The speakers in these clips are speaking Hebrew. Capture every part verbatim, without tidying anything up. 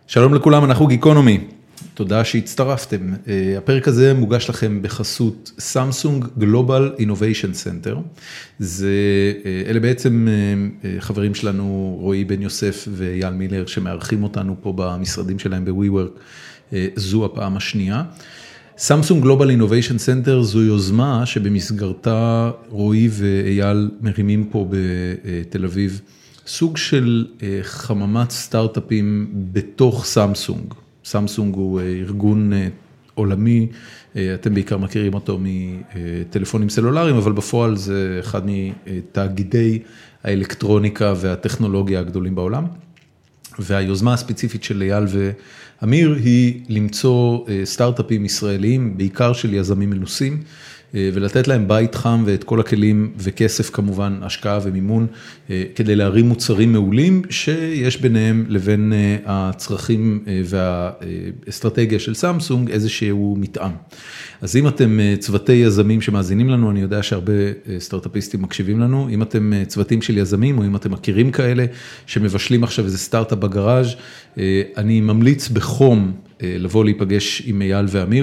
שלום לכולם, אנחנו גיקונומי. תודה שהצטרפתם. הפרק הזה מוגש לכם בחסות סמסונג גלובל אינוביישן סנטר. זה, אלה בעצם חברים שלנו, רועי בן יוסף ואייל מילר, שמארחים אותנו פה במשרדים שלהם ב-WeWork. זו הפעם השנייה. סמסונג גלובל אינוביישן סנטר זו יוזמה שבמסגרתה רועי ואייל מרימים פה בתל אביב. סוג של חממת סטארט-אפים בתוך סמסונג. סמסונג הוא ארגון עולמי, אתם בעיקר מכירים אותו מטלפונים סלולריים, אבל בפועל זה אחד מתאגידי האלקטרוניקה והטכנולוגיה הגדולים בעולם. והיוזמה הספציפית של אייל ואמיר היא למצוא סטארט-אפים ישראלים, בעיקר של יזמים מנוסים, ולתת להם בית חם ואת כל הכלים וכסף כמובן, השקעה ומימון, כדי להרים מוצרים מעולים שיש ביניהם לבין הצרכים והאסטרטגיה של סמסונג איזשהו מתאם. אז אם אתם צוותי יזמים שמאזינים לנו, אני יודע שהרבה סטארט-אפיסטים מקשיבים לנו, אם אתם צוותים של יזמים או אם אתם מכירים כאלה שמבשלים עכשיו איזה סטארט-אפ בגראז', אני ממליץ בחום לבוא להיפגש עם אייל ואמיר,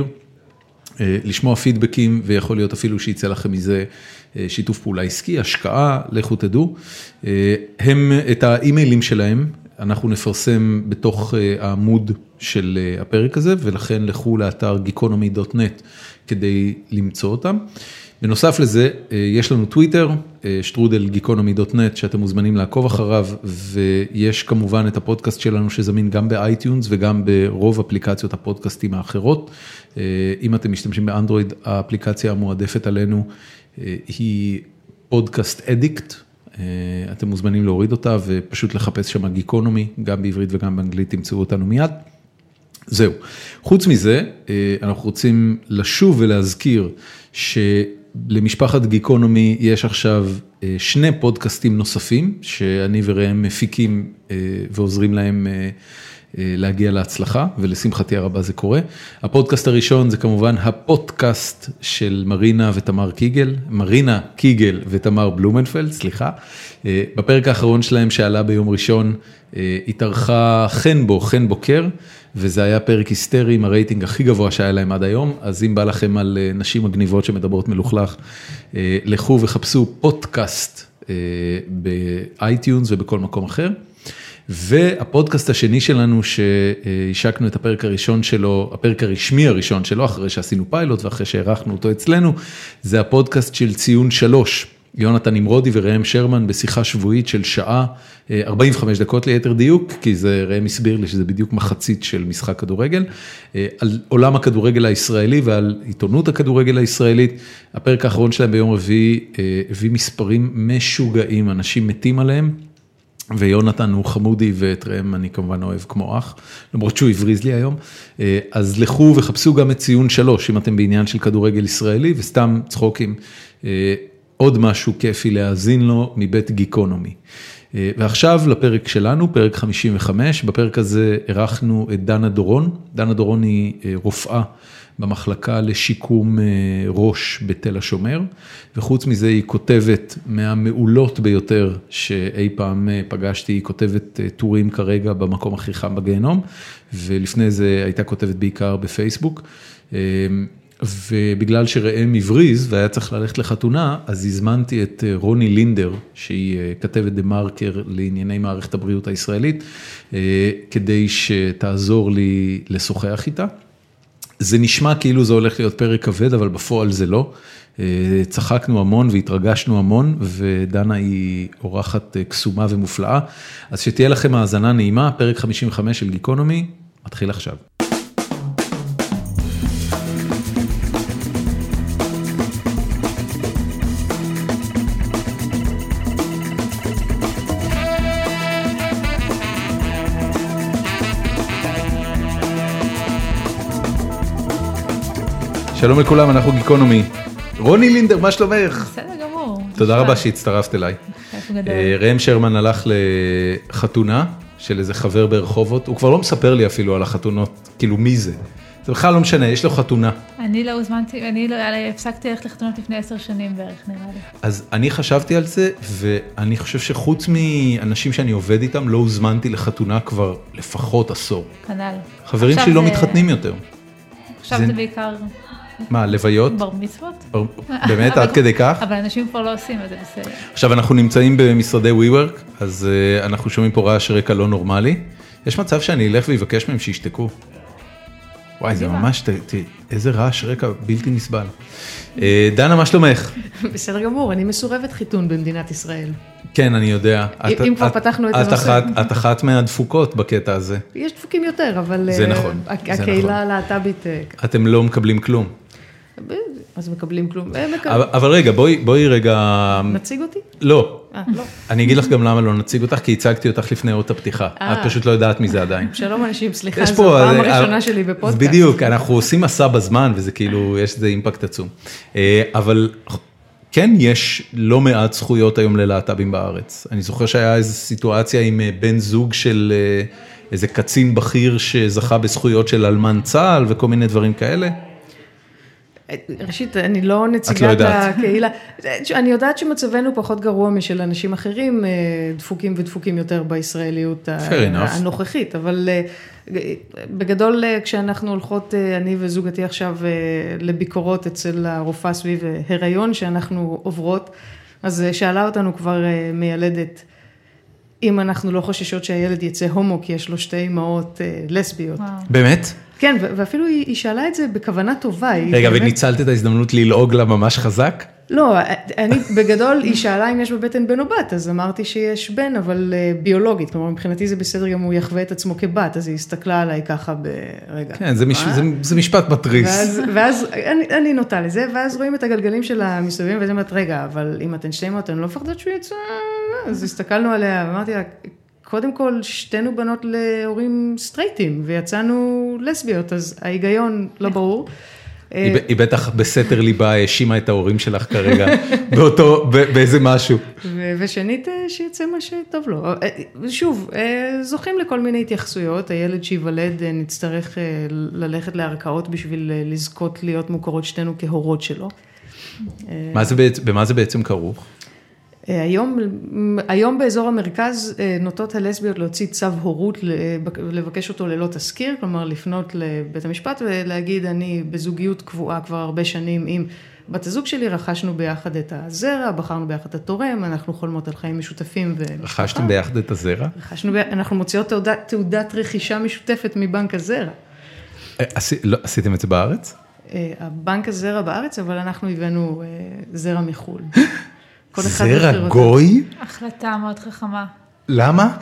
לשמוע פידבקים, ויכול להיות אפילו שיצא לכם מזה שיתוף פעולה עסקי, השקעה, לכו תדעו. הם, את האימיילים שלהם, אנחנו נפרסם בתוך העמוד של הפרק הזה, ולכן לכו לאתר גיקונומי דוט נט כדי למצוא אותם. בנוסף לזה, יש לנו טוויטר, שטרודל גיקונומי דוט נט, שאתם מוזמנים לעקוב אחריו, ויש כמובן את הפודקאסט שלנו שזמין גם באייטיונס וגם ברוב אפליקציות הפודקאסטים האחרות. אם אתם משתמשים באנדרואיד, האפליקציה המועדפת עלינו היא פודקאסט אדיקט, אתם מוזמנים להוריד אותה ופשוט לחפש שם גיקונומי, גם בעברית וגם באנגלית תמצאו אותנו מיד. זהו. חוץ מזה, אנחנו רוצים לשוב ולהזכיר שלמשפחת גיקונומי יש עכשיו שני פודקאסטים נוספים, שאני וראם מפיקים ועוזרים להם להגיע להצלחה, ולשמחתי הרבה זה קורה. הפודקאסט הראשון זה כמובן הפודקאסט של מרינה ותמר קיגל, מרינה קיגל ותמר בלומנפלד, סליחה. בפרק האחרון שלהם שעלה ביום ראשון, התארחה חן בו, חן בוקר, וזה היה פרק היסטרי עם הרייטינג הכי גבוה שהיה להם עד היום, אז אם בא לכם על נשים מגניבות שמדברות מלוכלך, לכו וחפשו פודקאסט באייטיונס ובכל מקום אחר. והפודקאסט השני שלנו שהשקנו את הפרק הראשון שלו, הפרק הרשמי הראשון שלו, אחרי שעשינו פיילוט ואחרי שהערכנו אותו אצלנו, זה הפודקאסט של ציון שלוש. יונתן נמרודי וראם שרמן בשיחה שבועית של שעה, ארבעים וחמש דקות ליתר דיוק, כי זה ראם הסביר לי שזה בדיוק מחצית של משחק כדורגל, על עולם הכדורגל הישראלי ועל עיתונות הכדורגל הישראלית. הפרק האחרון שלהם ביום רביעי הביא מספרים משוגעים, אנשים מתים עליהם, ויונתן הוא חמודי ואת ראם אני כמובן אוהב כמו אח, למרות שהוא הבריז לי היום. אז לכו וחפשו גם את ציון שלוש, אם אתם בעניין של כדורגל ישראלי, וסתם צחוקים, עוד משהו כיפי להאזין לו מבית גיקונומי. ועכשיו לפרק שלנו, פרק חמישים וחמש, בפרק הזה ערכנו את דנה דורון. דנה דורון היא רופאה במחלקה לשיקום ראש בתל השומר, וחוץ מזה היא כותבת מהמעולות ביותר שאי פעם פגשתי, היא כותבת טורים כרגע במקום הכי חם בגיהנום, ולפני זה הייתה כותבת בעיקר בפייסבוק, ובגלל שראם הבריז והיה צריך ללכת לחתונה, אז הזמנתי את רוני לינדר, שהיא כתבת דה מרקר לענייני מערכת הבריאות הישראלית, כדי שתעזור לי לשוחח איתה. זה נשמע כאילו זה הולך להיות פרק כבד, אבל בפועל זה לא. צחקנו המון והתרגשנו המון, ודנה היא אורחת קסומה ומופלאה. אז שתהיה לכם האזנה נעימה, פרק חמישים וחמש של גיקונומי, מתחיל עכשיו. שלום לכולם, אנחנו גיקונומי. רוני לינדר, מה שלומך? בסדר גמור. תודה רבה שהצטרפת אליי. ראם שרמן הלך לחתונה של איזה חבר ברחובות, הוא כבר לא מספר לי אפילו על החתונות, כאילו מי זה. זה בכלל לא משנה, יש לו חתונה. אני לא הוזמנתי, אני הפסקתי ללכת לחתונות לפני עשר שנים בערך, נראה לי. אז אני חשבתי על זה, ואני חושב שחוץ מאנשים שאני עובד איתם, לא הוזמנתי לחתונה כבר לפחות עשור. כנ"ל. חברים שלי לא מתחתנים יותר. עכשיו זה בעיקר... מה, לוויות? בר מצוות? באמת, עד כדי כך? אבל אנשים כבר לא עושים את זה בסדר. עכשיו אנחנו נמצאים במשרדי WeWork, אז אנחנו שומעים פה רעש רקע לא נורמלי. יש מצב שאני אלך ויבקש מהם שישתקו. וואי, זה ממש, איזה רעש רקע בלתי נסבל. דנה, מה שלומך? בסדר גמור, אני מסורבת חיתון במדינת ישראל. כן, אני יודע. אם כבר פתחנו את הנושא. את אחת מהדפוקות בקטע הזה. יש דפוקים יותר, אבל... זה נכון. הקהילה הלהט"בית... אתם לא מקבלים כלום. אז מקבלים כלום. אבל רגע, בואי רגע... נציג אותי? לא. אני אגיד לך גם למה לא נציג אותך, כי הצגתי אותך לפני אות הפתיחה. את פשוט לא יודעת מזה עדיין. שלום אנשים, סליחה, זו הפעם הראשונה שלי בפודקאסט. בדיוק, אנחנו עושים מסע בזמן, וזה כאילו, יש איזה אימפקט עצום. אבל כן, יש לא מעט זכויות היום ללהט"בים בארץ. אני זוכר שהיה איזו סיטואציה עם בן זוג של איזה קצין בכיר שזכה בזכויות של אלמן צה"ל וכל מיני דברים כאלה. ראשית, אני לא נציגת הקהילה. אני יודעת שמצבנו פחות גרוע משל אנשים אחרים, דפוקים ודפוקים יותר בישראליות הנוכחית, אבל בגדול כשאנחנו הולכות, אני וזוגתי עכשיו לביקורות אצל הרופאה סביב הריון שאנחנו עוברות, אז שאלה אותנו כבר מיילדת, אם אנחנו לא חוששות שהילד יצא הומו, כי יש לו שתי אמהות לסביות. באמת? כן, ואפילו היא שאלה את זה בכוונה טובה. רגע, וניצלת את ההזדמנות ללעוג לה ממש חזק? לא, אני בגדול, היא שאלה אם יש בבטן בן או בת, אז אמרתי שיש בן, אבל ביולוגית, כלומר, מבחינתי זה בסדר גם הוא יחווה את עצמו כבת, אז היא הסתכלה עליי ככה ברגע. כן, זה משפט מטריס. ואז אני נוטה לזה, ואז רואים את הגלגלים של המסתובבים, וזה אומרת, רגע, אבל אם אתן שתי אמהות, אני לא מפחדת שהוא יצא, אז הסתכלנו עליה, ואמרתי לה, קודם כל, שתינו בנות להורים סטרייטים, ויצאנו לסביות, אז ההיגיון לא ברור. היא בטח בסתר ליבה האשימה את ההורים שלך כרגע, באותו, באיזה משהו. ושנית, שיצא מה שטוב לו. שוב, זוכים לכל מיני התייחסויות, הילד שיוולד נצטרך ללכת לערכאות בשביל לזכות להיות מוכרות שתינו כהורות שלו. במה זה בעצם כרוך? היום, היום באזור המרכז נוטות הלסביות להוציא צו הורות, לבקש אותו ללא תזכיר, כלומר לפנות לבית המשפט ולהגיד אני בזוגיות קבועה כבר הרבה שנים עם בת הזוג שלי, רכשנו ביחד את הזרע, בחרנו ביחד את התורם, אנחנו חולמות על חיים משותפים ומשפחה. רכשתם ביחד את הזרע? רכשנו, אנחנו מוציאות תעודת, תעודת רכישה משותפת מבנק הזרע. עשיתם את זה בארץ? הבנק הזרע בארץ, אבל אנחנו הבאנו זרע מחול. זרע גוי? החלטה מאוד חכמה. למה?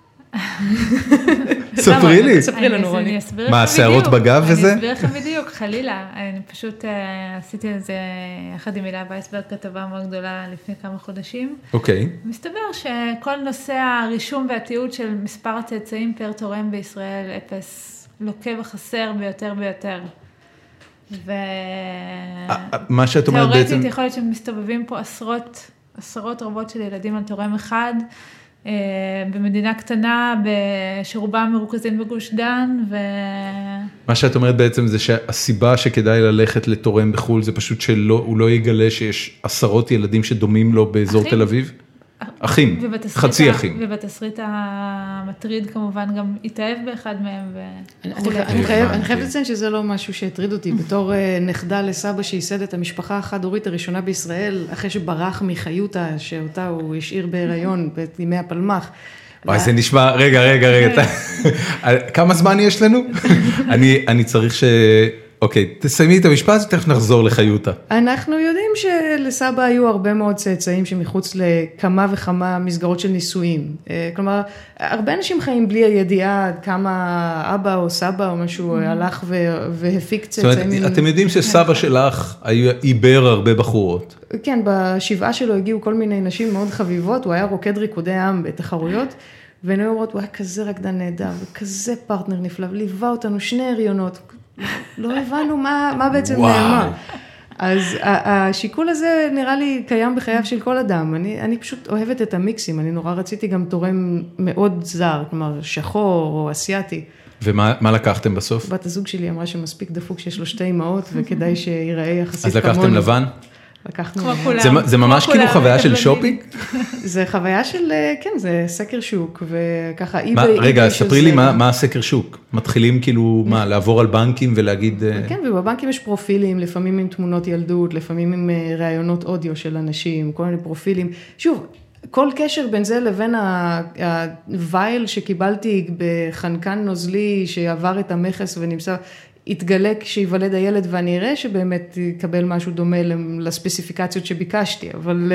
ספרי לי. ספרי לנו, רוני. מה, שערות בגב וזה? אני אסביר לכם בדיוק, חלילה. אני פשוט עשיתי את זה יחד עם הילה וייסברג, כתבה מאוד גדולה לפני כמה חודשים. אוקיי. מסתבר שכל נושא הרישום והתיעוד של מספר הצאצאים פר תורם בישראל, אפס, לוקה וחסר ביותר ביותר. מה שאת אומרת בעצם... תיאורטית יכול להיות שמסתובבים פה עשרות, עשרות רבות של ילדים על תורם אחד, במדינה קטנה, שרובם מרוכזים בגוש דן, ו... מה שאת אומרת בעצם זה שהסיבה שכדאי ללכת לתורם בחול, זה פשוט שהוא לא יגלה שיש עשרות ילדים שדומים לו באזור תל אביב? אחים, חצי אחים. ובתסריט המטריד כמובן גם התאהב באחד מהם. אני חייבת לציין שזה לא משהו שהטריד אותי, בתור נכדה לסבא שייסד את המשפחה החד-הורית הראשונה בישראל, אחרי שברח מחיותה, שאותה הוא השאיר בהיריון בימי הפלמח. וואי, זה נשמע, רגע, רגע, רגע, כמה זמן יש לנו? אני צריך ש... אוקיי, תסיימי את המשפט, תכף נחזור לחיותה. אנחנו יודעים שלסבא היו הרבה מאוד צאצאים שמחוץ לכמה וכמה מסגרות של נישואים. כלומר, הרבה אנשים חיים בלי הידיעה כמה אבא או סבא או משהו הלך והפיק צאצאים. זאת אומרת, אתם יודעים שסבא שלך עיבר הרבה בחורות. כן, בשבעה שלו הגיעו כל מיני נשים מאוד חביבות, הוא היה רוקד ריקודי עם בתחרויות, והן היו אומרות, הוא היה כזה רקדן נהדר, וכזה פרטנר נפלא, וליווה אותנו שני הריונות, לא הבנו מה, מה בעצם נאמר. אז השיקול הזה נראה לי קיים בחייו של כל אדם. אני, אני פשוט אוהבת את המיקסים. אני נורא רציתי גם תורם מאוד זר, כלומר שחור או אסיאטי. ומה לקחתם בסוף? בת הזוג שלי אמרה שמספיק דפוק שיש לו שתי אמהות, וכדאי שיראה יחסית כמוני. אז לקחתם לבן? לקחנו... כמו כולם. זה ממש כאילו חוויה של שופינג? זה חוויה של, כן, זה סקר שוק, וככה אי רגע, ספרי לי מה הסקר שוק. מתחילים כאילו, מה, לעבור על בנקים ולהגיד... כן, ובבנקים יש פרופילים, לפעמים עם תמונות ילדות, לפעמים עם ראיונות אודיו של אנשים, כל מיני פרופילים. שוב, כל קשר בין זה לבין הווייל שקיבלתי בחנקן נוזלי שעבר את המכס ונמצא, יתגלה כשיוולד הילד ואני אראה שבאמת יקבל משהו דומה לספציפיקציות שביקשתי, אבל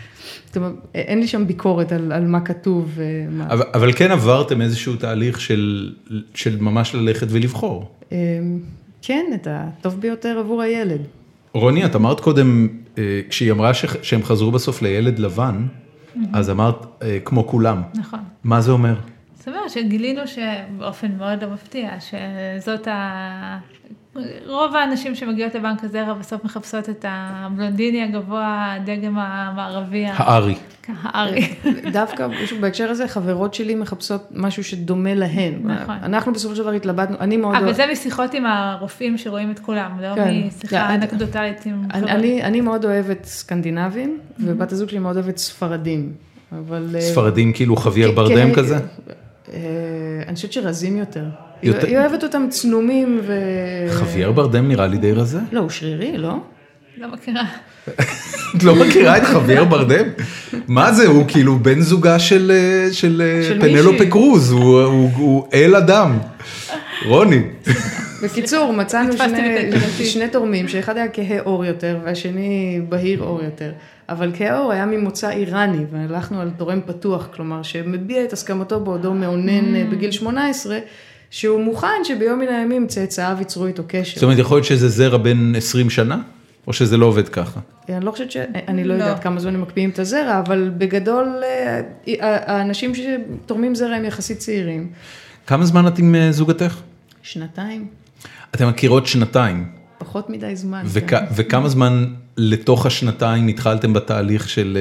אין לי שם ביקורת על, על מה כתוב. אבל, אבל כן עברתם איזשהו תהליך של, של ממש ללכת ולבחור. כן, את הטוב ביותר עבור הילד. רוני, את אמרת קודם, כשהיא אמרה שהם חזרו בסוף לילד לבן, אז אמרת כמו כולם. נכון. מה זה אומר? זאת אומרת שגילינו שבאופן מאוד לא מפתיע, שזאת ה... רוב האנשים שמגיעות לבנק הזרע בסוף מחפשות את הבלונדיני הגבוה, הדגם המערבי. הארי. הארי. דווקא בהקשר הזה, חברות שלי מחפשות משהו שדומה להן. נכון. אנחנו בסופו של דבר התלבטנו, אני מאוד... אבל זה משיחות עם הרופאים שרואים את כולם, לא משיחה אנקדוטלית עם חברות. אני מאוד אוהבת סקנדינבים, ובת הזוג שלי מאוד אוהבת ספרדים. ספרדים כאילו חוויאר ברדם כזה? אני חושבת שרזים יותר. היא אוהבת אותם צנומים ו... חוויאר ברדם נראה לי די רזה? לא, הוא שרירי, לא? לא מכירה. את לא מכירה את חוויאר ברדם? מה זה? הוא כאילו בן זוגה של פנלופה קרוז, הוא אל אדם. רוני. בקיצור, מצאנו שני תורמים, שאחד היה כהה אור יותר, והשני בהיר אור יותר. אבל כהה היה ממוצא איראני, והלכנו על תורם פתוח, כלומר, שמביע את הסכמתו בעודו מעונן בגיל שמונה עשרה, שהוא מוכן שביום מן הימים צאצאיו ייצרו איתו קשר. זאת אומרת, יכול להיות שזה זרע בין עשרים שנה? או שזה לא עובד ככה? אני לא חושבת ש... אני לא יודעת כמה זמן הם מקפיאים את הזרע, אבל בגדול, האנשים שתורמים זרע הם יחסית צעירים. כמה זמן את עם זוגתך? שנתיים. אתם מכירות שנתיים? פחות מדי זמן. וכמה זמן לתוך השנתיים התחלתם בתהליך של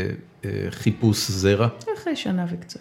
חיפוש זרע? אחרי שנה וקצת.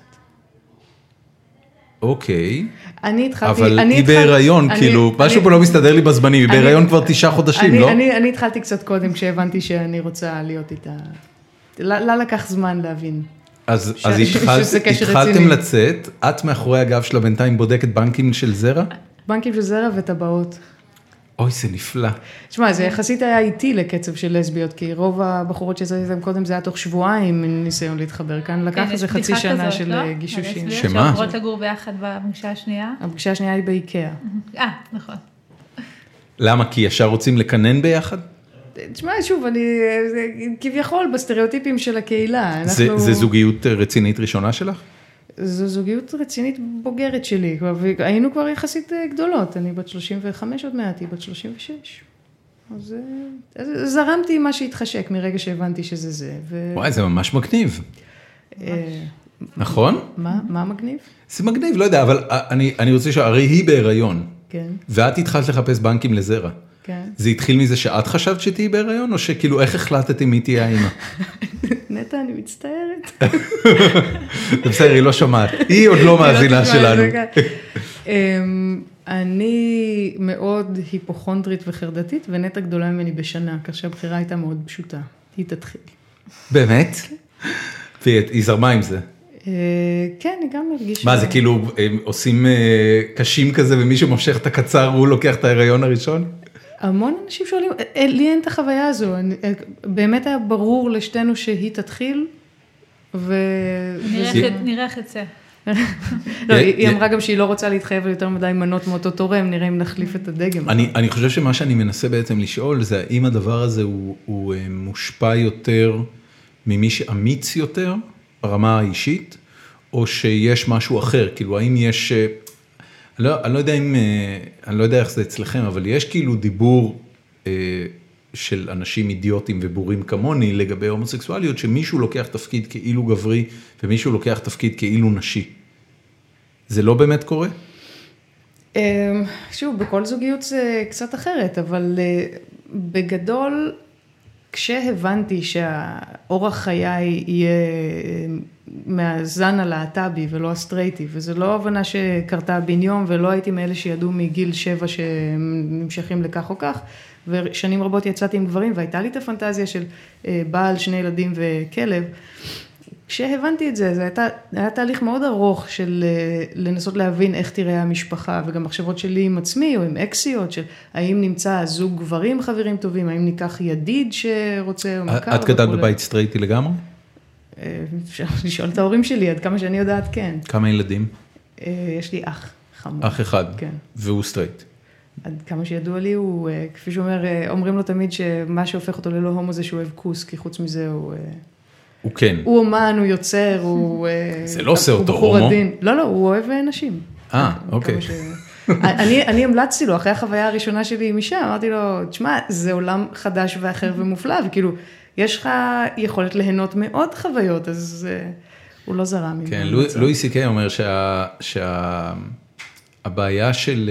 אוקיי. אני התחלתי... אבל היא בהיריון, כאילו, משהו פה לא מסתדר לי בזמנים, היא בהיריון כבר תשעה חודשים, לא? אני התחלתי קצת קודם, כשהבנתי שאני רוצה להיות איתה. לה לקח זמן להבין. אז התחלתם לצאת, את מאחורי הגב שלה בינתיים בודקת בנקים של זרע? בנקים של זרע וטבעות. אוי, זה נפלא. תשמע, זה יחסית היה איטי לקצב של לסביות, כי רוב הבחורות שזרעתם קודם זה היה תוך שבועיים עם ניסיון להתחבר. כאן לקח איזה חצי שנה של גישושים. שמה? שעוברות לגור ביחד בפגישה השנייה? הפגישה השנייה היא באיקאה. אה, נכון. למה? כי ישר רוצים לקנן ביחד? תשמע, שוב, אני כביכול בסטריאוטיפים של הקהילה. זה זוגיות רצינית ראשונה שלך? זו זוגיות רצינית בוגרת שלי, היינו כבר יחסית גדולות, אני בת שלושים וחמש עוד מעט, היא בת שלושים ושש. אז זרמתי מה שהתחשק מרגע שהבנתי שזה זה. וואי, זה ממש מגניב. נכון? מה? מה מגניב? זה מגניב, לא יודע, אבל אני רוצה שהרי היא בהיריון. כן. ואת התחלת לחפש בנקים לזרע. כן. זה התחיל מזה שאת חשבת שתהי בהיריון, או שכאילו איך החלטתי מי תהיה האמא? נטע, אני מצטערת. זה בסדר, היא לא שומעת. היא עוד לא מאזינה שלנו. אני מאוד היפוכונדרית וחרדתית, ונטע גדולה ממני בשנה, כך שהבחירה הייתה מאוד פשוטה. היא תתחיל. באמת? והיא זרמה עם זה. כן, היא גם מרגישה. מה, זה כאילו עושים קשים כזה, ומי שמושך את הקצר, הוא לוקח את ההיריון הראשון? המון אנשים שואלים, לי אין את החוויה הזו, באמת היה ברור לשתינו שהיא תתחיל, ו... נראה איך יצא. לא, היא אמרה גם שהיא לא רוצה להתחייב ליותר מדי מנות מאותו תורם, נראה אם נחליף את הדגם. אני חושב שמה שאני מנסה בעצם לשאול, זה האם הדבר הזה הוא מושפע יותר ממי שאמיץ יותר, ברמה האישית, או שיש משהו אחר, כאילו האם יש... לא, אני לא יודע אם, אני לא יודע איך זה אצלכם, אבל יש כאילו דיבור אה, של אנשים אידיוטים ובורים כמוני לגבי הומוסקסואליות, שמישהו לוקח תפקיד כאילו גברי, ומישהו לוקח תפקיד כאילו נשי. זה לא באמת קורה? שוב, בכל זוגיות זה קצת אחרת, אבל בגדול, כשהבנתי שהאורח חיי יהיה מהזן הלהט"בי ולא הסטרייטי, וזו לא הבנה שקרתה בן יום, ולא הייתי מאלה שידעו מגיל שבע שנמשכים לכך או כך, ושנים רבות יצאתי עם גברים, והייתה לי את הפנטזיה של בעל, שני ילדים וכלב. כשהבנתי את זה, זה הייתה, היה תהליך מאוד ארוך של לנסות להבין איך תראה המשפחה, וגם מחשבות שלי עם עצמי או עם אקסיות, של האם נמצא זוג גברים חברים טובים, האם ניקח ידיד שרוצה או מכר. את גדלת בבית סטרייטי לגמרי? אפשר לשאול את ההורים שלי, עד כמה שאני יודעת, כן. כמה ילדים? יש לי אח חמור. אח אחד? כן. והוא סטרייט? עד כמה שידוע לי, הוא, כפי שאומר, אומרים לו תמיד שמה שהופך אותו ללא הומו זה שהוא אוהב כוס, כי חוץ מזה הוא... הוא כן. הוא אומן, הוא יוצר, הוא... זה לא עושה אותו הומו? לא, לא, הוא אוהב נשים. אה, אוקיי. אני המלצתי לו, אחרי החוויה הראשונה שלי עם אישה, אמרתי לו, תשמע, זה עולם חדש ואחר ומופלא, וכאילו, יש לך יכולת ליהנות מאוד חוויות, אז הוא לא זרם. כן, לואי סי קיי אומר שהבעיה של...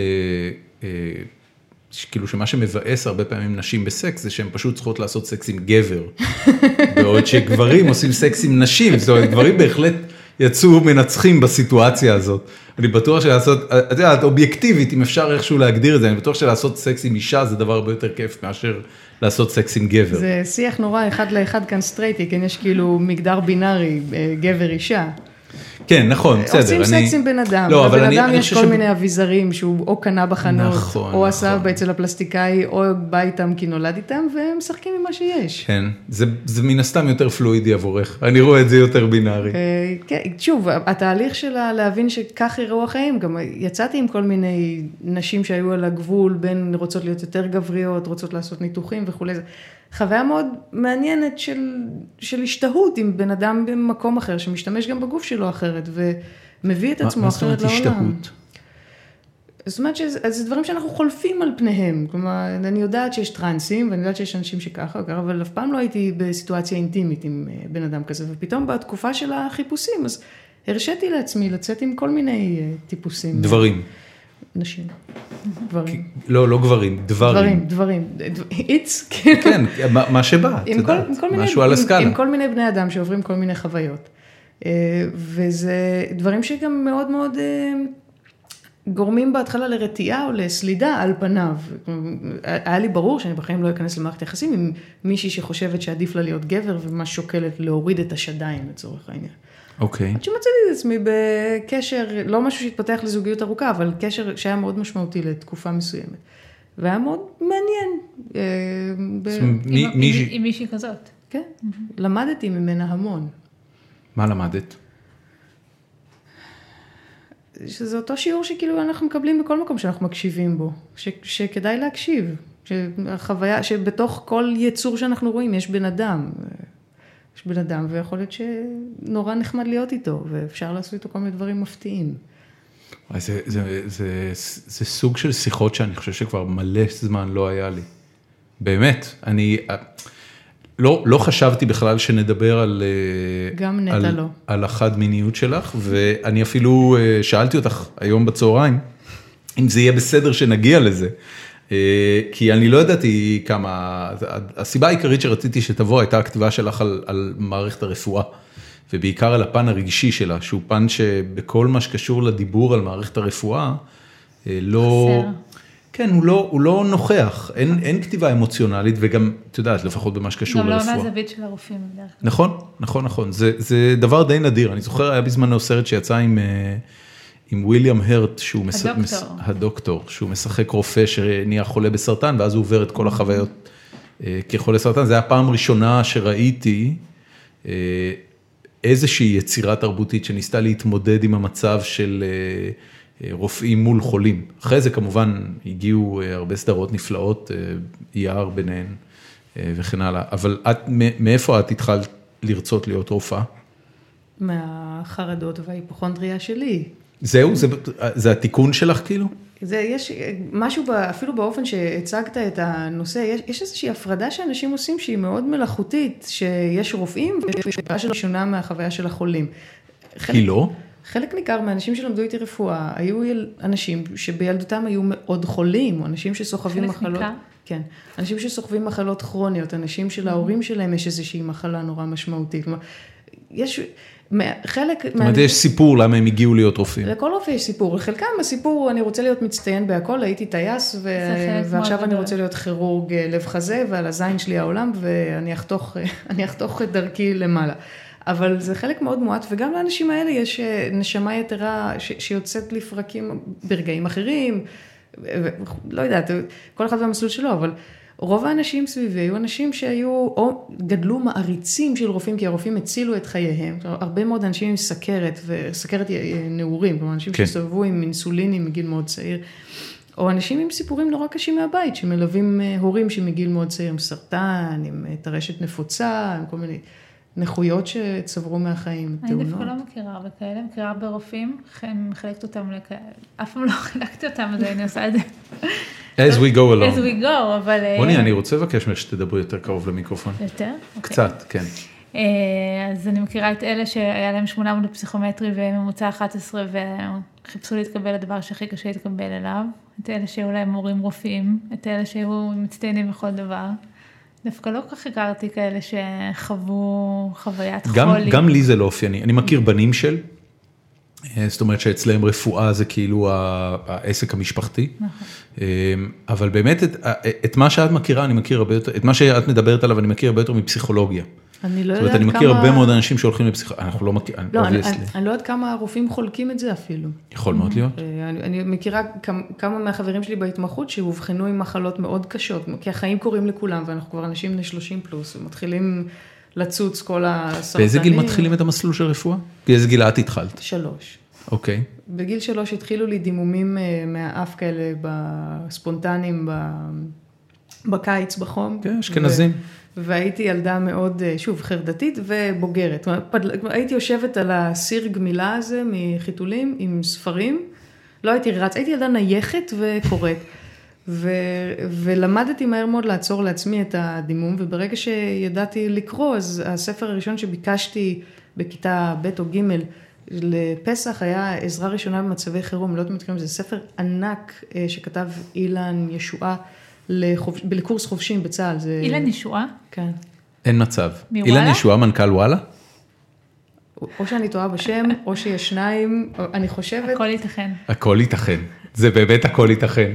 כאילו שמה שמבאס הרבה פעמים נשים בסקס, זה שהן פשוט צריכות לעשות סקס עם גבר, בעוד שגברים עושים סקס עם נשים, זאת אומרת, גברים בהחלט יצאו מנצחים בסיטואציה הזאת. אני בטוח שלעשות, את יודעת, אובייקטיבית, אם אפשר איכשהו להגדיר את זה, אני בטוח שלעשות סקס עם אישה זה דבר הרבה יותר כיף מאשר לעשות סקס עם גבר. זה שיח נורא אחד לאחד כאן סטרייטי, כן, יש כאילו מגדר בינארי, גבר אישה. כן, נכון, בסדר. עושים סקס עם בן אדם, לבן אדם יש כל מיני אביזרים שהוא או קנה בחנות, או עשה אצל הפלסטיקאי, או בא איתם כי נולד איתם, והם משחקים עם מה שיש. כן, זה מן הסתם יותר פלואידי עבורך, אני רואה את זה יותר בינארי. כן, שוב, התהליך שלה להבין שכך יראו החיים, גם יצאתי עם כל מיני נשים שהיו על הגבול, בין רוצות להיות יותר גבריות, רוצות לעשות ניתוחים וכו'. חוויה מאוד מעניינת של, של השתהות עם בן אדם במקום אחר, שמשתמש גם בגוף שלו אחרת, ומביא את עצמו אחרת לעולם. מה זאת אומרת השתהות? זאת אומרת שזה דברים שאנחנו חולפים על פניהם, כלומר, אני יודעת שיש טרנסים, ואני יודעת שיש אנשים שככה או ככה, אבל אף פעם לא הייתי בסיטואציה אינטימית עם בן אדם כזה, ופתאום בתקופה של החיפושים, אז הרשיתי לעצמי לצאת עם כל מיני טיפוסים. דברים. נשים, גברים. לא, לא גברים, דברים. דברים, דברים. איץ. כן, מה שבא, את יודעת, משהו על הסקאלה. עם כל מיני בני אדם שעוברים כל מיני חוויות. וזה דברים שגם מאוד מאוד גורמים בהתחלה לרתיעה או לסלידה על פניו. היה לי ברור שאני בחיים לא אכנס למערכת יחסים עם מישהי שחושבת שעדיף לה להיות גבר, ומה שוקלת להוריד את השדיים לצורך העניין. אוקיי. עד שמצאתי את עצמי בקשר, לא משהו שהתפתח לזוגיות ארוכה, אבל קשר שהיה מאוד משמעותי לתקופה מסוימת. והיה מאוד מעניין. עם מישהי כזאת. כן, למדתי ממנה המון. מה למדת? שזה אותו שיעור שכאילו אנחנו מקבלים בכל מקום שאנחנו מקשיבים בו, שכדאי להקשיב. שהחוויה, שבתוך כל יצור שאנחנו רואים יש בן אדם. יש בן אדם, ויכול להיות שנורא נחמד להיות איתו, ואפשר לעשות איתו כל מיני דברים מפתיעים. זה, זה, זה, זה סוג של שיחות שאני חושב שכבר מלא זמן לא היה לי. באמת, אני לא, לא חשבתי בכלל שנדבר על, גם נטע על, לא. על החד מיניות שלך, ואני אפילו שאלתי אותך היום בצהריים, אם זה יהיה בסדר שנגיע לזה. כי אני לא ידעתי כמה, הסיבה העיקרית שרציתי שתבוא הייתה הכתיבה שלך על, על מערכת הרפואה, ובעיקר על הפן הרגשי שלה, שהוא פן שבכל מה שקשור לדיבור על מערכת הרפואה, לא, חסר. כן, הוא לא, הוא לא נוכח, אין, אין כתיבה אמוציונלית, וגם, את יודעת, לפחות במה שקשור גם לרפואה. גם לא מהזווית של הרופאים. נכון, נכון, נכון, זה, זה דבר די נדיר, אני זוכר, היה בזמנו סרט שיצא עם... עם וויליאם הרט, שהוא הדוקטור. מס... הדוקטור, שהוא משחק רופא שנהיה חולה בסרטן, ואז הוא עובר את כל החוויות כחולה סרטן. זה היה הפעם ראשונה שראיתי איזושהי יצירה תרבותית שניסתה להתמודד עם המצב של רופאים מול חולים. אחרי זה כמובן הגיעו הרבה סדרות נפלאות, אייר ביניהן וכן הלאה. אבל את, מאיפה את התחלת לרצות להיות רופאה? מהחרדות וההיפוכונדריה שלי. זהו? זה, זה התיקון שלך כאילו? זה, יש משהו, אפילו באופן שהצגת את הנושא, יש, יש איזושהי הפרדה שאנשים עושים שהיא מאוד מלאכותית, שיש רופאים, ויש חוויה שונה מהחוויה של החולים. היא לא? חלק ניכר מהאנשים שלמדו איתי רפואה, היו אנשים שבילדותם היו מאוד חולים, או אנשים שסוחבים מחלות. ניכר? כן, אנשים שסוחבים מחלות כרוניות, אנשים שלהורים שלהם יש איזושהי מחלה נורא משמעותית. כלומר, יש חלק... זאת אומרת, יש סיפור למה הם הגיעו להיות רופאים. לכל רופא יש סיפור. לחלקם הסיפור, אני רוצה להיות מצטיין בהכל, הייתי טייס, ו... ועכשיו אני רוצה להיות כירורג לב חזה, ועל הזין שלי העולם, ואני אחתוך, אני אחתוך את דרכי למעלה. אבל זה חלק מאוד מועט, וגם לאנשים האלה יש נשמה יתרה ש... שיוצאת לפרקים ברגעים אחרים, לא יודעת, כל אחד והמסלול שלו, אבל רוב האנשים סביבי היו אנשים שהיו, או גדלו מעריצים של רופאים, כי הרופאים הצילו את חייהם. הרבה מאוד אנשים עם סכרת, וסכרת נעורים, כלומר אנשים כן. שסובבו עם אינסולינים מגיל מאוד צעיר, או אנשים עם סיפורים נורא קשים מהבית, שמלווים הורים שמגיל מאוד צעיר, עם סרטן, עם טרשת נפוצה, עם כל מיני נכויות שצברו מהחיים, תאונות. אני דווקא לא מכירה הרבה כאלה, מכירה הרבה רופאים, מחלקת אותם לכאלה, אף פעם לא חלקתי אותם, אז אני עושה את זה. As we go along. As we go, אבל... רוני, אני רוצה לבקש ממך שתדברו יותר קרוב למיקרופון. יותר? קצת, כן. אז אני מכירה את אלה שהיה להם שמונה מאות בפסיכומטרי וממוצע אחת עשרה, וחיפשו להתקבל לדבר שהכי קשה להתקבל אליו. את אלה שהיו להם מורים רופאים, את אלה שהיו מצטיינים בכל דבר. דווקא לא כך הכרתי כאלה שחוו חוויית חולי. גם לי זה לא אופייני. אני מכיר בנים של, זאת אומרת שאצלהם רפואה זה כאילו העסק המשפחתי. נכון. אבל באמת את מה שאת מכירה, אני מכיר הרבה יותר, את מה שאת מדברת עליו, אני מכיר הרבה יותר מפסיכולוגיה. אני לא יודעת כמה... אני מכיר הרבה מאוד אנשים שהולכים לפסיכולוגיה, אנחנו לא מכירים, לא, אני, אני, אני לא יודעת כמה רופאים חולקים את זה אפילו. יכול מאוד להיות. אני, אני מכירה כמה, כמה מהחברים שלי בהתמחות שהובחנו עם מחלות מאוד קשות, כי החיים קורים לכולם, ואנחנו כבר אנשים בני שלושים פלוס, ומתחילים לצוץ כל הסרטנים. באיזה גיל מתחילים את המסלול של רפואה? באיזה גיל את התחלת? שלוש. אוקיי. בגיל שלוש התחילו לי דימומים מהאף כאלה, בספונטנים, בקיץ, בחום. כן, אשכנזים. והייתי ילדה מאוד, שוב, חרדתית ובוגרת. הייתי יושבת על הסיר גמילה הזה מחיתולים עם ספרים, לא הייתי רץ, הייתי ילדה נייחת וקוראת. ו, ולמדתי מהר מאוד לעצור לעצמי את הדימום, וברגע שידעתי לקרוא, אז הספר הראשון שביקשתי בכיתה ב' או ג' לפסח היה עזרה ראשונה במצבי חירום, לא יודעת מתקיים, זה ספר ענק שכתב אילן ישועה, לקורס חובשים בצה"ל. אילן ישועה? כן. אין מצב. אילן ישועה, מנכ"ל וואלה? או שאני טועה בשם, או שיש שניים, אני חושבת... הכל ייתכן. הכל ייתכן. זה באמת הכל ייתכן.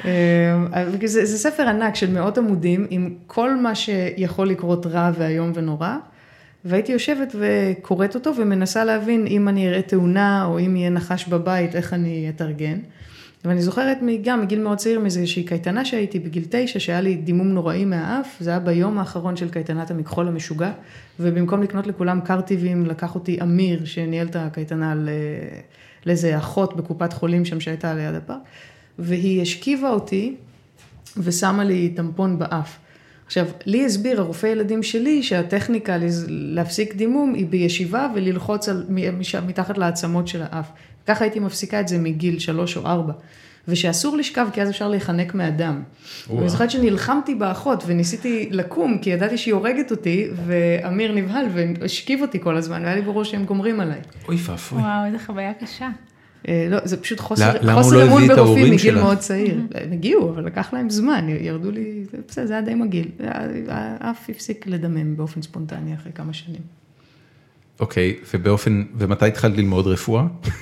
זה, זה ספר ענק של מאות עמודים, עם כל מה שיכול לקרות רע והיום ונורא, והייתי יושבת וקוראת אותו, ומנסה להבין אם אני אראה תאונה, או אם יהיה נחש בבית, איך אני אתארגן. ואני זוכרת גם מגיל מאוד צעיר מזה שהיא קייטנה שהייתי בגיל תשע, שהיה לי דימום נוראי מהאף, זה היה ביום האחרון של קייטנת המכחול המשוגע, ובמקום לקנות לכולם קרטיבים, לקח אותי אמיר, שניהל את הקייטנה לאיזה אחות בקופת חולים שם שהייתה ליד הפארק, והיא השכיבה אותי ושמה לי טמפון באף. עכשיו, לי הסביר הרופא ילדים שלי שהטכניקה להפסיק דימום היא בישיבה וללחוץ על, מתחת לעצמות של האף. ככה הייתי מפסיקה את זה מגיל שלוש או ארבע. ושאסור לשכב, כי אז אפשר להיחנק מהדם. ואני זוכרת שנלחמתי באחות וניסיתי לקום, כי ידעתי שהיא הורגת אותי, ואמיר נבהל והשכיב אותי כל הזמן, והיה לי ברור שהם גומרים עליי. אוי פאפוי. וואו, איזו חוויה קשה. לא, זה פשוט חוסר אמון ברופאים מגיל מאוד צעיר. הם הגיעו, אבל לקח להם זמן, ירדו לי, בסדר, זה היה די מגעיל. האף הפסיק לדמם באופן ספונטני אחרי כמה שנים. אוקיי, ובאופן, ומתי התחלת ללמוד רפואה?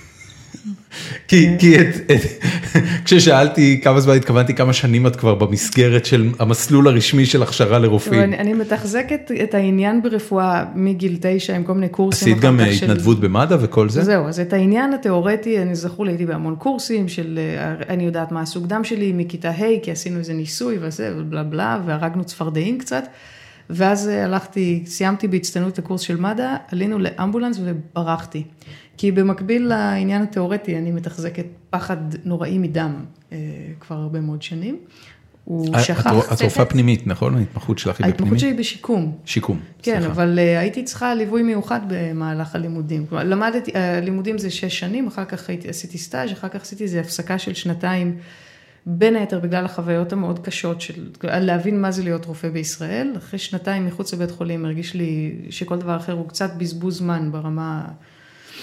כי, כי את, את, כששאלתי כמה זמן התכוונתי, כמה שנים את כבר במסגרת של המסלול הרשמי של הכשרה לרופאים. אני, אני מתחזקת את העניין ברפואה מגיל תשע עם כל מיני קורסים. עשית גם התנדבות של... במד"א וכל זה? זהו, אז את העניין התיאורטי, אני זכור לי, הייתי בהמון קורסים של, אני יודעת מה הסוג דם שלי מכיתה ה', כי עשינו איזה ניסוי וזה, ובלה בלה, והרגנו צפרדעים קצת. ואז הלכתי, סיימתי בהצטיינות את הקורס של מד"א, עלינו לאמבולנס וברחתי. כי במקביל לעניין התיאורטי, אני מתחזקת פחד נוראי מדם כבר הרבה מאוד שנים. הוא שכח. את רופאה פנימית, נכון? ההתמחות שלך היא בפנימית? ההתמחות שלי בשיקום. שיקום, כן, אבל הייתי צריכה ליווי מיוחד במהלך הלימודים. למדתי, הלימודים זה שש שנים, אחר כך עשיתי סטאז', אחר כך עשיתי איזו הפסקה של שנתיים, בין היתר בגלל החוויות המאוד קשות של להבין מה זה להיות רופא בישראל. אחרי שנתיים מחוץ לבית חולים הרגיש לי שכל דבר אחר הוא קצת בזבוז זמן ברמה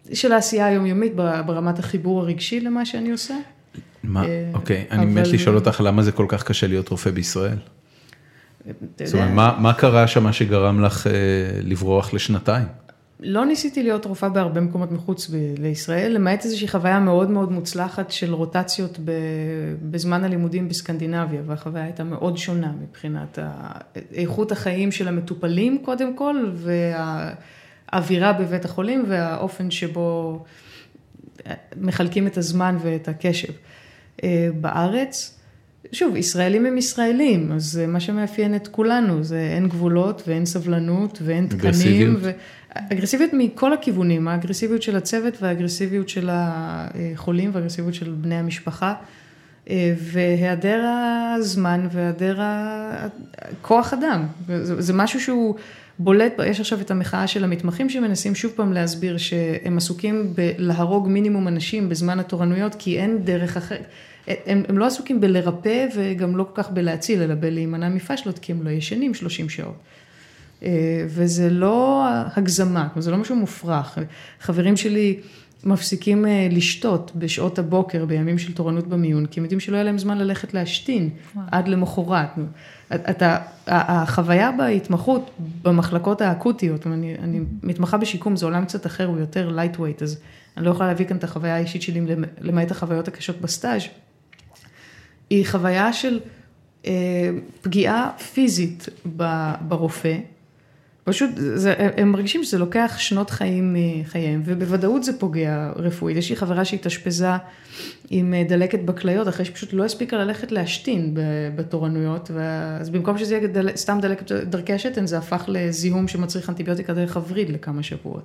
של העשייה היומיומית ברמת החיבור הרגשי למה שאני עושה. מה? אוקיי, אני מת לשאול אותך למה זה כל כך קשה להיות רופא בישראל. זאת אומרת, מה קרה שמה שגרם לך לברוח לשנתיים? לא ניסיתי להיות רופאה בהרבה מקומות מחוץ לישראל, למעט איזושהי חוויה מאוד מאוד מוצלחת של רוטציות בזמן הלימודים בסקנדינביה, והחוויה הייתה מאוד שונה מבחינת איכות החיים של המטופלים קודם כל, והאווירה בבית החולים והאופן שבו מחלקים את הזמן ואת הקשב. בארץ, שוב, ישראלים הם ישראלים, אז מה שמאפיין את כולנו, זה אין גבולות ואין סבלנות ואין תקנים. אגרסיביות מכל הכיוונים, האגרסיביות של הצוות והאגרסיביות של החולים והאגרסיביות של בני המשפחה, והיעדר הזמן והיעדר כוח אדם. זה משהו שהוא בולט, יש עכשיו את המחאה של המתמחים שמנסים שוב פעם להסביר שהם עסוקים בלהרוג מינימום אנשים בזמן התורנויות, כי אין דרך אחרת. הם, הם לא עסוקים בלרפא וגם לא כל כך בלהציל, אלא בלהימנע מפשלות, כי הם לא ישנים שלושים שעות. וזה לא הגזמה, זה לא משהו מופרך. חברים שלי מפסיקים לשתות בשעות הבוקר, בימים של תורנות במיון, כי הם יודעים שלא היה להם זמן ללכת להשתין עד למחרת. אתה, החוויה בהתמחות, במחלקות האקוטיות, אני, אני מתמחה בשיקום, זה עולם קצת אחר, הוא יותר lightweight, אז אני לא יכולה להביא כאן את החוויה האישית שלי, למעט החוויות הקשות בסטאז'. היא חוויה של אה, פגיעה פיזית ברופא, פשוט זה, הם מרגישים שזה לוקח שנות חיים מחייהם, ובוודאות זה פוגע רפואית. יש לי חברה שהתאשפזה עם דלקת בכליות, אחרי שפשוט לא הספיקה ללכת להשתין בתורנויות, אז במקום שזה יהיה דל, סתם דלקת דרכי השתן, זה הפך לזיהום שמצריך אנטיביוטיקה דרך הווריד לכמה שבועות.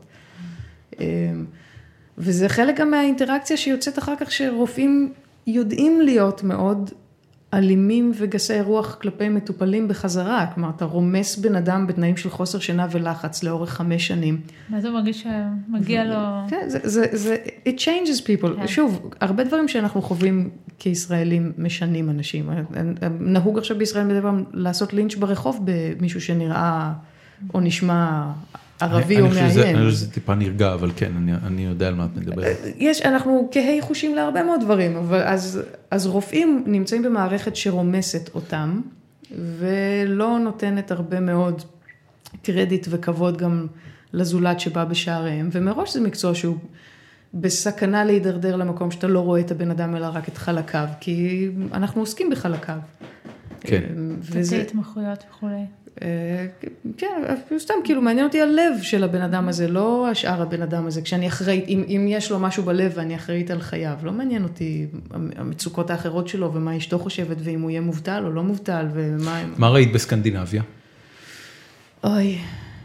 וזה חלק גם מהאינטראקציה שיוצאת אחר כך, שרופאים יודעים להיות מאוד אלימים וגסי רוח כלפי מטופלים בחזרה, כלומר, אתה רומס בן אדם בתנאים של חוסר שינה ולחץ לאורך חמש שנים. מה זה מרגיש שמגיע לו? כן, זה, זה, זה, it changes people. שוב, הרבה דברים שאנחנו חווים כישראלים משנים אנשים. נהוג עכשיו בישראל מדי פעם לעשות לינץ' ברחוב במישהו שנראה או נשמע ערבי או מאיים. אני חושב שזה טיפה נרגע, אבל כן, אני יודע על מה את מדברת. יש, אנחנו כהי חושים להרבה מאוד דברים, אבל אז, אז רופאים נמצאים במערכת שרומסת אותם, ולא נותנת הרבה מאוד קרדיט וכבוד גם לזולת שבא בשעריהם, ומראש זה מקצוע שהוא בסכנה להידרדר למקום שאתה לא רואה את הבן אדם, אלא רק את חלקיו, כי אנחנו עוסקים בחלקיו. כן. וזה התמחויות וכו'. כן, סתם, כאילו, מעניין אותי הלב של הבן אדם הזה, לא השאר הבן אדם הזה, כשאני אחראית, אם, אם יש לו משהו בלב ואני אחראית על חייו, לא מעניין אותי המצוקות האחרות שלו, ומה אשתו חושבת, ואם הוא יהיה מובטל או לא מובטל, ומה... מה ראית בסקנדינביה? אוי.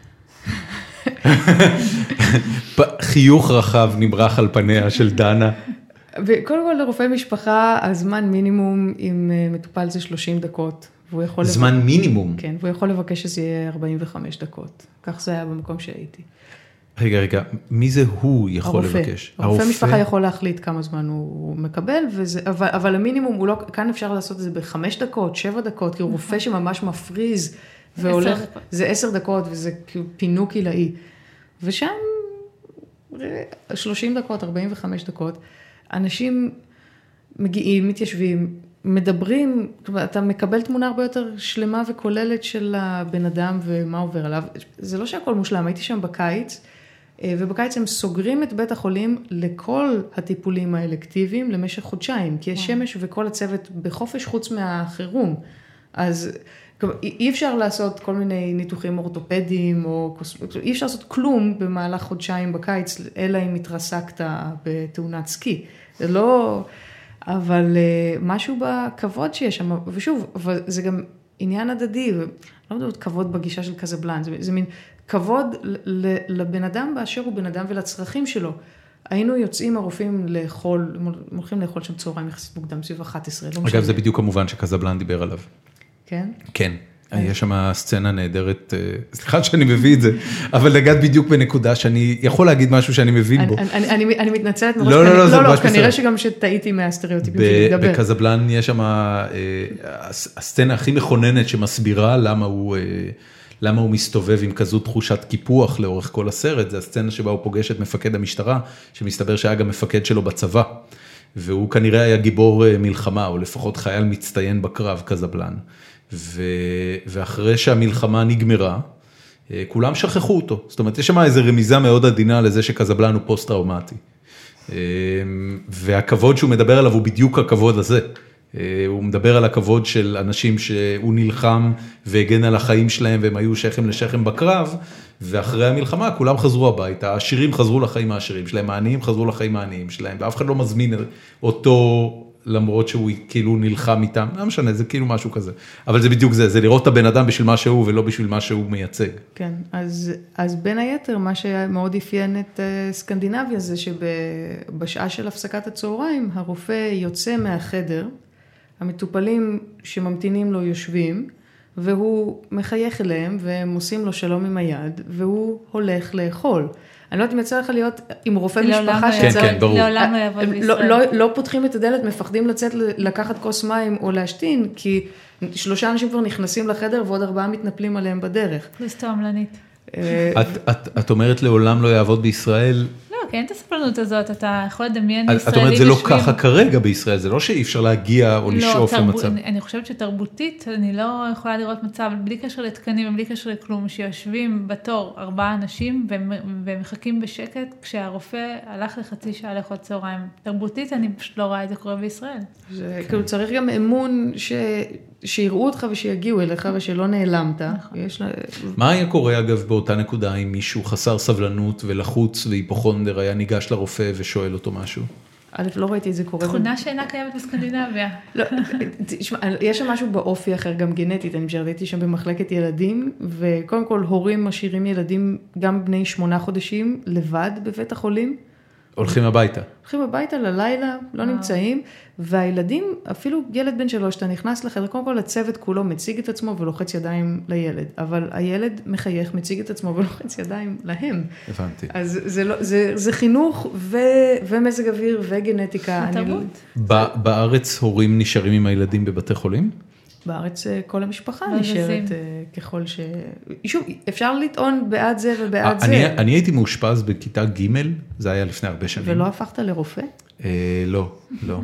חיוך רחב נמרח על פניה של דנה. וקודם כל לרופא משפחה, הזמן מינימום עם מטופל זה שלושים דקות. זמן לבק... מינימום? כן, והוא יכול לבקש שזה יהיה ארבעים וחמש דקות. כך זה היה במקום שהייתי. רגע, רגע, מי זה הוא יכול הרופא. לבקש? הרופא. הרופא משפחה יכול להחליט כמה זמן הוא מקבל, וזה, אבל, אבל המינימום, הוא לא, כאן אפשר לעשות את זה בחמש דקות, שבע דקות, כי הוא רופא שממש מפריז, והולך, זה עשר דקות, וזה פינוק עילאי. ושם, שלושים דקות, ארבעים וחמש דקות, אנשים מגיעים, מתיישבים, מדברים, אתה מקבל תמונה הרבה יותר שלמה וכוללת של הבן אדם ומה עובר עליו. זה לא שהכל מושלם, הייתי שם בקיץ, ובקיץ הם סוגרים את בית החולים לכל הטיפולים האלקטיביים למשך חודשיים, כי יש שמש וכל הצוות בחופש חוץ מהחירום. אז אי אפשר לעשות כל מיני ניתוחים אורתופדיים, או אי אפשר לעשות כלום במהלך חודשיים בקיץ, אלא אם התרסקת בתאונת סקי. זה לא... אבל משהו בכבוד שיש שם, ושוב, אבל זה גם עניין הדדי, לא יודעת, כבוד בגישה של קזבלן, זה, זה מין כבוד לבן אדם באשר הוא בן אדם ולצרכים שלו. היינו יוצאים הרופאים לאכול, הולכים לאכול שם צהריים יחסית מוקדם, סביב אחת עשרה. לא אגב, משהו. זה בדיוק כמובן שקזבלן דיבר עליו. כן? כן. יש שם סצנה נהדרת, סליחה שאני מביא את זה, אבל נגעת בדיוק בנקודה שאני יכול להגיד משהו שאני מבין בו. אני מתנצלת מראש, לא, לא, לא, זה ממש בסדר. כנראה שגם שטעיתי מהסטריאוטיפים שלי לדבר. בקזבלן יש שם הסצנה הכי מכוננת שמסבירה למה הוא, למה הוא מסתובב עם כזו תחושת קיפוח לאורך כל הסרט, זה הסצנה שבה הוא פוגש את מפקד המשטרה, שמסתבר שהיה גם מפקד שלו בצבא, והוא כנראה היה גיבור מלחמה, או לפחות חייל מצטיין בקרב, קזבלן, ואחרי שהמלחמה נגמרה, כולם שכחו אותו, זאת אומרת, יש שם איזו רמיזה מאוד עדינה לזה שקזבלן הוא פוסט-טראומטי, והכבוד שהוא מדבר עליו הוא בדיוק הכבוד הזה, הוא מדבר על הכבוד של אנשים שהוא נלחם והגן על החיים שלהם והם היו שכם לשכם בקרב, ואחרי המלחמה כולם חזרו הביתה, העשירים חזרו לחיים העשירים שלהם, העניים חזרו לחיים העניים שלהם, ואף אחד לא מזמין אותו למרות שהוא כאילו נלחם איתם, לא משנה, זה כאילו משהו כזה. אבל זה בדיוק זה, זה לראות את הבן אדם בשביל מה שהוא ולא בשביל מה שהוא מייצג. כן, אז, אז בין היתר, מה שמאוד אפיין את סקנדינביה זה שבשעה של הפסקת הצהריים, הרופא יוצא מהחדר, המטופלים שממתינים לו יושבים, והוא מחייך אליהם, והם עושים לו שלום עם היד, והוא הולך לאכול. אני לא יודעת אם יצא לך להיות עם רופא משפחה שצריך... כן, כן, ברור. לעולם לא יעבוד בישראל. לא, לא פותחים את הדלת, מפחדים לצאת לקחת כוס מים או להשתין, כי שלושה אנשים כבר נכנסים לחדר, ועוד ארבעה מתנפלים עליהם בדרך. פלוס תועמלנית. את אומרת לעולם לא יעבוד בישראל... לא, כי אין את הספלנות הזאת, אתה יכול לדמיין ישראלים את אומרת, זה לא ככה כרגע בישראל, זה לא שאי אפשר להגיע או לשאוף למצב. אני חושבת שתרבותית, אני לא יכולה לראות מצב, בלי קשר לתקנים ובלי קשר לכלום, שיושבים בתור ארבעה אנשים ומחכים בשקט, כשהרופא הלך לחצי שעה לאכול צהריים. תרבותית, אני פשוט לא רואה את זה קורה בישראל. זה כאילו צריך גם אמון שיראו אותך ושיגיעו אליך ושלא נעלמת. מה היה קורה אגב באותה נקודה אם מישהו חסר סבלנות ולחוץ והיפוכונדר היה ניגש לרופא ושואל אותו משהו? א', לא ראיתי את זה קורה. תכונה שאינה קיימת בסקנדינביה. לא, תשמע, יש שם משהו באופי אחר, גם גנטית, אני משרתתי שם במחלקת ילדים, וקודם כל הורים משאירים ילדים גם בני שמונה חודשים לבד בבית החולים. הולכים הביתה. הולכים הביתה ללילה, לא נמצאים, והילדים, אפילו ילד בן שלוש, אתה נכנס לחדר, קודם כל הצוות כולו מציג את עצמו ולוחץ ידיים לילד, אבל הילד מחייך, מציג את עצמו ולוחץ ידיים להם. הבנתי. אז זה, לא, זה, זה חינוך ו, ומזג אוויר וגנטיקה. תרבות. בארץ הורים נשארים עם הילדים בבתי חולים? בארץ כל המשפחה נשארת ככל ש... שוב, אפשר לטעון בעד זה ובעד זה. אני הייתי מאושפז בכיתה ג', זה היה לפני הרבה שנים. ולא הפכת לרופא? לא, לא.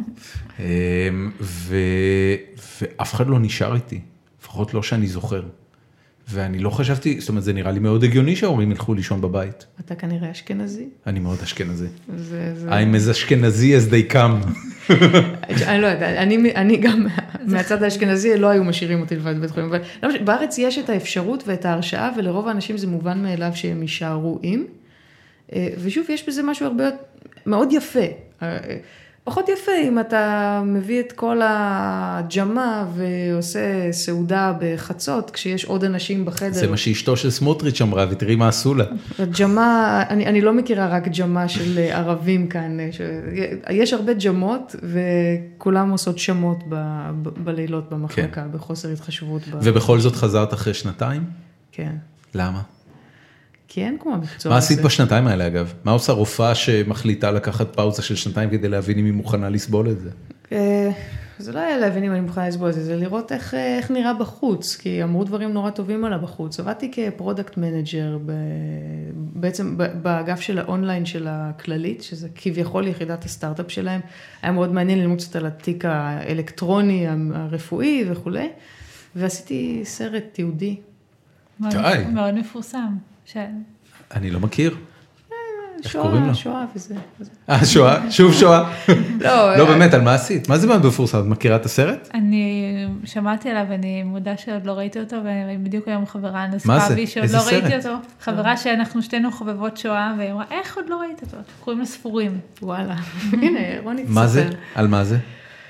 ואף אחד לא נשאר איתי, לפחות לא שאני זוכר. ואני לא חשבתי, זאת אומרת, זה נראה לי מאוד הגיוני שההורים ילכו לישון בבית. אתה כנראה אשכנזי? אני מאוד אשכנזי. I'm as אשכנזי as they come. אני לא יודעת, אני גם מהצד האשכנזי לא היו משאירים אותי לבד בבית חולים, אבל בארץ יש את האפשרות ואת ההרשאה, ולרוב האנשים זה מובן מאליו שהם יישארו עם, ושוב, יש בזה משהו הרבה מאוד יפה. פחות יפה אם אתה מביא את כל הג'מה ועושה סעודה בחצות, כשיש עוד אנשים בחדר. זה מה שאשתו של סמוטריץ' אמרה, ותראי מה עשו לה. ג'מה, אני, אני לא מכירה רק ג'מה של ערבים כאן, ש... יש הרבה ג'מות, וכולם עושות שמות ב, ב, בלילות במחלקה, כן. בחוסר התחשבות. ב... ובכל זאת חזרת אחרי שנתיים? כן. למה? כי אין כמו המקצוע. מה עשית בשנתיים האלה אגב? מה עושה רופאה שמחליטה לקחת פאוזה של שנתיים כדי להבין אם היא מוכנה לסבול את זה? זה לא היה להבין אם אני מוכנה לסבול את זה, זה לראות איך, איך נראה בחוץ, כי אמרו דברים נורא טובים עליו בחוץ. עבדתי כפרודקט מנג'ר, בעצם באגף של האונליין של הכללית, שזה כביכול יחידת הסטארט-אפ שלהם. היה מאוד מעניין ללמוד קצת על התיק האלקטרוני, הרפואי וכו'. ועשיתי סרט תיעודי. מאוד מפורסם. אני לא מכיר. שואה, שואה וזה. אה, שואה? שוב שואה? לא, באמת, על מה עשית? מה זה מאוד מפורסם? את מכירה את הסרט? אני שמעתי עליו, ואני מודה שעוד לא ראיתי אותו, ובדיוק היום חברה נספה בי שעוד לא ראיתי אותו. חברה שאנחנו שתינו חובבות שואה, והיא אמרה, איך עוד לא ראית אותו? קוראים לספורים. וואלה. הנה, רוני תספר. מה זה? על מה זה?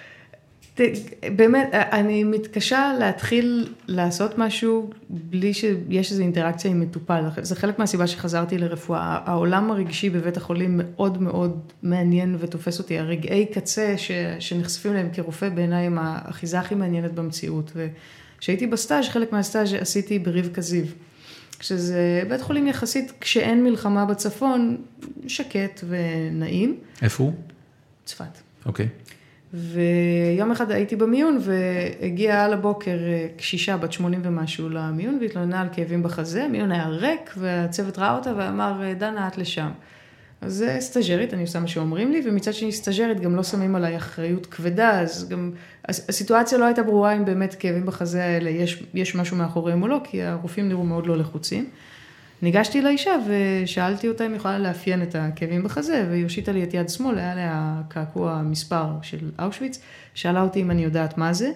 באמת, אני מתקשה להתחיל לעשות משהו בלי שיש איזו אינטראקציה עם מטופל. זה חלק מהסיבה שחזרתי לרפואה. העולם הרגשי בבית החולים מאוד מאוד מעניין ותופס אותי. הרגעי קצה ש, שנחשפים להם כרופא בעיניי הם האחיזה הכי מעניינת במציאות. וכשהייתי בסטאז', חלק מהסטאז' עשיתי ברבקה זיו. כשזה בית חולים יחסית, כשאין מלחמה בצפון, שקט ונעים. איפה הוא? צפת. אוקיי. ויום אחד הייתי במיון, והגיעה על הבוקר קשישה בת שמונים ומשהו למיון, והתלוננה על כאבים בחזה, המיון היה ריק, והצוות ראה אותה ואמר, דנה, את לשם. אז זה סטאג'רית, אני עושה מה שאומרים לי, ומצד שני סטאג'רית גם לא שמים עליי אחריות כבדה, אז גם הסיטואציה לא הייתה ברורה אם באמת כאבים בחזה האלה, יש, יש משהו מאחוריהם או לא, כי הרופאים נראו מאוד לא לחוצים. ניגשתי לאישה ושאלתי אותה אם יכולה לאפיין את הכאבים בחזה, והיא הושיטה לי את יד שמאל, היה לה קעקוע מספר של אושוויץ, שאלה אותי אם אני יודעת מה זה.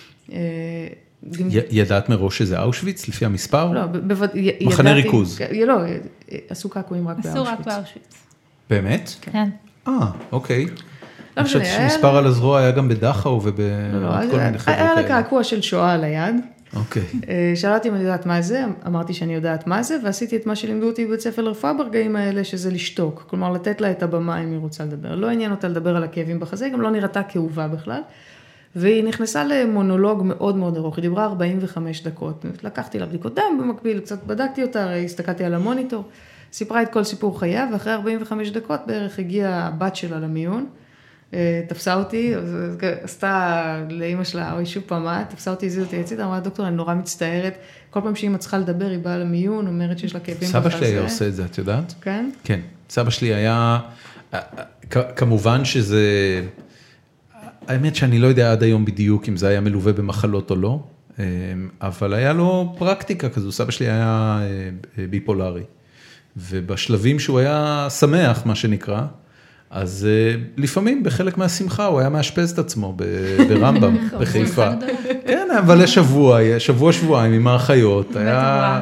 ידעת מראש שזה אושוויץ לפי המספר? לא, ידעתי. מחנה ריכוז. לא, עשו קעקועים רק באושוויץ. עשו רק באושוויץ. באמת? כן. אה, אוקיי. אני חושבת שמספר על הזרוע היה גם בדחאו ובכל מיני חברות כאלה. היה לה קעקוע של שואה על היד. אוקיי. שאלתי אם אני יודעת מה זה, אמרתי שאני יודעת מה זה, ועשיתי את מה שלימדו אותי בבית ספר לרפואה ברגעים האלה, שזה לשתוק. כלומר, לתת לה את הבמה אם היא רוצה לדבר. לא עניין אותה לדבר על הכאבים בחזה, גם לא נראתה כאובה בכלל. והיא נכנסה למונולוג מאוד מאוד ארוך, היא דיברה ארבעים וחמש דקות. לקחתי לה בדיקות דם במקביל, קצת בדקתי אותה, הסתכלתי על המוניטור, סיפרה את כל סיפור חיה, ואחרי ארבעים וחמש דקות בערך הגיעה הבת שלה למיון, תפסה אותי, עשתה לאמא שלה, אוי שוב פעמה, תפסה אותי, הזיז אותי הצידה, אמרה, דוקטור, אני נורא מצטערת, כל פעם שהיא מצליחה לדבר, היא באה למיון, אומרת שיש לה כאבים בחזה. סבא שלי היה עושה את זה, את יודעת? כן? כן, סבא שלי היה, כמובן שזה, האמת שאני לא יודע עד היום בדיוק אם זה היה מלווה במחלות או לא, אבל היה לו פרקטיקה כזו, סבא שלי היה ביפולרי, ובשלבים שהוא היה שמח, מה שנקרא, אז לפעמים בחלק מהשמחה הוא היה מאשפז את עצמו ברמב"ם, בחיפה. כן, אבל לשבוע, שבוע שבועיים עם האחיות, היה...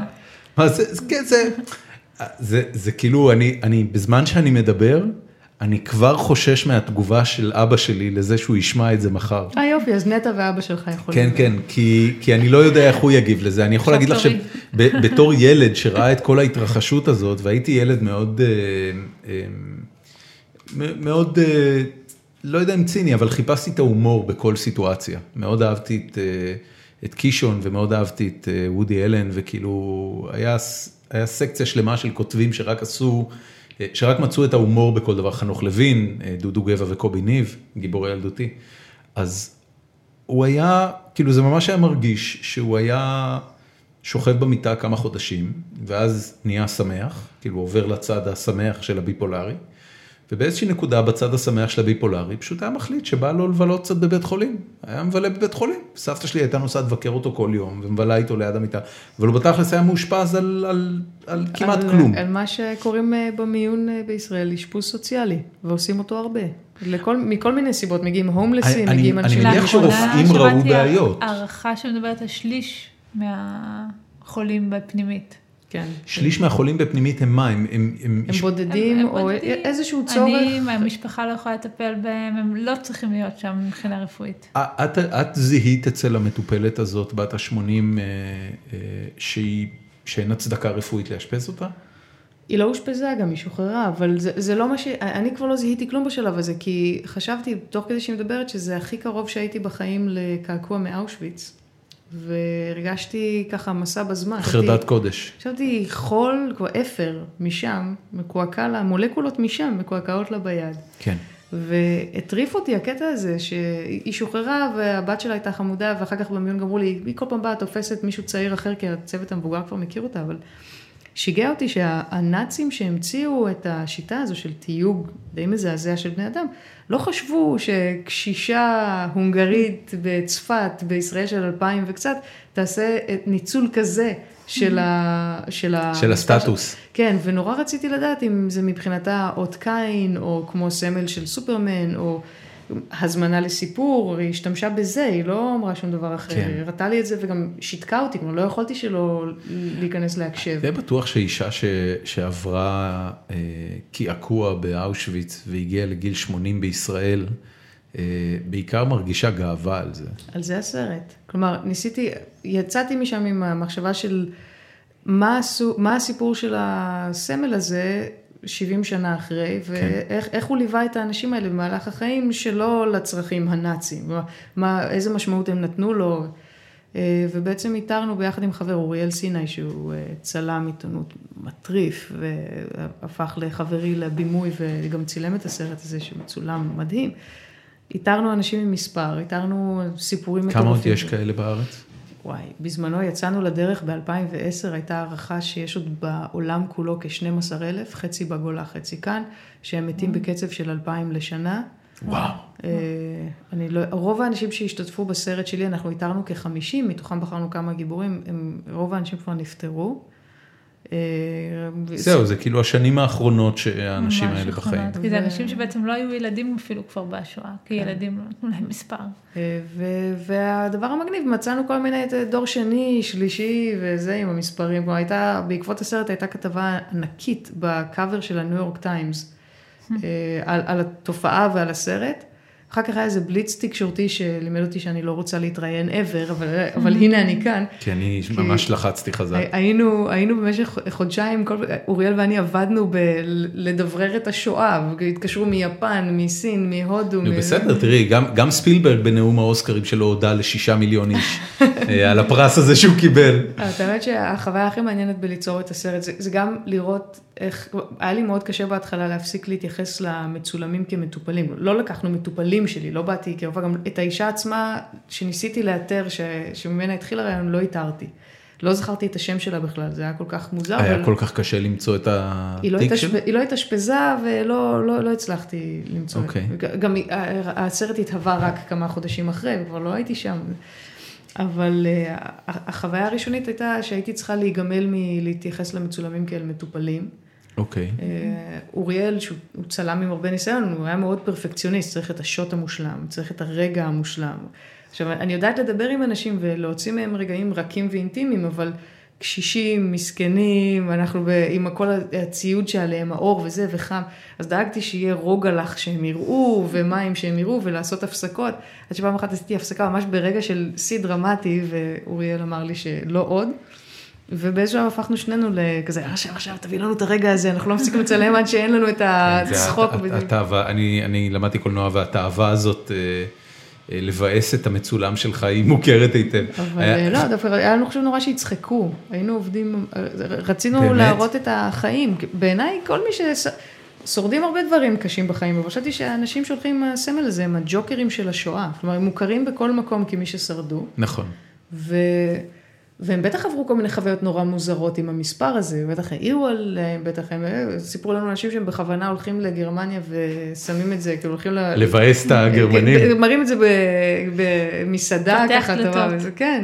זה כאילו, אני בזמן שאני מדבר, אני כבר חושש מהתגובה של אבא שלי לזה שהוא ישמע את זה מחר. אה יופי, אז נטע ואבא שלך יכולים. כן, כן, כי אני לא יודע איך הוא יגיב לזה. אני יכול להגיד לך שבתור ילד שראה את כל ההתרחשות הזאת, והייתי ילד מאוד... מאוד, לא יודע אם ציני, אבל חיפשתי את ההומור בכל סיטואציה. מאוד אהבתי את, את קישון, ומאוד אהבתי את וודי אלן, וכאילו, היה, היה סקציה שלמה של כותבים שרק עשו, שרק מצאו את ההומור בכל דבר. חנוך לוין, דודו גבע וקובי ניב, גיבורי ילדותי. אז הוא היה, כאילו זה ממש היה מרגיש, שהוא היה שוכב במיטה כמה חודשים, ואז נהיה שמח, כאילו עובר לצד השמח של הביפולרי, ובאיזושהי נקודה בצד השמח של הביפולרי, פשוט היה מחליט שבא לו לבלות קצת בבית חולים. היה מבלה בבית חולים. סבתא שלי הייתה נוסעת לבקר אותו כל יום, ומבלה איתו ליד המיטה. אבל הוא בתכלס היה מאושפז על, על, על כמעט על, כלום. על מה שקוראים במיון בישראל, אשפוז סוציאלי, ועושים אותו הרבה. לכל, מכל מיני סיבות, מגיעים הומלסים, אני, מגיעים אנשים... אני מניח שרופאים ראו בעיות. הערכה שמדברת על שליש מהחולים בפנימית. כן. שליש מהחולים בפנימית הם מה? הם, הם, הם, הם בודדים הם, או בודדים. איזשהו צורך. אני, המשפחה לא יכולה לטפל בהם, הם לא צריכים להיות שם מבחינה רפואית. את, את זיהית אצל המטופלת הזאת, בת ה-שמונים, שהיא, שאין הצדקה רפואית לאשפז אותה? היא לא הושפזה, גם היא שוחררה, אבל זה, זה לא מה ש... אני כבר לא זיהיתי כלום בשלב הזה, כי חשבתי, תוך כדי שהיא מדברת, שזה הכי קרוב שהייתי בחיים לקעקוע מאושוויץ. והרגשתי ככה מסע בזמן. חרדת קודש. חשבתי חול, כבר אפר משם, מקועקע לה, מולקולות משם, מקועקעות לה ביד. כן. והטריף אותי הקטע הזה, שהיא שוחררה והבת שלה הייתה חמודה, ואחר כך במיון גמרו לי, היא כל פעם באה תופסת מישהו צעיר אחר, כי הצוות המבוגר כבר מכיר אותה, אבל שיגע אותי שהנאצים שהמציאו את השיטה הזו של תיוג די מזעזע של בני אדם, לא חשבו שקשישה הונגרית בצפת, בישראל של אלפיים וקצת, תעשה ניצול כזה של, ה, של, ה, של הסטטוס. כן, ונורא רציתי לדעת אם זה מבחינתה אות קין, או כמו סמל של סופרמן, או הזמנה לסיפור, היא השתמשה בזה, היא לא אמרה שום דבר אחר, כן. היא ראתה לי את זה וגם שיתקה אותי, כמו לא יכולתי שלא להיכנס להקשב. זה בטוח שאישה ש... שעברה אה, קעקוע באושוויץ והגיעה לגיל שמונים בישראל, אה, בעיקר מרגישה גאווה על זה. על זה הסרט. כלומר, ניסיתי, יצאתי משם עם המחשבה של מה, עשו, מה הסיפור של הסמל הזה, שבעים שנה אחרי, ואיך איך הוא ליווה את האנשים האלה במהלך החיים שלא לצרכים הנאצים, מה, איזה משמעות הם נתנו לו, ובעצם איתרנו ביחד עם חבר אוריאל סיני, שהוא צלם עיתונות מטריף, והפך לחברי לבימוי, וגם צילם את הסרט הזה שמצולם מדהים, איתרנו אנשים עם מספר, איתרנו סיפורים מטורפים. כמה עוד יש כאלה בארץ? וואי, בזמנו יצאנו לדרך ב-אלפיים ועשר, הייתה הערכה שיש עוד בעולם כולו כ-שנים עשר אלף, חצי בגולה, חצי כאן, שהם מתים בקצב של אלפיים לשנה. וואו. אני לא, רוב האנשים שהשתתפו בסרט שלי, אנחנו איתרנו כ-חמישים, מתוכם בחרנו כמה גיבורים, הם, רוב האנשים כבר נפטרו. זהו, זה כאילו השנים האחרונות שהאנשים האלה בחיים. כי זה אנשים שבעצם לא היו ילדים אפילו כבר בשואה, כי ילדים לא נתנו להם מספר. והדבר המגניב, מצאנו כל מיני דור שני, שלישי, וזה עם המספרים. בעקבות הסרט הייתה כתבה ענקית בקאבר של הניו יורק טיימס, על התופעה ועל הסרט. אחר כך היה איזה בליץ תקשורתי שלימד אותי שאני לא רוצה להתראיין ever, אבל, אבל הנה אני כאן. כי אני כי ממש לחצתי חזק. היינו, היינו במשך חודשיים, כל, אוריאל ואני עבדנו בלדברר את השואה, התקשרו מיפן, מסין, מהודו. נו, בסדר, תראי, גם, גם ספילברג בנאום האוסקרים שלו הודע לשישה מיליון איש, על הפרס הזה שהוא קיבל. אתה יודעת שהחוויה הכי מעניינת בליצור את הסרט, זה, זה גם לראות איך, היה לי מאוד קשה בהתחלה להפסיק להתייחס למצולמים כמטופלים. לא לקחנו מטופלים שלי, לא באתי קרבה, גם את האישה עצמה שניסיתי לאתר, ש, שממנה התחיל הרעיון, לא התארתי. לא זכרתי את השם שלה בכלל, זה היה כל כך מוזר. היה אבל... כל כך קשה למצוא את התיק שלה? היא לא התאשפזה ולא לא, לא הצלחתי למצוא. Okay. גם הסרט התהווה רק כמה חודשים אחרי, וכבר לא הייתי שם. אבל uh, החוויה הראשונית הייתה שהייתי צריכה להיגמל מלהתייחס למצולמים כאל מטופלים. אוקיי. Okay. Uh, אוריאל, שהוא צלם עם הרבה ניסיון, הוא היה מאוד פרפקציוניסט, צריך את השוט המושלם, צריך את הרגע המושלם. עכשיו, אני יודעת לדבר עם אנשים ולהוציא מהם רגעים רכים ואינטימיים, אבל קשישים, מסכנים, אנחנו עם כל הציוד שעליהם, האור וזה וחם, אז דאגתי שיהיה רוגע לך שהם יראו, ומים שהם יראו, ולעשות הפסקות. עד שפעם אחת עשיתי הפסקה ממש ברגע של שיא דרמטי, ואוריאל אמר לי שלא עוד. ובאיזשהו פעם הפכנו שנינו לכזה, עכשיו, עכשיו, תביא לנו את הרגע הזה, אנחנו לא מפסיקים לצלם עד שאין לנו את הצחוק. אני למדתי קולנוע, והתאווה הזאת לבאס את המצולם שלך, היא מוכרת היטב. אבל לא, דווקא היה לנו חושב נורא שיצחקו, היינו עובדים, רצינו להראות את החיים, בעיניי כל מי ששורדים הרבה דברים קשים בחיים, אבל חשבתי שהאנשים שהולכים עם הסמל הזה, הם הג'וקרים של השואה, כלומר, הם מוכרים בכל מקום כמי ששרדו. נכון. ו... והם בטח עברו כל מיני חוויות נורא מוזרות עם המספר הזה, בטח העירו עליהם, בטח הם סיפרו לנו אנשים שהם בכוונה הולכים לגרמניה ושמים את זה, כאילו הולכים לבאס את הגרמנים. מראים את זה במסעדה ככה טובה, וזה כן.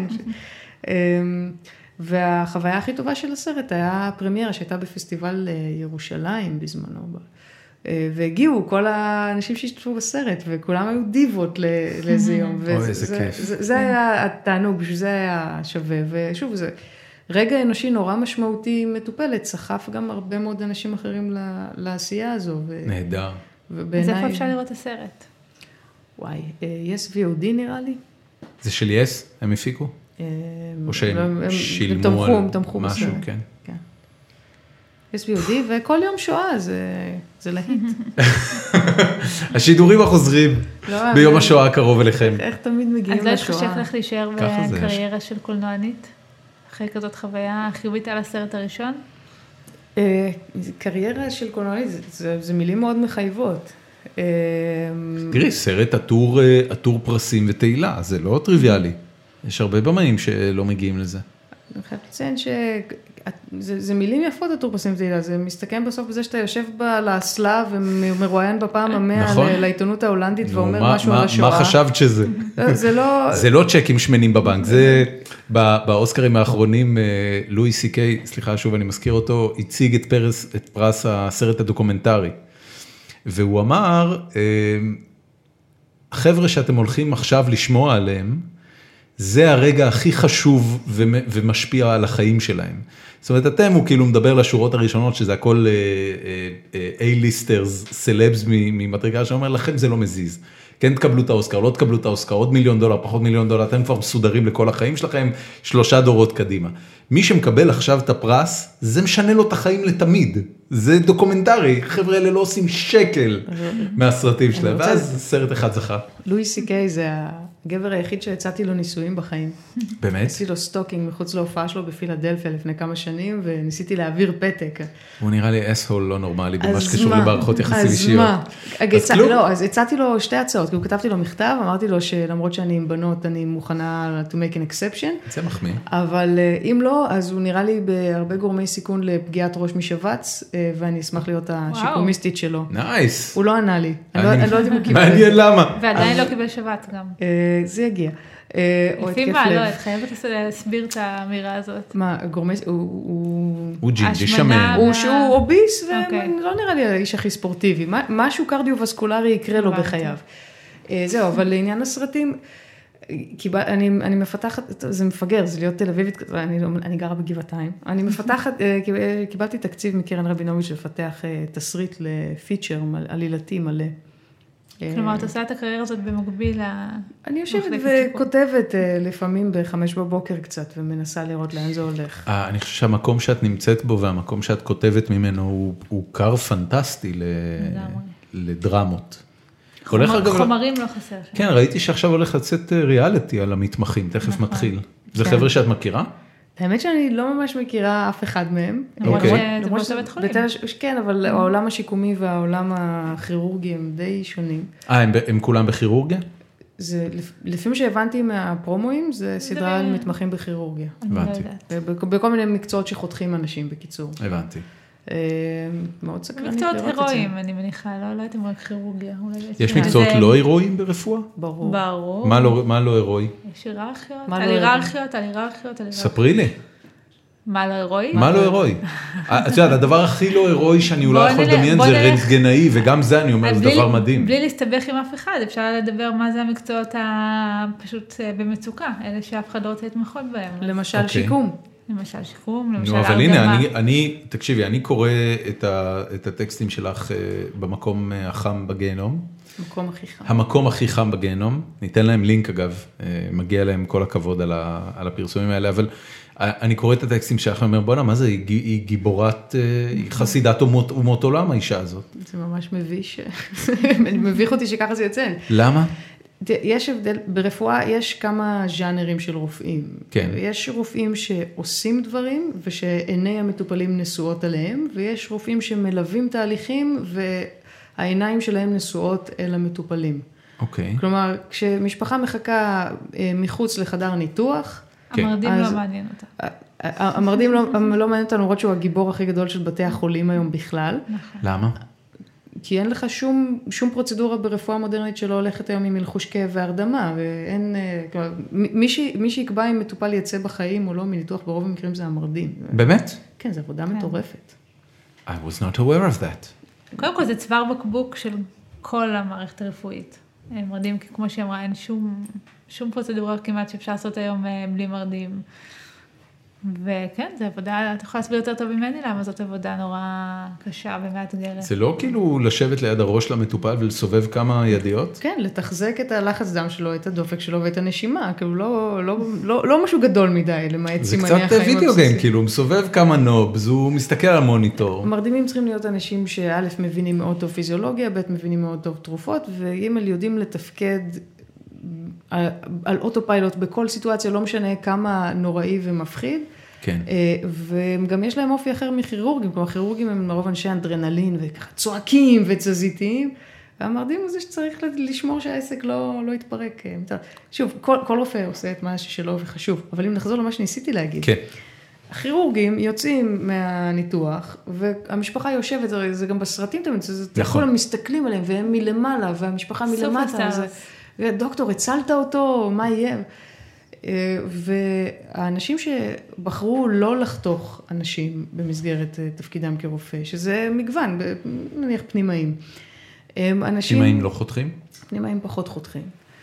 והחוויה הכי טובה של הסרט היה הפרמיירה שהייתה בפסטיבל ירושלים בזמנו, והגיעו כל האנשים שהשתתפו בסרט, וכולם היו דיבות לאיזה יום. אוי, איזה כיף. זה היה התענוג, בשביל זה היה שווה. ושוב, זה רגע אנושי נורא משמעותי מטופלת, סחף גם הרבה מאוד אנשים אחרים לעשייה הזו. נהדר. אז איפה אפשר לראות את הסרט? וואי, יס וי או די נראה לי. זה של יס? הם הפיקו? או שהם שילמו על משהו, כן. אס בי או די, וכל יום שואה, זה להיט. השידורים החוזרים ביום השואה הקרוב אליכם. איך תמיד מגיעים לשואה? אז לא יש חשק לך להישאר בקריירה של קולנוענית? אחרי כזאת חוויה חיובית על הסרט הראשון? קריירה של קולנוענית, זה מילים מאוד מחייבות. תראי, סרט עטור פרסים ותהילה, זה לא טריוויאלי. יש הרבה במאים שלא מגיעים לזה. אני חייבת לציין ש... זה, זה מילים יפות עטור פרסים ותהילה, זה מסתכם בסוף בזה שאתה יושב לאסלה ומרואיין בפעם המאה נכון. לעיתונות ההולנדית נו, ואומר מה, משהו מה, על השואה. מה חשבת שזה? זה לא... זה לא צ'קים שמנים בבנק, זה באוסקרים האחרונים, לואי סי קיי, סליחה שוב אני מזכיר אותו, הציג את פרס, את פרס הסרט הדוקומנטרי, והוא אמר, החבר'ה שאתם הולכים עכשיו לשמוע עליהם, זה הרגע הכי חשוב ומשפיע על החיים שלהם. זאת אומרת, אתם, הוא כאילו מדבר לשורות הראשונות, שזה הכל A-ליסטרס, סלבס ממדרגה, שאומר, לכם זה לא מזיז. כן תקבלו את האוסקר, לא תקבלו את האוסקר, עוד מיליון דולר, פחות מיליון דולר, אתם כבר מסודרים לכל החיים שלכם, שלושה דורות קדימה. מי שמקבל עכשיו את הפרס, זה משנה לו את החיים לתמיד. זה דוקומנטרי, חבר'ה האלה לא עושים שקל מהסרטים שלהם, ואז סרט אחד זכה. לואי סי קיי זה הגבר היחיד שהצעתי לו ניסויים בחיים. באמת? עשיתי לו סטוקינג מחוץ להופעה שלו בפילדלפיה לפני כמה שנים, וניסיתי להעביר פתק. הוא נראה לי אס-הול לא נורמלי, במה שקשור למערכות יחסים אישיות. אז מה? לא, אז הצעתי לו שתי הצעות, כי כתבתי לו מכתב, אמרתי לו שלמרות שאני עם בנות, אני מוכנה to make an exception. זה מחמיא. אבל אם לא, אז הוא נראה לי בהרבה גורמי סיכון לפגיעת ראש משבץ, ואני אשמח להיות השיקומיסטית שלו. נייס. הוא לא ענה לי. אני לא יודעת אם הוא קיבל. מעניין למה. ועדיין לא קיבל שבץ גם. זה יגיע. לפי מה, לא, את חייבת להסביר את האמירה הזאת. מה, גורמי, הוא... הוא ג'ינג'י שמן. הוא שהוא אוביס, ולא נראה לי האיש הכי ספורטיבי. משהו קרדיו-וסקולרי יקרה לו בחייו. זהו, אבל לעניין הסרטים, אני מפתחת, זה מפגר, זה להיות תל אביבית, אני גרה בגבעתיים. אני מפתחת, קיבלתי תקציב מקרן רבינוביץ' לפתח תסריט לפיצ'ר עלילתי מלא. כלומר, את עושה את הקריירה הזאת במקביל למחלקת טיפול. אני יושבת וכותבת לפעמים בחמש בבוקר קצת, ומנסה לראות לאן זה הולך. אני חושב שהמקום שאת נמצאת בו, והמקום שאת כותבת ממנו, הוא קר פנטסטי לדרמות. חומרים לא חסר שם. כן, ראיתי שעכשיו הולך לצאת ריאליטי על המתמחים, תכף מתחיל. זה חבר'ה שאת מכירה? האמת שאני לא ממש מכירה אף אחד מהם. אוקיי. זה באותו בית חולים. כן, אבל העולם השיקומי והעולם הכירורגי הם די שונים. אה, הם כולם בכירורגיה? לפי מה שהבנתי מהפרומואים, זה סדרה על מתמחים בכירורגיה. הבנתי. בכל מיני מקצועות שחותכים אנשים, בקיצור. הבנתי. מאוד סקרנית מקצועות הירואיים, אני מניחה, לא יודעת אם רק כירורגיה. יש מקצועות לא הירואיים ברפואה? ברור. ברור. מה לא הירואי? יש היררכיות, על היררכיות, על היררכיות. ספרי לי. מה לא הירואי? מה לא הירואי? את יודעת, הדבר הכי לא הירואי שאני אולי יכול לדמיין זה רנטגנאי, וגם זה אני אומר, זה דבר מדהים. בלי להסתבך עם אף אחד, אפשר לדבר מה זה המקצועות הפשוט במצוקה, אלה שאף אחד לא רוצה להתמחות בהם. למשל שיקום. למשל שיקום, למשל הרדמה. אבל הנה, אני, תקשיבי, אני קורא את הטקסטים שלך במקום החם בגיהנום. המקום הכי חם. המקום הכי חם בגיהנום. ניתן להם לינק אגב, מגיע להם כל הכבוד על הפרסומים האלה, אבל אני קורא את הטקסטים שלך ואומר, בוא'נה, מה זה, היא גיבורת, היא חסידת אומות עולם, האישה הזאת. זה ממש מביש, מביך אותי שככה זה יוצא. למה? יש הבדל, ברפואה יש כמה ז'אנרים של רופאים. כן. יש רופאים שעושים דברים ושעיני המטופלים נשואות עליהם, ויש רופאים שמלווים תהליכים והעיניים שלהם נשואות אל המטופלים. אוקיי. כלומר, כשמשפחה מחכה מחוץ לחדר ניתוח, המרדים לא מעניין אותה. המרדים לא מעניין אותנו, למרות שהוא הגיבור הכי גדול של בתי החולים היום בכלל. למה? כי אין לך שום, שום פרוצדורה ברפואה מודרנית שלא הולכת היום עם מלחוש כאב והרדמה, ואין, מי, ש, מי שיקבע אם מטופל יצא בחיים או לא מניתוח, ברוב המקרים זה המרדים. באמת? כן, זו עבודה מטורפת. I was not aware of that. קודם כל זה צוואר בקבוק של כל המערכת הרפואית. מרדים, כמו שהיא אמרה, אין שום, שום פרוצדורה כמעט שאפשר לעשות היום בלי מרדים. וכן, זו עבודה, אתה יכול להסביר יותר טוב ממני למה זאת עבודה נורא קשה ומאתגרת. זה לא כאילו לשבת ליד הראש למטופל ולסובב כמה ידיות? כן, לתחזק את הלחץ דם שלו, את הדופק שלו ואת הנשימה, כאילו לא, לא, לא, לא משהו גדול מדי, למעט סימני החיים הבסיסיים. זה קצת וידאו גיים, כאילו, הוא מסובב כמה נובס, הוא מסתכל על המוניטור. מרדימים צריכים להיות אנשים שא' מבינים מאוד טוב פיזיולוגיה, ב' מבינים מאוד טוב תרופות, ואם יודעים לתפקד על אוטופיילוט בכל סיטואציה, לא משנה כמה נוראי ומפחיד. כן. וגם יש להם אופי אחר מכירורגים, כלומר, כירורגים הם לרוב אנשי אנדרנלין, וככה צועקים וצזיתיים, והמרדים הוא זה שצריך לשמור שהעסק לא, לא יתפרק. שוב, כל, כל רופא עושה את מה שלו וחשוב, אבל אם נחזור למה שניסיתי להגיד. כן. הכירורגים יוצאים מהניתוח, והמשפחה יושבת, זה גם בסרטים תמיד, זה נכון. כולם מסתכלים עליהם, והם מלמעלה, והמשפחה מלמטה, ודוקטור, הצלת אותו, מה יהיה? והאנשים שבחרו לא לחתוך אנשים במסגרת תפקידם כרופא, שזה מגוון, נניח פנימאים. אנשים, פנימאים לא חותכים? פנימאים פחות חותכים.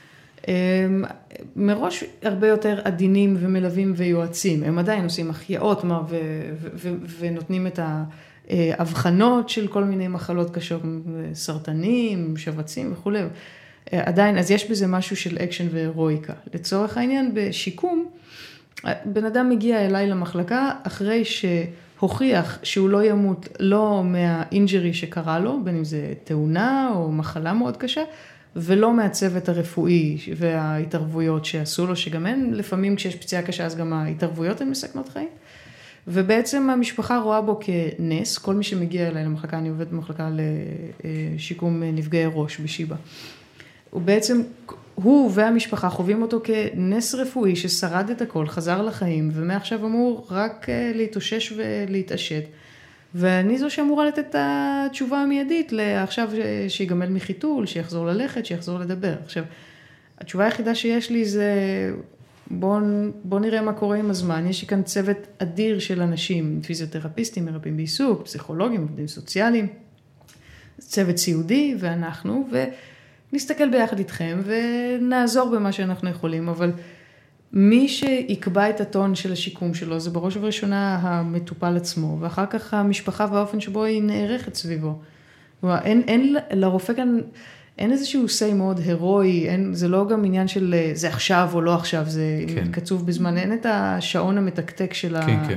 מראש הרבה יותר עדינים ומלווים ויועצים. הם עדיין עושים החייאות ו- ו- ו- ונותנים את ההבחנות של כל מיני מחלות קשות, סרטנים, שבצים וכו'. עדיין, אז יש בזה משהו של אקשן והירואיקה. לצורך העניין, בשיקום, בן אדם מגיע אליי למחלקה, אחרי שהוכיח שהוא לא ימות, לא מהאינג'רי שקרה לו, בין אם זה תאונה או מחלה מאוד קשה, ולא מהצוות הרפואי וההתערבויות שעשו לו, שגם הן לפעמים כשיש פציעה קשה, אז גם ההתערבויות הן מסכנות חיים. ובעצם המשפחה רואה בו כנס, כל מי שמגיע אליי למחלקה, אני עובדת במחלקה לשיקום נפגעי ראש בשיבא. ובעצם הוא והמשפחה חווים אותו כנס רפואי ששרד את הכל, חזר לחיים, ומעכשיו אמור רק להתאושש ולהתעשת. ואני זו שאמורה לתת את התשובה המיידית לעכשיו שיגמל מחיתול, שיחזור ללכת, שיחזור לדבר. עכשיו, התשובה היחידה שיש לי זה, בוא, בוא נראה מה קורה עם הזמן. יש לי כאן צוות אדיר של אנשים, פיזיותרפיסטים, מרפאים בעיסוק, פסיכולוגים, עובדים סוציאליים, צוות סיעודי ואנחנו, ונסתכל ביחד איתכם ונעזור במה שאנחנו יכולים, אבל מי שיקבע את הטון של השיקום שלו, זה בראש ובראשונה המטופל עצמו, ואחר כך המשפחה והאופן שבו היא נערכת סביבו. אין, אין, לרופא כאן, אין איזשהו say מאוד הירואי, אין, זה לא גם עניין של זה עכשיו או לא עכשיו, זה כן. קצוב בזמן, אין את השעון המתקתק של כן, ה... כן.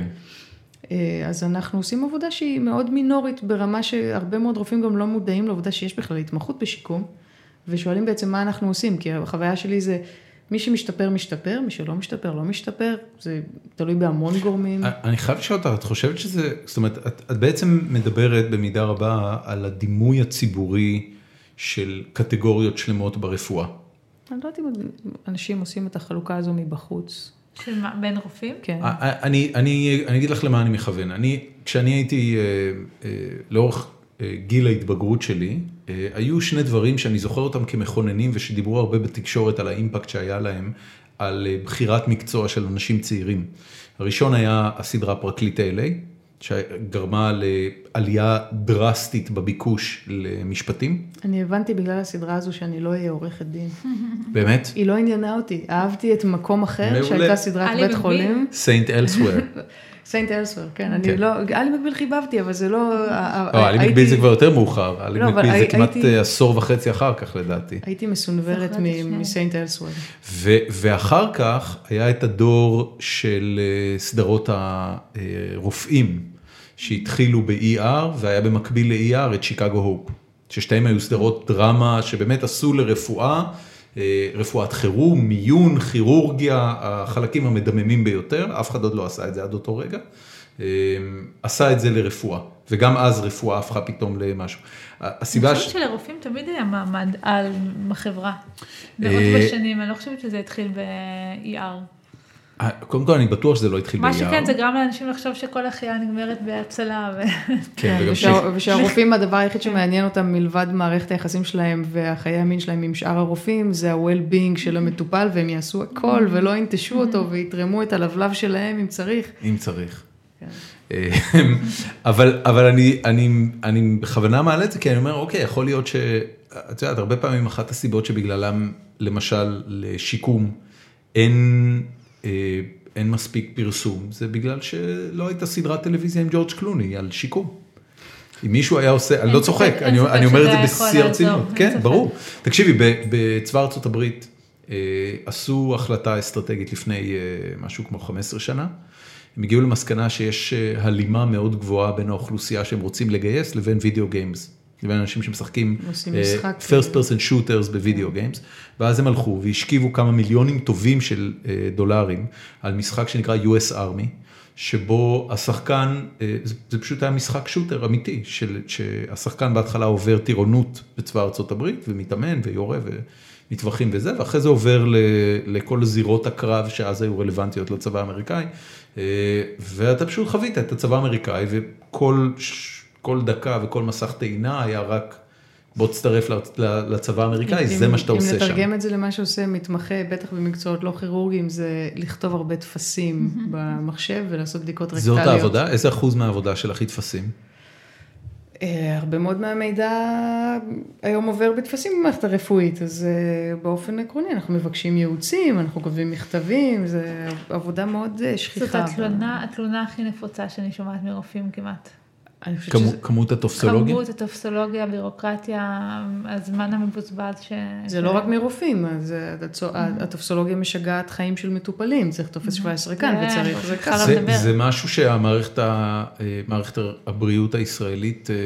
אז אנחנו עושים עבודה שהיא מאוד מינורית, ברמה שהרבה מאוד רופאים גם לא מודעים לעובדה שיש בכלל התמחות בשיקום, ושואלים בעצם מה אנחנו עושים, כי החוויה שלי זה, מי שמשתפר, משתפר, מי שלא משתפר, לא משתפר, זה תלוי בהמון גורמים. אני חייב לשאול אותך, את חושבת שזה, זאת אומרת, את, את בעצם מדברת במידה רבה על הדימוי הציבורי של קטגוריות שלמות ברפואה. אני לא יודעת אם אנשים עושים את החלוקה הזו מבחוץ. של מה, בין רופאים? כן. אני, אני, אני אגיד לך למה אני מכוון. אני, כשאני הייתי אה, אה, לאורך אה, גיל ההתבגרות שלי, אה, היו שני דברים שאני זוכר אותם כמכוננים, ושדיברו הרבה בתקשורת על האימפקט שהיה להם, על אה, בחירת מקצוע של אנשים צעירים. הראשון היה הסדרה פרקליט אל איי, שגרמה לעלייה דרסטית בביקוש למשפטים. אני הבנתי בגלל הסדרה הזו שאני לא אהיה עורכת דין. באמת? היא לא עניינה אותי. אהבתי את מקום אחר שהייתה סדרת בית חולים. סיינט אלסוור. סיינט אלסוור, כן. אני לא, אלי מקביל חיבבתי, אבל זה לא... לא, אלי מקביל זה כבר יותר מאוחר. אלי מקביל זה כמעט עשור וחצי אחר כך, לדעתי. הייתי מסונברת מסיינט אלסוור. ואחר כך היה את הדור של סדרות הרופאים, שהתחילו ב-אי אר, והיה במקביל ל-אי אר את שיקגו הופ, ששתיים היו סדרות דרמה שבאמת עשו לרפואה, רפואת חירום, מיון, כירורגיה, החלקים המדממים ביותר, אף אחד עוד לא עשה את זה עד אותו רגע, עשה את זה לרפואה, וגם אז רפואה הפכה פתאום למשהו. הסיבה... אני חושבת שלרופאים תמיד היה מעמד על בחברה, מאות בשנים, אני לא חושבת שזה התחיל ב-אי אר. קודם כל אני בטוח שזה לא התחיל ב-אי אר. מה שכן, זה גרם לאנשים לחשוב שכל החיה נגמרת בהצלה. ושהרופאים, הדבר היחיד שמעניין אותם מלבד מערכת היחסים שלהם והחיי המין שלהם עם שאר הרופאים, זה ה-well-being של המטופל, והם יעשו הכל ולא ינטשו אותו ויתרמו את הלבלב שלהם אם צריך. אם צריך. אבל אני בכוונה מעלה את זה, כי אני אומר, אוקיי, יכול להיות ש... את יודעת, הרבה פעמים אחת הסיבות שבגללם, למשל, לשיקום, אין... אין מספיק פרסום, זה בגלל שלא הייתה סדרת טלוויזיה עם ג'ורג' קלוני על שיקום. אם מישהו היה עושה, אני לא צוחק, אני אומר את זה בשיא הרצינות. כן, ברור. תקשיבי, בצבא ארצות הברית עשו החלטה אסטרטגית לפני משהו כמו חמש עשרה שנה, הם הגיעו למסקנה שיש הלימה מאוד גבוהה בין האוכלוסייה שהם רוצים לגייס לבין וידאו גיימס. לבין אנשים שמשחקים first person shooters בווידאו גיימס, ואז הם הלכו והשכיבו כמה מיליונים טובים של דולרים על משחק שנקרא יו אס Army, שבו השחקן, זה פשוט היה משחק שוטר אמיתי, שהשחקן בהתחלה עובר טירונות בצבא ארצות הברית, ומתאמן ויורה ומטווחים וזה, ואחרי זה עובר לכל זירות הקרב שאז היו רלוונטיות לצבא האמריקאי, ואתה פשוט חווית את הצבא האמריקאי, וכל... כל דקה וכל מסך טעינה היה רק בוא תצטרף לצבא האמריקאי, זה מה שאתה עושה שם. אם לתרגם את זה למה שעושה מתמחה, בטח במקצועות לא כירורגיים, זה לכתוב הרבה תפסים במחשב ולעשות בדיקות רקטליות. זאת העבודה? איזה אחוז מהעבודה של הכי תפסים? הרבה מאוד מהמידע היום עובר בתפסים במערכת הרפואית, אז באופן עקרוני אנחנו מבקשים ייעוצים, אנחנו כותבים מכתבים, זה עבודה מאוד שכיחה. זאת התלונה הכי נפוצה שאני שומעת מרופאים כמעט. כמות הטופסולוגיה? כמות הטופסולוגיה, הבירוקרטיה, הזמן המבוזבז ש... זה לא רק מרופאים, הטופסולוגיה משגעת חיים של מטופלים, צריך טופס שבע עשרה כאן וצריך, זה קרה לדבר. זה משהו שהמערכת הבריאות הישראלית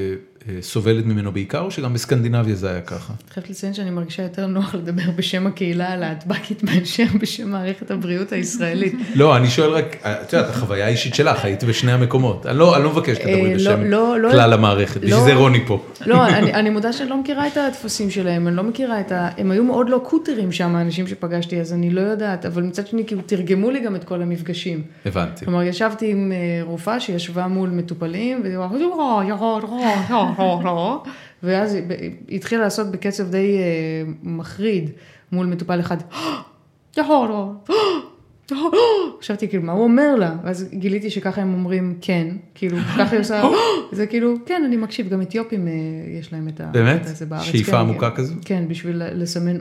סובלת ממנו בעיקר, או שגם בסקנדינביה זה היה ככה? חייבת לציין שאני מרגישה יותר נוח לדבר בשם הקהילה הלהטב"קית מאשר בשם מערכת הבריאות הישראלית. לא, אני שואל רק, את יודעת, החוויה האישית שלך, היית בשני המקומות. אני לא מבקש לדבר בשם כלל המערכת, בשביל זה רוני פה. לא, אני מודה שאני לא מכירה את הדפוסים שלהם, אני לא מכירה את ה... הם היו מאוד לא קוטרים שם, האנשים שפגשתי, אז אני לא יודעת, אבל מצד שני, כאילו, תרגמו לי גם את כל המפגשים. הבנתי. כלומר, ישבתי עם רופאה שישבה מול מטופלים, ואז התחיל לעשות בקצב די מחריד מול מטופל אחד. חשבתי כאילו, מה הוא אומר לה? ואז גיליתי שככה הם אומרים כן, כאילו, ככה היא עושה, זה כאילו, כן, אני מקשיב, גם אתיופים יש להם את זה בארץ. באמת? שאיפה עמוקה כזו? כן, בשביל לסמן,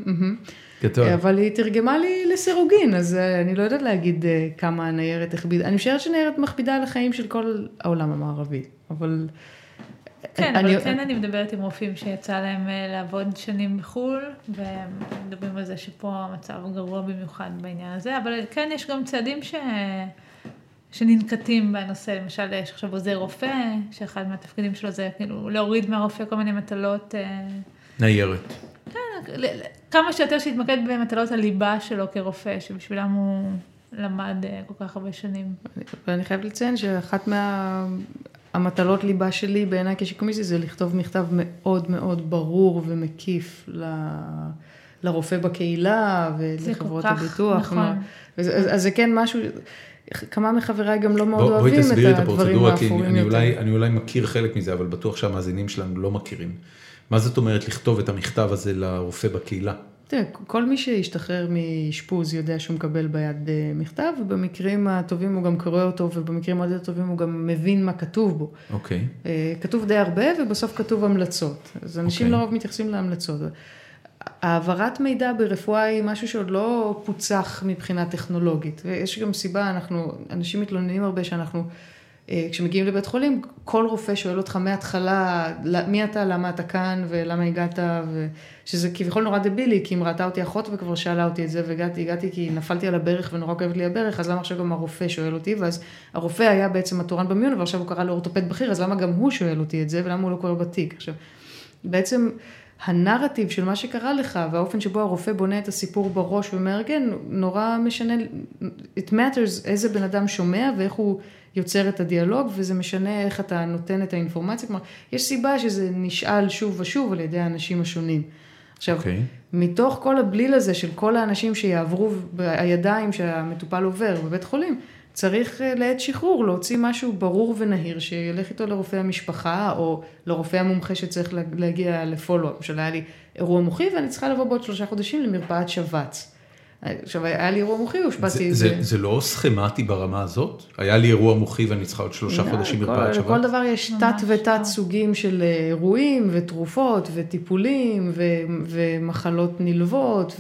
אבל היא תרגמה לי לסירוגין, אז אני לא יודעת להגיד כמה הניירת הכבידה, אני משערת שניירת מכבידה על החיים של כל העולם המערבי, אבל... כן, אבל כן אני מדברת עם רופאים שיצא להם לעבוד שנים בחול, ומדברים על זה שפה המצב גרוע במיוחד בעניין הזה, אבל כן יש גם צעדים ש... שננקטים בנושא, למשל יש עכשיו עוזר רופא, שאחד מהתפקידים שלו זה כאילו להוריד מהרופא כל מיני מטלות... ניירת. כן, כמה שיותר שיתמקד במטלות הליבה שלו כרופא, שבשבילם הוא למד כל כך הרבה שנים. ואני חייבת לציין שאחת מה... המטלות ליבה שלי בעיניי כשיקומיסטית זה לכתוב מכתב מאוד מאוד ברור ומקיף ל... לרופא בקהילה ולחברות הביטוח. נכון. אז, אז זה כן משהו, כמה מחבריי גם לא מאוד אוהבים את הדברים האפורים. בואי תסביר את הפרוצדורה, כי אני אולי, אני אולי מכיר חלק מזה, אבל בטוח שהמאזינים שלנו לא מכירים. מה זאת אומרת לכתוב את המכתב הזה לרופא בקהילה? תראה, כל מי שישתחרר מאשפוז יודע שהוא מקבל ביד מכתב, ובמקרים הטובים הוא גם קורא אותו, ובמקרים עוד הטובים הוא גם מבין מה כתוב בו. אוקיי. כתוב די הרבה, ובסוף כתוב המלצות. אז אנשים אוקיי. לרוב מתייחסים להמלצות. העברת מידע ברפואה היא משהו שעוד לא פוצח מבחינה טכנולוגית, ויש גם סיבה, אנחנו, אנשים מתלוננים הרבה שאנחנו, כשמגיעים לבית חולים, כל רופא שואל אותך מההתחלה, מי אתה, למה אתה כאן, ולמה הגעת, שזה כביכול נורא דבילי, כי אם ראתה אותי אחות וכבר שאלה אותי את זה, והגעתי, הגעתי כי נפלתי על הברך ונורא כואבת לי הברך, אז למה עכשיו גם הרופא שואל אותי, ואז הרופא היה בעצם התורן במיון, ועכשיו הוא קרא לאורתופד בכיר, אז למה גם הוא שואל אותי את זה, ולמה הוא לא קורא בתיק? עכשיו, בעצם הנרטיב של מה שקרה לך, והאופן שבו הרופא בונה את הסיפור בראש ומארגן, נורא משנה, it matters איזה בן אדם שומע, ואיך הוא יוצר את הדיאלוג, וזה משנה איך אתה נותן את האינפורמציה, כלומר, יש סיבה שזה נשאל שוב ושוב על ידי האנשים השונים. עכשיו, okay. מתוך כל הבליל הזה של כל האנשים שיעברו בידיים שהמטופל עובר בבית חולים, צריך לעת שחרור להוציא משהו ברור ונהיר, שילך איתו לרופא המשפחה, או לרופא המומחה שצריך להגיע לפולו. למשל, היה לי אירוע מוחי, ואני צריכה לבוא בעוד שלושה חודשים למרפאת שבץ. עכשיו, היה לי אירוע מוחי, הושפעתי... זה, זה, זה לא סכמטי ברמה הזאת? היה לי אירוע מוחי ואני צריכה עוד שלושה חודשים מרפאת שבץ? לכל דבר יש תת ותת סוגים של אירועים ותרופות וטיפולים ומחלות נלוות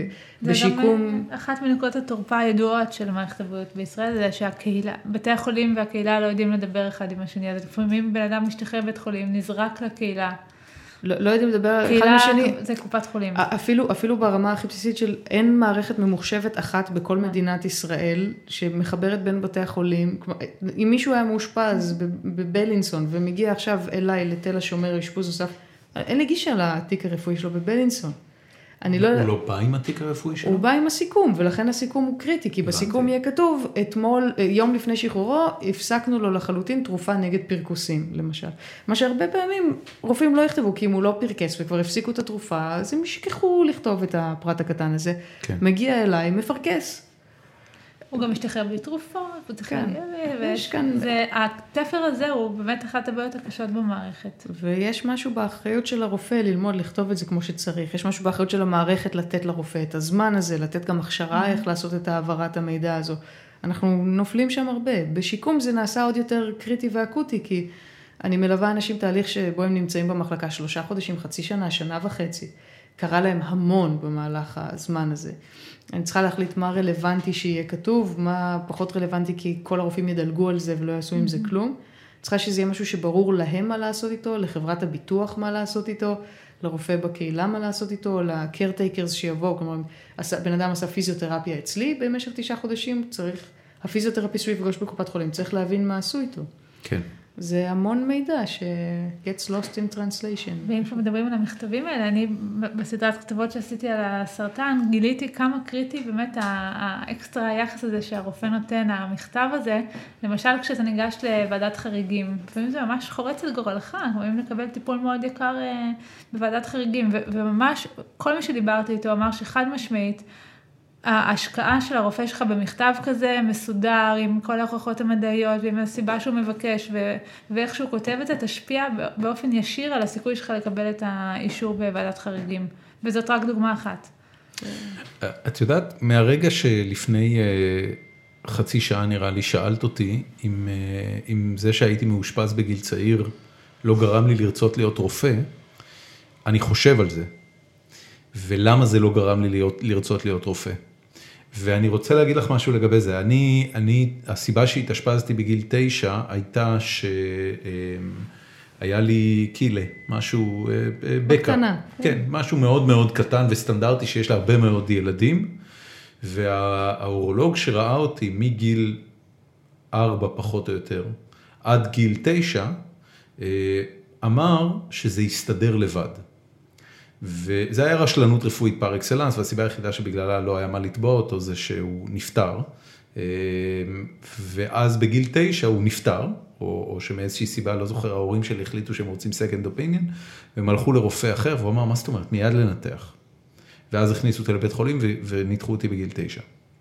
ושיקום. אחת מנקודות התורפה הידועות של מערכת הבריאות בישראל זה שהקהילה, בתי החולים והקהילה לא יודעים לדבר אחד עם השני. אז לפעמים בן אדם משתחרר בית חולים, נזרק לקהילה. לא, לא יודעים לדבר אחד משני. זה קופת חולים. אפילו, אפילו ברמה הכי בסיסית של אין מערכת ממוחשבת אחת בכל מדינת ישראל שמחברת בין בתי החולים. אם מישהו היה מאושפז בבלינסון ומגיע עכשיו אליי לתל השומר אשפוז נוסף, אין לי גישה לתיק הרפואי שלו בבלינסון. אני לא... הוא לא בא עם התיק הרפואי שלו? הוא בא עם הסיכום, ולכן הסיכום הוא קריטי, כי בסיכום יהיה כתוב, אתמול, יום לפני שחרורו, הפסקנו לו לחלוטין תרופה נגד פרקוסים, למשל. מה שהרבה פעמים רופאים לא יכתבו, כי אם הוא לא פרקס וכבר הפסיקו את התרופה, אז הם ישכחו לכתוב את הפרט הקטן הזה. כן. מגיע אליי, מפרקס. הוא גם משתחרר בלי תרופות, הוא צריך להגיע, והתפר הזה הוא באמת אחת הבעיות הקשות במערכת. ויש משהו באחריות של הרופא ללמוד, לכתוב את זה כמו שצריך. יש משהו באחריות של המערכת לתת לרופא את הזמן הזה, לתת גם הכשרה איך לעשות את העברת המידע הזו. אנחנו נופלים שם הרבה. בשיקום זה נעשה עוד יותר קריטי ואקוטי, כי אני מלווה אנשים תהליך שבו הם נמצאים במחלקה שלושה חודשים, חצי שנה, שנה וחצי. קרה להם המון במהלך הזמן הזה. אני צריכה להחליט מה רלוונטי שיהיה כתוב, מה פחות רלוונטי כי כל הרופאים ידלגו על זה ולא יעשו עם זה כלום. צריכה שזה יהיה משהו שברור להם מה לעשות איתו, לחברת הביטוח מה לעשות איתו, לרופא בקהילה מה לעשות איתו, לקרטייקרס שיבואו, כלומר, בן אדם עשה פיזיותרפיה אצלי במשך תשעה חודשים, צריך, הפיזיותרפיסט שהוא יפגוש בקופת חולים, צריך להבין מה עשו איתו. כן. זה המון מידע ש-gets lost in translation. ואם כבר מדברים על המכתבים האלה, אני בסדרת כתבות שעשיתי על הסרטן, גיליתי כמה קריטי באמת האקסטרה היחס הזה שהרופא נותן, המכתב הזה, למשל כשאתה ניגש לוועדת חריגים, לפעמים זה ממש חורץ על גורלך, יכולים לקבל טיפול מאוד יקר בוועדת חריגים, וממש כל מי שדיברתי איתו אמר שחד משמעית, ההשקעה של הרופא שלך במכתב כזה מסודר עם כל ההוכחות המדעיות ועם הסיבה שהוא מבקש ו- ואיך שהוא כותב את זה, תשפיע באופן ישיר על הסיכוי שלך לקבל את האישור בוועדת חריגים. וזאת רק דוגמה אחת. את יודעת, מהרגע שלפני חצי שעה נראה לי שאלת אותי, אם, אם זה שהייתי מאושפז בגיל צעיר לא גרם לי לרצות להיות רופא, אני חושב על זה. ולמה זה לא גרם לי להיות, לרצות להיות רופא. ואני רוצה להגיד לך משהו לגבי זה. אני, אני, הסיבה שהתאשפזתי בגיל תשע הייתה שהיה לי קילה, משהו, בקע. קטנה. כן, משהו מאוד מאוד קטן וסטנדרטי שיש לה הרבה מאוד ילדים. והאורולוג שראה אותי מגיל ארבע פחות או יותר, עד גיל תשע, אמר שזה יסתדר לבד. וזה היה רשלנות רפואית פר אקסלנס, והסיבה היחידה שבגללה לא היה מה לתבוע אותו זה שהוא נפטר, ואז בגיל תשע הוא נפטר, או, או שמאיזושהי סיבה, לא זוכר, ההורים שלי החליטו שהם רוצים second opinion, והם הלכו לרופא אחר, והוא אמר, מה זאת אומרת? מיד לנתח. ואז הכניסו אותי לבית חולים וניתחו אותי בגיל תשע.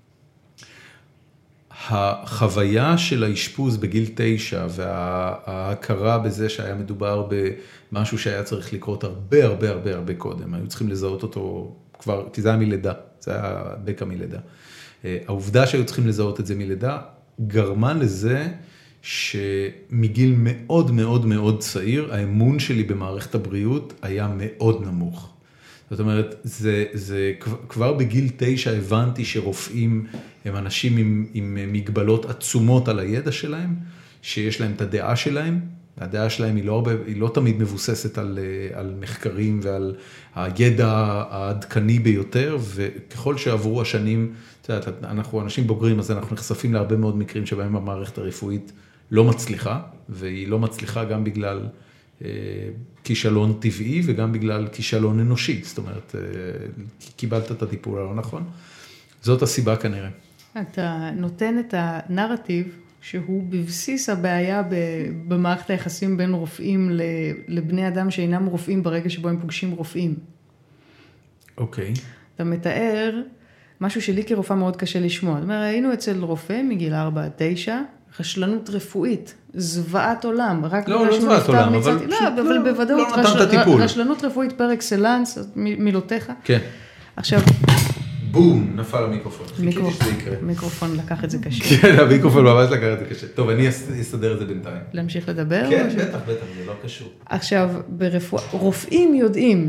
החוויה של האשפוז בגיל תשע וההכרה בזה שהיה מדובר במשהו שהיה צריך לקרות הרבה הרבה הרבה הרבה קודם, היו צריכים לזהות אותו כבר, כי זה היה מלידה, זה היה בקע מלידה. העובדה שהיו צריכים לזהות את זה מלידה גרמה לזה שמגיל מאוד מאוד מאוד צעיר, האמון שלי במערכת הבריאות היה מאוד נמוך. זאת אומרת, זה, זה כבר בגיל תשע הבנתי שרופאים הם אנשים עם, עם מגבלות עצומות על הידע שלהם, שיש להם את הדעה שלהם, הדעה שלהם היא לא, הרבה, היא לא תמיד מבוססת על, על מחקרים ועל הידע העדכני ביותר, וככל שעברו השנים, את יודעת, אנחנו אנשים בוגרים, אז אנחנו נחשפים להרבה מאוד מקרים שבהם המערכת הרפואית לא מצליחה, והיא לא מצליחה גם בגלל כישלון טבעי וגם בגלל כישלון אנושי, זאת אומרת, קיבלת את הטיפול הלא נכון. זאת הסיבה כנראה. אתה נותן את הנרטיב שהוא בבסיס הבעיה במערכת היחסים בין רופאים לבני אדם שאינם רופאים ברגע שבו הם פוגשים רופאים. אוקיי. אתה מתאר משהו שלי כרופאה מאוד קשה לשמוע. זאת אומרת, היינו אצל רופא מגיל ארבע עד תשע, רשלנות רפואית, זוועת עולם, רק לא, לא זוועת עולם, אבל מצאתי, לא, אבל בוודאות לא נתן את הטיפול. רשלנות רפואית פר אקסלנס, מילותיך. כן. עכשיו, בום, נפל המיקרופון. מיקרו, חיכיתי שזה יקרה. מיקרופון לקח את זה קשה. כן, המיקרופון ממש לקח את זה קשה. טוב, אני אסדר את זה בינתיים. להמשיך לדבר? כן, בטח, בטח, זה לא קשור. עכשיו, ברפואה, רופאים יודעים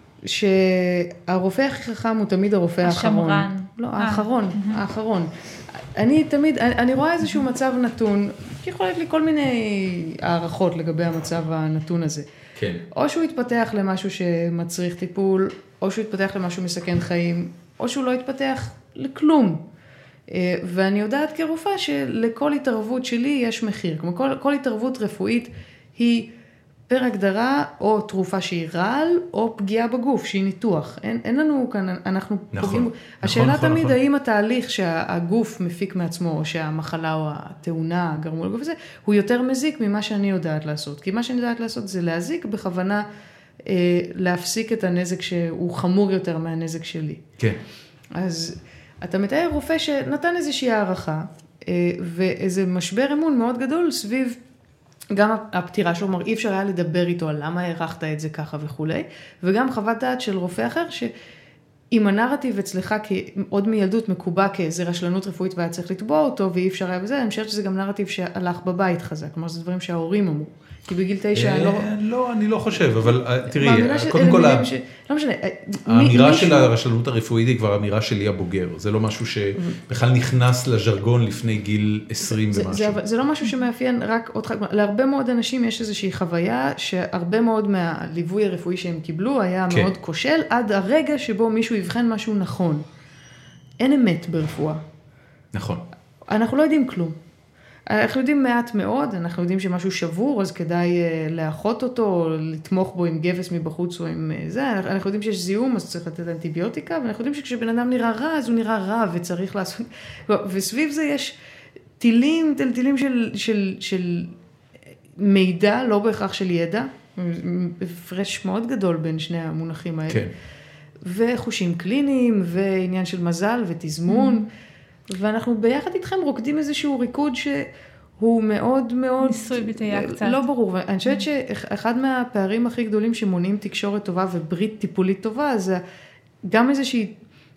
שהרופא הכי חכם הוא תמיד הרופא האחרון. השמרן. לא, האחרון, האחרון. אני תמיד, אני, אני רואה איזשהו מצב נתון, יכול להיות לי כל מיני הערכות לגבי המצב הנתון הזה. כן. או שהוא יתפתח למשהו שמצריך טיפול, או שהוא יתפתח למשהו מסכן חיים, או שהוא לא יתפתח לכלום. ואני יודעת כרופאה שלכל התערבות שלי יש מחיר. כמו כל, כל התערבות רפואית היא פר הגדרה או תרופה שהיא רעל, או פגיעה בגוף שהיא ניתוח. אין, אין לנו כאן, אנחנו נכון, פוגעים. נכון, השאלה נכון, תמיד נכון. האם התהליך שהגוף מפיק מעצמו, או שהמחלה או התאונה גרמו לגוף הזה, הוא יותר מזיק ממה שאני יודעת לעשות. כי מה שאני יודעת לעשות זה להזיק בכוונה אה, להפסיק את הנזק שהוא חמור יותר מהנזק שלי. כן. אז אתה מתאר רופא שנתן איזושהי הערכה, אה, ואיזה משבר אמון מאוד גדול סביב גם הפטירה שלו, אומר, אי אפשר היה לדבר איתו על למה הערכת את זה ככה וכו', וגם חוות דעת של רופא אחר, שאם הנרטיב אצלך עוד מילדות מקובע כאיזה רשלנות רפואית והיה צריך לתבוע אותו, ואי אפשר היה בזה, אני חושבת שזה גם נרטיב שהלך בבית חזק, כלומר, זה דברים שההורים אמרו. כי בגיל תשע לא... לא, אני לא חושב, אבל תראי, קודם כל, לא משנה. האמירה של הרשלנות הרפואית היא כבר אמירה שלי הבוגר, זה לא משהו שבכלל נכנס לז'רגון לפני גיל עשרים ומשהו. זה לא משהו שמאפיין רק אותך, להרבה מאוד אנשים יש איזושהי חוויה, שהרבה מאוד מהליווי הרפואי שהם קיבלו היה מאוד כושל, עד הרגע שבו מישהו יבחן משהו נכון. אין אמת ברפואה. נכון. אנחנו לא יודעים כלום. אנחנו יודעים מעט מאוד, אנחנו יודעים שמשהו שבור, אז כדאי לאחות אותו, לתמוך בו עם גבס מבחוץ או עם זה, אנחנו יודעים שיש זיהום, אז צריך לתת אנטיביוטיקה, ואנחנו יודעים שכשבן אדם נראה רע, אז הוא נראה רע, וצריך לעשות, וסביב זה יש טילים, טילים של, של, של מידע, לא בהכרח של ידע, הפרש מאוד גדול בין שני המונחים האלה. כן. וחושים קליניים, ועניין של מזל ותזמון, ואנחנו ביחד איתכם רוקדים איזשהו ריקוד שהוא מאוד מאוד... ניסוי בטעייה קצת. לא ברור, ואני חושבת שאחד מהפערים הכי גדולים שמונעים תקשורת טובה וברית טיפולית טובה, זה גם איזושהי...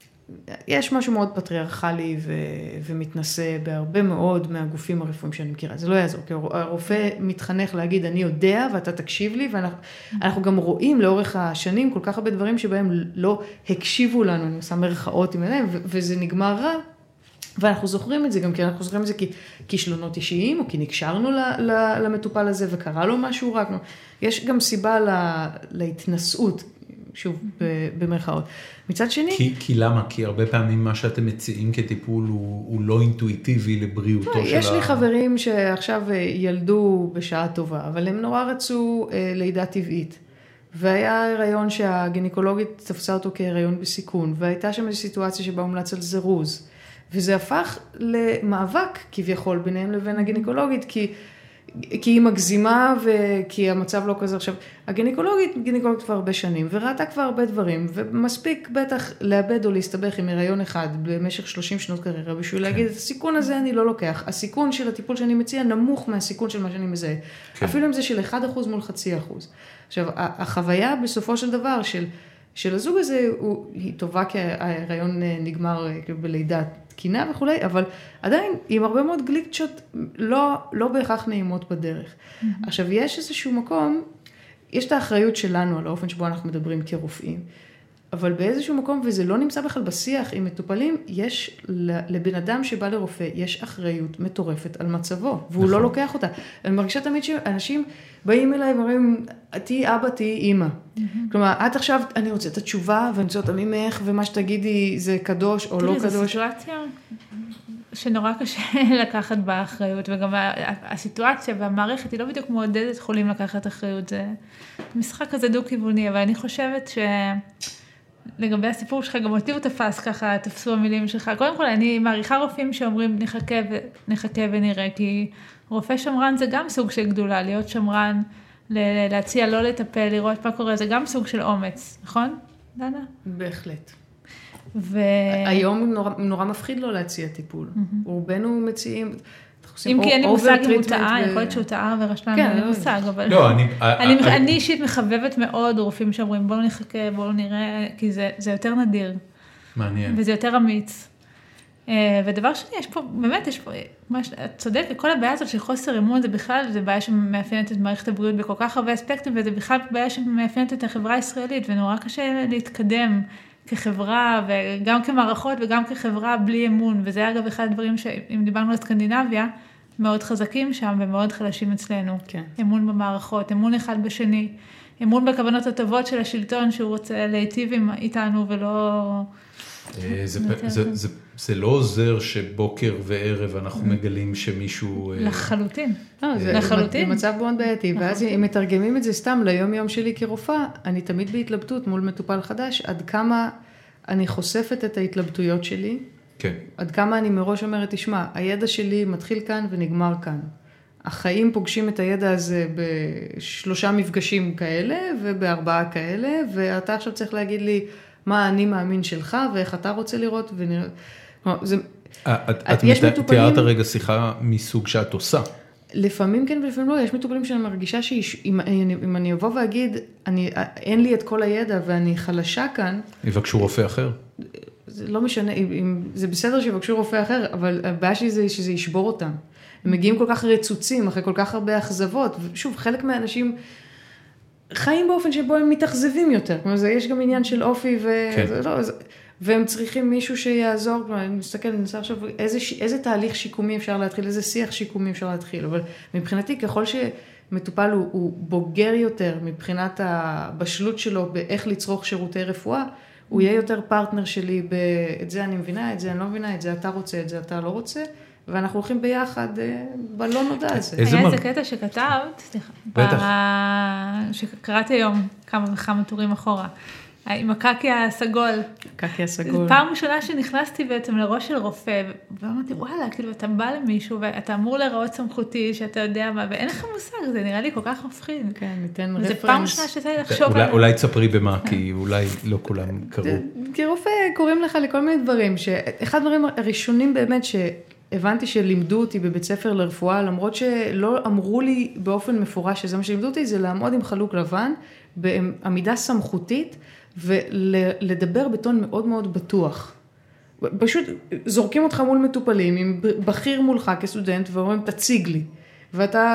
יש משהו מאוד פטריארכלי ו... ומתנשא בהרבה מאוד מהגופים הרפואיים שאני מכירה. זה לא יעזור, כי הרופא מתחנך להגיד, אני יודע ואתה תקשיב לי, ואנחנו גם רואים לאורך השנים כל כך הרבה דברים שבהם לא הקשיבו לנו, אני עושה מרכאות עם אליהם, וזה נגמר רע. ואנחנו זוכרים את זה גם כי אנחנו זוכרים את זה כישלונות אישיים, או כי נקשרנו למטופל הזה וקרה לו משהו רק. יש גם סיבה להתנסות, שוב, במרכאות. מצד שני... כי, כי למה? כי הרבה פעמים מה שאתם מציעים כטיפול הוא, הוא לא אינטואיטיבי לבריאותו של ה... יש לי חברים שעכשיו ילדו בשעה טובה, אבל הם נורא רצו לידה טבעית. והיה הריון שהגינקולוגית תפסה אותו כהריון בסיכון, והייתה שם איזו סיטואציה שבה הומלץ על זירוז. וזה הפך למאבק כביכול ביניהם לבין הגינקולוגית, כי, כי היא מגזימה וכי המצב לא כזה. עכשיו, הגינקולוגית, גינקולוגית כבר הרבה שנים, וראתה כבר הרבה דברים, ומספיק בטח לאבד או להסתבך עם הריון אחד במשך שלושים שנות קריירה, בשביל כן. להגיד, את הסיכון הזה אני לא לוקח. הסיכון של הטיפול שאני מציע נמוך מהסיכון של מה שאני מזהה. כן. אפילו אם זה של אחד אחוז מול חצי אחוז. עכשיו, החוויה בסופו של דבר של, של הזוג הזה, הוא, היא טובה כי ההיריון נגמר בלידה תקינה וכולי, אבל עדיין עם הרבה מאוד גליקצ'ות לא, לא בהכרח נעימות בדרך. Mm-hmm. עכשיו, יש איזשהו מקום, יש את האחריות שלנו על האופן שבו אנחנו מדברים כרופאים, אבל באיזשהו מקום, וזה לא נמצא בכלל בשיח עם מטופלים, יש לבן אדם שבא לרופא, יש אחריות מטורפת על מצבו, והוא נכון. לא לוקח אותה. אני מרגישה תמיד שאנשים באים אליי ואומרים, תהי אבא, תהי אימא. Mm-hmm. כלומר, את עכשיו, אני רוצה את התשובה, ואני רוצה אותה ממך, ומה שתגידי זה קדוש או לא קדוש. זו סיטואציה שנורא קשה לקחת בה אחריות, וגם הסיטואציה והמערכת היא לא בדיוק מעודדת חולים לקחת אחריות. זה משחק כזה דו-כיווני, אבל אני חושבת ש... לגבי הסיפור שלך, גם אותי הוא תפס ככה, תפסו המילים שלך. קודם כל, אני מעריכה רופאים שאומרים, נחכה, ו... נחכה ונראה, כי רופא שמרן זה גם סוג של גדולה, להיות שמרן, להציע לא לטפל, לראות מה קורה, זה גם סוג של אומץ, נכון, דנה? בהחלט. ו... היום נורא, נורא מפחיד לו להציע טיפול. רובנו מציעים... אם כי אין לי מושג אם הוא טעה, יכול להיות שהוא טעה ורשלן, אין לי מושג, אבל אני אישית מחבבת מאוד רופאים שאומרים בואו נחכה, בואו נראה, כי זה יותר נדיר. מעניין. וזה יותר אמיץ. ודבר שני, יש פה, באמת, יש פה, את צודקת, כל הבעיה הזאת של חוסר אמון, זה בכלל, זה בעיה שמאפיינת את מערכת הבריאות בכל כך הרבה אספקטים, וזה בכלל בעיה שמאפיינת את החברה הישראלית, ונורא קשה להתקדם כחברה, וגם כמערכות, וגם כחברה בלי אמון, וזה אגב אחד הדברים שאם דיברנו על סקנדינביה, מאוד חזקים שם, ומאוד חלשים אצלנו. כן. אמון במערכות, אמון אחד בשני, אמון בכוונות הטובות של השלטון, שהוא רוצה להיטיב איתנו, ולא... זה, זה, זה, זה לא עוזר שבוקר וערב אנחנו מגלים שמישהו... לחלוטין. לא, זה, לחלוטין. זה מצב מאוד בעייתי, ואז אם מתרגמים את זה סתם ליום יום שלי כרופאה, אני תמיד בהתלבטות מול מטופל חדש, עד כמה אני חושפת את ההתלבטויות שלי, כן. עד כמה אני מראש אומרת, תשמע, הידע שלי מתחיל כאן ונגמר כאן. החיים פוגשים את הידע הזה בשלושה מפגשים כאלה, ובארבעה כאלה, ואתה עכשיו צריך להגיד לי, מה אני מאמין שלך, ואיך אתה רוצה לראות, ונראה... זה... את תיארת הרגע שיחה מסוג שאת עושה. לפעמים כן ולפעמים לא, יש מטופלים שאני מרגישה שאם אני אבוא ואגיד, אין לי את כל הידע ואני חלשה כאן... יבקשו רופא אחר? זה לא משנה, זה בסדר שיבקשו רופא אחר, אבל הבעיה שלי זה שזה ישבור אותם. הם מגיעים כל כך רצוצים, אחרי כל כך הרבה אכזבות, ושוב, חלק מהאנשים... חיים באופן שבו הם מתאכזבים יותר, כלומר, יש גם עניין של אופי, ו... כן. לא, זה... והם צריכים מישהו שיעזור, כלומר, אני מסתכל, אני מנסה עכשיו, איזה, איזה תהליך שיקומי אפשר להתחיל, איזה שיח שיקומי אפשר להתחיל, אבל מבחינתי, ככל שמטופל הוא, הוא בוגר יותר, מבחינת הבשלות שלו, באיך לצרוך שירותי רפואה, הוא יהיה יותר פרטנר שלי, את זה אני מבינה, את זה אני לא מבינה, את זה אתה רוצה, את זה אתה לא רוצה, ואנחנו הולכים ביחד בלא נודע הזה. היה איזה קטע שכתבת, סליחה, בטח. שקראתי היום כמה וכמה טורים אחורה, עם הקקי הסגול. הקקי הסגול. פעם ראשונה שנכנסתי בעצם לראש של רופא, ואמרתי, וואלה, כאילו, אתה בא למישהו, ואתה אמור להיראות סמכותי, שאתה יודע מה, ואין לך מושג, זה נראה לי כל כך מפחיד. כן, ניתן רפרנס. זה פעם ראשונה שאתה לחשוב עליו. אולי תספרי במה, כי אולי לא כולם קראו. כרופא קוראים לך לכל מיני דברים, שאחד הדברים הראשונים באמת שהבנתי שלימדו אותי בבית ספר לרפואה, למרות שלא אמרו לי באופן מפורש שזה מה שלימדו אותי, זה לעמוד עם חלוק לבן, בעמידה סמכותית, ולדבר בטון מאוד מאוד בטוח. פשוט זורקים אותך מול מטופלים, עם בכיר מולך כסטודנט, ואומרים, תציג לי. ואתה,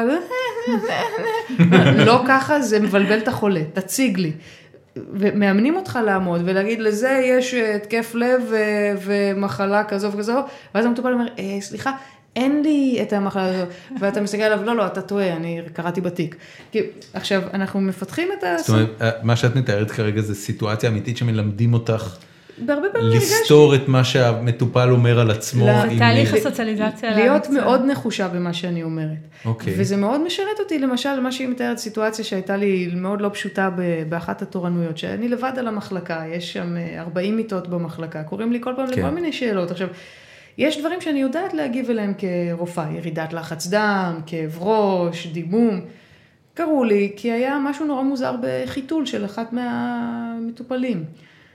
לא ככה, זה מבלבל את החולה, תציג לי. ומאמנים אותך לעמוד, ולהגיד, לזה יש התקף לב ומחלה כזו וכזו, ואז המטופל אומר, סליחה, אין לי את המחלה הזו, ואתה מסתכל עליו, לא, לא, אתה טועה, אני קראתי בתיק. כי עכשיו, אנחנו מפתחים את ה... זאת אומרת, מה שאת מתארת כרגע זה סיטואציה אמיתית שמלמדים אותך בהרבה פעמים לסתור את מה שהמטופל אומר על עצמו. זה תהליך הסוציאליזציה. להיות מאוד נחושה במה שאני אומרת. וזה מאוד משרת אותי, למשל, מה שהיא מתארת סיטואציה שהייתה לי מאוד לא פשוטה באחת התורנויות, שאני לבד על המחלקה, יש שם ארבעים מיטות במחלקה, קוראים לי כל פעם לכל מיני שאלות. עכשיו, יש דברים שאני יודעת להגיב אליהם כרופאה, ירידת לחץ דם, כאב ראש, דימום. קראו לי, כי היה משהו נורא מוזר בחיתול של אחת מהמטופלים.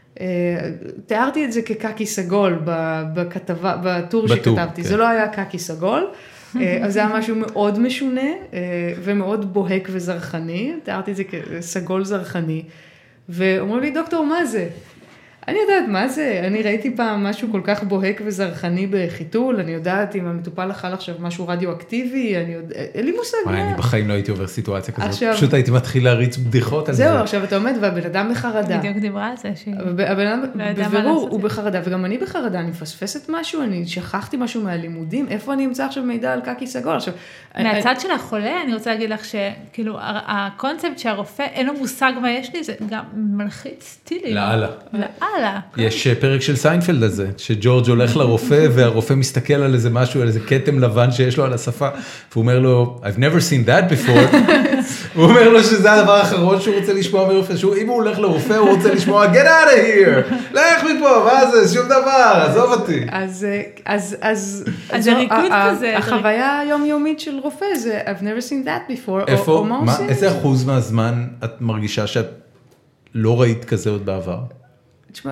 תיארתי את זה כקקי סגול בכתבה, בטור שכתבתי. זה לא היה קקי סגול, אז זה היה משהו מאוד משונה ומאוד בוהק וזרחני. תיארתי את זה כסגול זרחני. ואומרים לי, דוקטור, מה זה? אני יודעת מה זה, אני ראיתי פעם משהו כל כך בוהק וזרחני בחיתול, אני יודעת אם המטופל אכל עכשיו משהו רדיואקטיבי, אני יודע, אין לי מושג מה. אני בחיים לא הייתי עובר סיטואציה כזאת, פשוט הייתי מתחיל להריץ בדיחות על זה. זהו, עכשיו אתה עומד והבן אדם בחרדה. בדיוק דיברה על זה. הבן אדם בבירור הוא בחרדה, וגם אני בחרדה, אני מפספסת משהו, אני שכחתי משהו מהלימודים, איפה אני אמצא עכשיו מידע על קקי סגול? מהצד של החולה, אני רוצה להגיד לך שכאילו, הקונספט שהרופא אין לו מושג מה יש לי, זה גם מלחיץ טילים. לאללה. לאללה. יש פרק של סיינפלד הזה, שג'ורג' הולך לרופא, והרופא מסתכל על איזה משהו, על איזה כתם לבן שיש לו על השפה, והוא אומר לו, I've never seen that before. הוא אומר לו שזה הדבר האחרון שהוא רוצה לשמוע מרופא, אם הוא הולך לרופא, הוא רוצה לשמוע, get out of here, לך מפה, מה זה, שום דבר, עזוב אותי. אז, אז, אז, אז זה ריקוד כזה. החוויה היומיומית של רופא זה, I've never seen that before. איפה, איזה אחוז מהזמן את מרגישה שאת לא ראית כזה עוד בעבר? תשמע,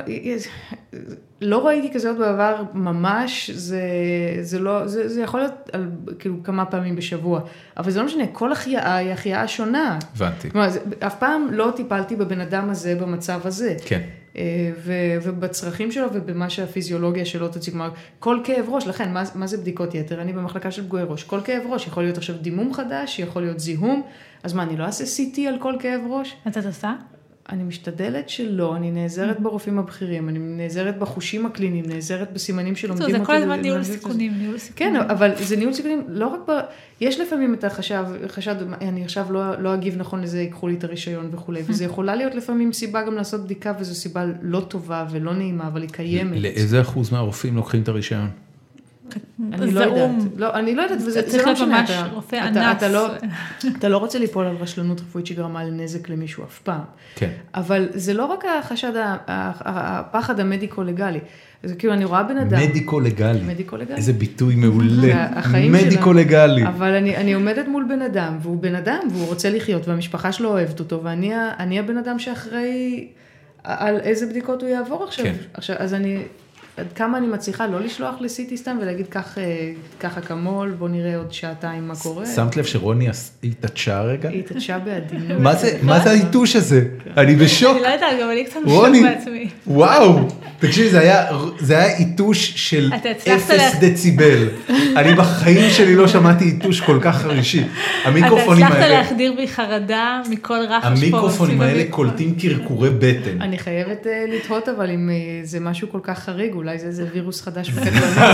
לא ראיתי כזה עוד בעבר ממש, זה, זה לא, זה, זה יכול להיות על, כאילו כמה פעמים בשבוע, אבל זה לא משנה, כל החייאה היא החייאה שונה. הבנתי. כלומר, זה, אף פעם לא טיפלתי בבן אדם הזה במצב הזה. כן. ו, ובצרכים שלו ובמה שהפיזיולוגיה שלו תציג, כלומר, כל כאב ראש, לכן, מה, מה זה בדיקות יתר? אני במחלקה של פגועי ראש, כל כאב ראש, יכול להיות עכשיו דימום חדש, יכול להיות זיהום, אז מה, אני לא אעשה סי טי על כל כאב ראש? אתה עושה? אני משתדלת שלא, אני נעזרת ברופאים הבכירים, אני נעזרת בחושים הקליניים, נעזרת בסימנים שלומדים אותי. זה כל הזמן ניהול סיכונים, ניהול סיכונים. כן, אבל זה ניהול סיכונים, לא רק ב... יש לפעמים את החשב, חשד, אני עכשיו לא, לא אגיב נכון לזה, ייקחו לי את הרישיון וכו'. וזה יכולה להיות לפעמים סיבה גם לעשות בדיקה, וזו סיבה לא טובה ולא נעימה, אבל היא קיימת. לאיזה אחוז מהרופאים לוקחים את הרישיון? אני לא יודעת, לא, אני לא יודעת, וזה צריך להיות ממש רופא ענף. אתה לא רוצה ליפול על רשלנות רפואית שגרמה לנזק למישהו אף פעם. כן. אבל זה לא רק החשד, הפחד המדיקו-לגלי. זה כאילו, אני רואה בן אדם. מדיקו-לגלי. מדיקו-לגלי. איזה ביטוי מעולה. מדיקו-לגלי. אבל אני, אני עומדת מול בן אדם, והוא בן אדם, והוא רוצה לחיות, והמשפחה שלו אוהבת אותו, ואני, אני הבן אדם שאחראי על איזה בדיקות הוא יעבור עכשיו. כן. עכשיו, אז אני... עד כמה אני מצליחה לא לשלוח לסיטי סתם ולהגיד ככה כמול, בוא נראה עוד שעתיים מה קורה. שמת לב שרוני התעטשה רגע? היא התעטשה בעדינות. מה זה העיתוש הזה? אני בשוק. אני לא יודעת, גם אני קצת בשוק בעצמי. וואו, תקשיבי, זה היה עיתוש של אפס דציבל. אני בחיים שלי לא שמעתי עיתוש כל כך חרישי. המיקרופונים האלה... אתה הצלחת להחדיר בי חרדה מכל רחש פה. המיקרופונים האלה קולטים קרקורי בטן. אני חייבת לתהות, אבל אם זה משהו כל כך חריג, אולי זה איזה וירוס חדש וקטלני.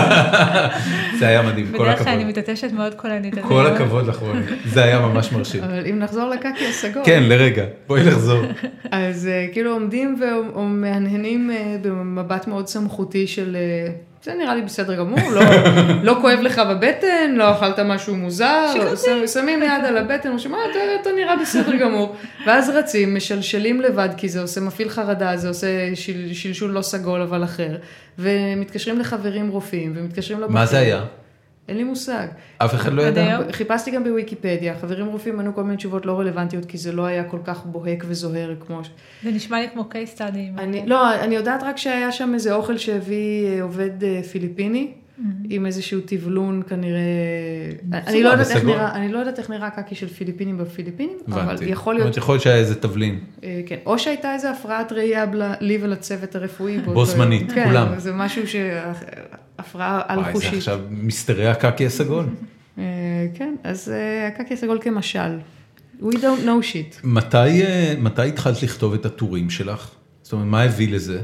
זה היה מדהים, כל הכבוד. בדרך כלל אני מתעטשת מאוד קולנית. כל הכבוד לך, רוני. זה היה ממש מרשים. אבל אם נחזור לקקי הסגול. כן, לרגע. בואי נחזור. אז כאילו עומדים ומהנהנים במבט מאוד סמכותי של זה נראה לי בסדר גמור, לא, לא כואב לך בבטן, לא אכלת משהו מוזר, שמים יד על הבטן, אומרים, אתה, אתה נראה בסדר גמור, ואז רצים, משלשלים לבד, כי זה עושה מפעיל חרדה, זה עושה של, שלשול לא סגול, אבל אחר, ומתקשרים לחברים רופאים, ומתקשרים לבחור. מה זה היה? אין לי מושג. אף אחד לא ידע? חיפשתי גם בוויקיפדיה, חברים רופאים ענו כל מיני תשובות לא רלוונטיות, כי זה לא היה כל כך בוהק וזוהר כמו... זה נשמע לי כמו case study. לא, אני יודעת רק שהיה שם איזה אוכל שהביא עובד פיליפיני, עם איזשהו טבלון כנראה... אני לא יודעת איך נראה קקי של פיליפינים בפיליפינים, אבל יכול להיות... יכול להיות שהיה איזה תבלין. כן, או שהייתה איזה הפרעת ראייה לי ולצוות הרפואי. בו זמנית, כולם. זה משהו ש... הפרעה על חושית. זה עכשיו מסתרי הקקי הסגול. כן, אז הקקי הסגול כמשל. We don't know shit. מתי התחלת לכתוב את הטורים שלך? זאת אומרת, מה הביא לזה?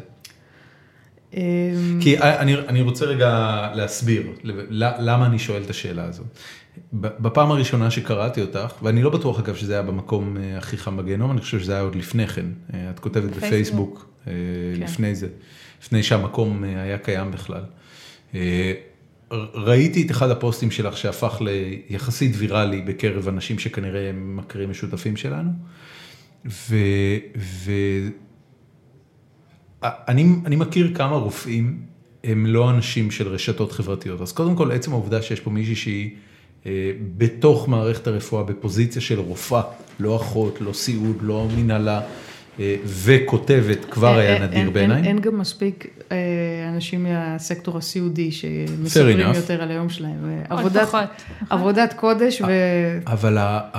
כי אני רוצה רגע להסביר למה אני שואל את השאלה הזאת. בפעם הראשונה שקראתי אותך, ואני לא בטוח אגב שזה היה במקום הכי חם בגיהנום, אני חושב שזה היה עוד לפני כן. את כותבת בפייסבוק לפני זה, לפני שהמקום היה קיים בכלל. ראיתי את אחד הפוסטים שלך שהפך ליחסית ויראלי בקרב אנשים שכנראה הם מכירים משותפים שלנו, ואני מכיר כמה רופאים הם לא אנשים של רשתות חברתיות, אז קודם כל עצם העובדה שיש פה מישהי שהיא בתוך מערכת הרפואה בפוזיציה של רופאה, לא אחות, לא סיעוד, לא מנהלה, וכותבת כבר היה נדיר בעיניי. אין גם מספיק אנשים מהסקטור הסיעודי שמספרים יותר על היום שלהם. עבודת קודש. אבל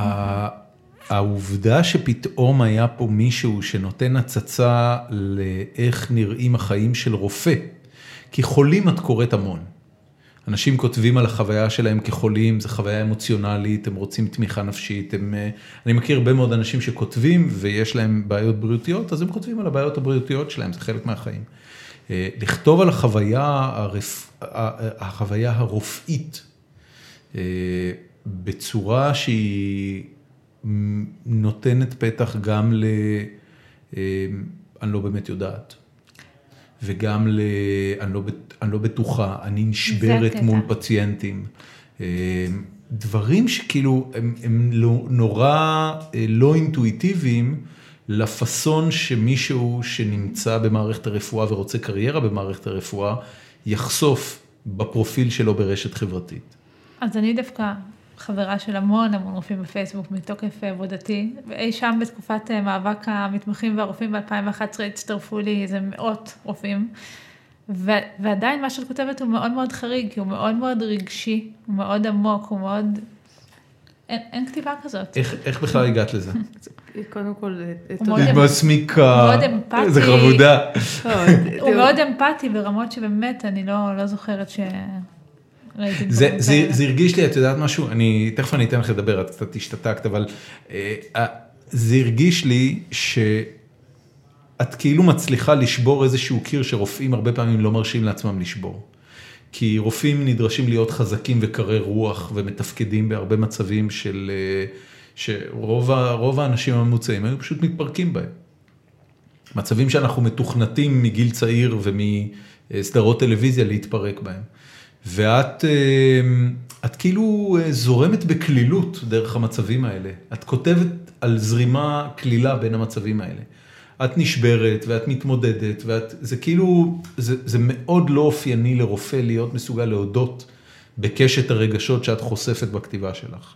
העובדה שפתאום היה פה מישהו שנותן הצצה לאיך נראים החיים של רופא, כי חולים את קוראת המון. אנשים כותבים על החוויה שלהם כחולים, זו חוויה אמוציונלית, הם רוצים תמיכה נפשית, הם, אני מכיר הרבה מאוד אנשים שכותבים ויש להם בעיות בריאותיות, אז הם כותבים על הבעיות הבריאותיות שלהם, זה חלק מהחיים. לכתוב על החוויה, הרפ... החוויה הרופאית, בצורה שהיא נותנת פתח גם ל... אני לא באמת יודעת. וגם ל... אני לא, אני לא בטוחה, אני נשברת מול פציינטים. דברים שכאילו הם, הם לא, נורא לא אינטואיטיביים לפסון שמישהו שנמצא במערכת הרפואה ורוצה קריירה במערכת הרפואה, יחשוף בפרופיל שלו ברשת חברתית. אז אני דווקא חברה של המון המון רופאים בפייסבוק מתוקף עבודתי, ואי שם בתקופת מאבק המתמחים והרופאים ב-אלפיים ואחת עשרה הצטרפו לי איזה מאות רופאים, ו- ועדיין מה שאת כותבת הוא מאוד מאוד חריג, כי הוא מאוד מאוד רגשי, הוא מאוד עמוק, הוא מאוד... אין, אין כתיבה כזאת. איך, איך בכלל הגעת לזה? קודם כל... היא מסמיקה, הוא מאוד אמפתי. זה חמודה. הוא מאוד אמפתי ברמות שבאמת אני לא, לא זוכרת ש... זה, זה, זה הרגיש לי, את יודעת משהו, אני, תכף אני אתן לך לדבר, את קצת השתתקת, אבל אה, זה הרגיש לי שאת כאילו מצליחה לשבור איזשהו קיר שרופאים הרבה פעמים לא מרשים לעצמם לשבור. כי רופאים נדרשים להיות חזקים וקרי רוח ומתפקדים בהרבה מצבים של, שרוב רוב האנשים הממוצעים היו פשוט מתפרקים בהם. מצבים שאנחנו מתוכנתים מגיל צעיר ומסדרות טלוויזיה להתפרק בהם. ואת את כאילו זורמת בכלילות דרך המצבים האלה. את כותבת על זרימה כלילה בין המצבים האלה. את נשברת ואת מתמודדת, ואת, זה כאילו, זה, זה מאוד לא אופייני לרופא להיות מסוגל להודות בקשת הרגשות שאת חושפת בכתיבה שלך.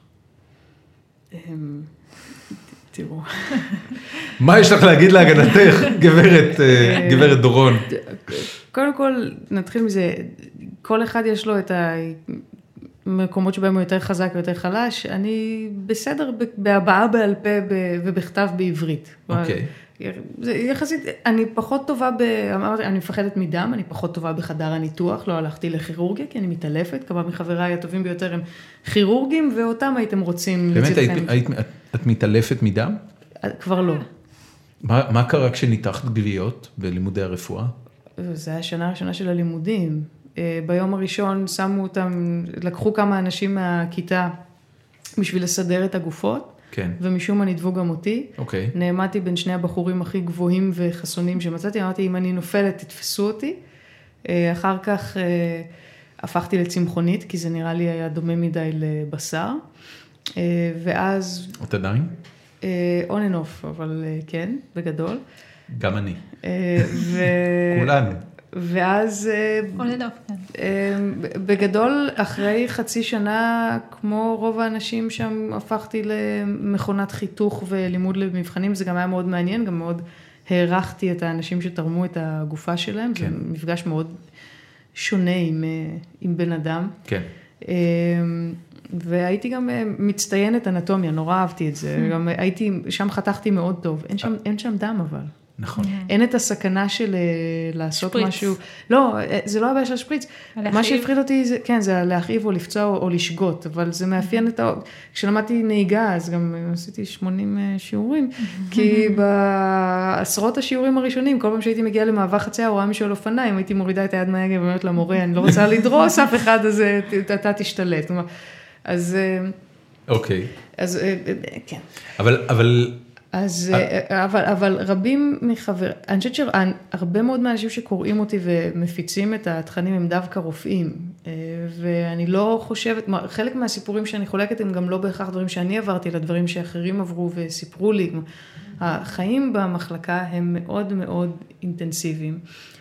תראו. מה יש לך להגיד להגנתך, גברת, גברת דורון? קודם כל, נתחיל מזה, כל אחד יש לו את המקומות שבהם הוא יותר חזק ויותר חלש, אני בסדר בהבעה בעל פה ובכתב בעברית. אוקיי. זה יחסית, אני פחות טובה, ב, אני מפחדת מדם, אני פחות טובה בחדר הניתוח, לא הלכתי לכירורגיה, כי אני מתעלפת, כמה מחבריי הטובים ביותר הם כירורגים, ואותם הייתם רוצים... באמת, היית, היית, את, את מתעלפת מדם? כבר לא. מה, מה קרה כשניתחת גוויות בלימודי הרפואה? זה היה השנה הראשונה של הלימודים. ביום הראשון שמו אותם, לקחו כמה אנשים מהכיתה בשביל לסדר את הגופות, כן. ומשום מה נדבו גם אותי. אוקיי. נעמדתי בין שני הבחורים הכי גבוהים וחסונים שמצאתי, אמרתי, אם אני נופלת, תתפסו אותי. אחר כך הפכתי לצמחונית, כי זה נראה לי היה דומה מדי לבשר. ואז... את עדיין? on and off, אבל כן, בגדול. גם אני. ו... כולנו. ואז... on and off, כן. בגדול, אחרי חצי שנה, כמו רוב האנשים שם, הפכתי למכונת חיתוך ולימוד למבחנים, זה גם היה מאוד מעניין, גם מאוד הערכתי את האנשים שתרמו את הגופה שלהם, כן. זה מפגש מאוד שונה עם, עם בן אדם. כן. והייתי גם מצטיינת אנטומיה, נורא אהבתי את זה, גם הייתי, שם חתכתי מאוד טוב, אין שם, אין שם דם אבל. נכון. אין את הסכנה של לעשות משהו, לא, זה לא הבעיה של השפריץ, מה שהפחיד אותי, כן, זה להכאיב או לפצוע או לשגות, אבל זה מאפיין את ה... כשלמדתי נהיגה, אז גם עשיתי שמונים שיעורים, כי בעשרות השיעורים הראשונים, כל פעם שהייתי מגיעה למעבר חצייה, או ראה מישהו על אופניים, הייתי מורידה את היד מההגה ואומרת למורה, אני לא רוצה לדרוס אף אחד, אז אתה תשתלט. אז... אוקיי. אז, כן. אבל, אבל... אז, אבל, אבל רבים מחבר, אני חושבת שהרבה מאוד מהאנשים שקוראים אותי ומפיצים את התכנים הם דווקא רופאים, ואני לא חושבת, חלק מהסיפורים שאני חולקת הם גם לא בהכרח דברים שאני עברתי, אלא דברים שאחרים עברו וסיפרו לי. החיים במחלקה הם מאוד מאוד אינטנסיביים,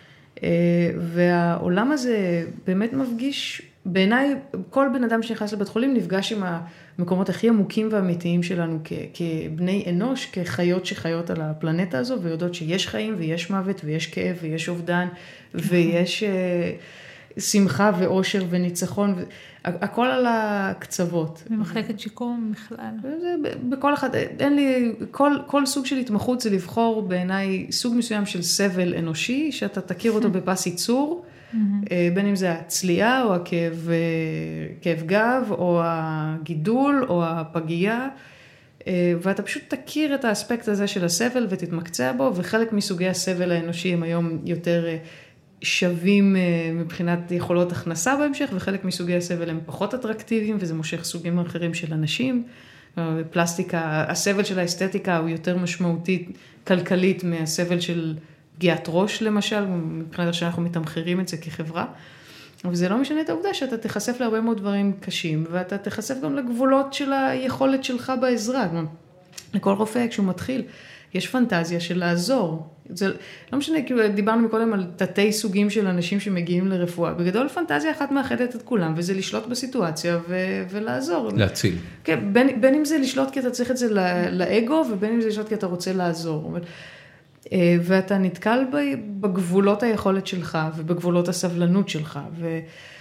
והעולם הזה באמת מפגיש, בעיניי כל בן אדם שנכנס לבית חולים נפגש עם המקומות הכי עמוקים והאמיתיים שלנו כ- כבני אנוש, כחיות שחיות על הפלנטה הזו, ויודעות שיש חיים ויש מוות ויש כאב ויש אובדן ויש uh, שמחה ואושר וניצחון, הכל על הקצוות. במחלקת שיקום בכלל. זה, בכל אחד, אין לי, כל, כל סוג של התמחות זה לבחור בעיניי סוג מסוים של סבל אנושי, שאתה תכיר אותו בפס ייצור, בין אם זה הצליעה או הכאב, כאב גב או הגידול או הפגייה, ואתה פשוט תכיר את האספקט הזה של הסבל ותתמקצע בו, וחלק מסוגי הסבל האנושי הם היום יותר שווים מבחינת יכולות הכנסה בהמשך, וחלק מסוגי הסבל הם פחות אטרקטיביים, וזה מושך סוגים אחרים של אנשים. פלסטיקה, הסבל של האסתטיקה הוא יותר משמעותית כלכלית מהסבל של פגיעת ראש למשל, מבחינת שאנחנו מתמחרים את זה כחברה, אבל זה לא משנה את העובדה שאתה תחשף להרבה מאוד דברים קשים, ואתה תחשף גם לגבולות של היכולת שלך בעזרה. לכל רופא כשהוא מתחיל, יש פנטזיה של לעזור. זה לא משנה, כאילו דיברנו מקודם על תתי סוגים של אנשים שמגיעים לרפואה. בגדול פנטזיה אחת מאחדת את כולם, וזה לשלוט בסיטואציה ו- ולעזור. להציל. כן, בין, בין אם זה לשלוט כי אתה צריך את זה לאגו, ובין אם זה לשלוט כי אתה רוצה לעזור. אבל ואתה נתקל בגבולות היכולת שלך ובגבולות הסבלנות שלך, ו,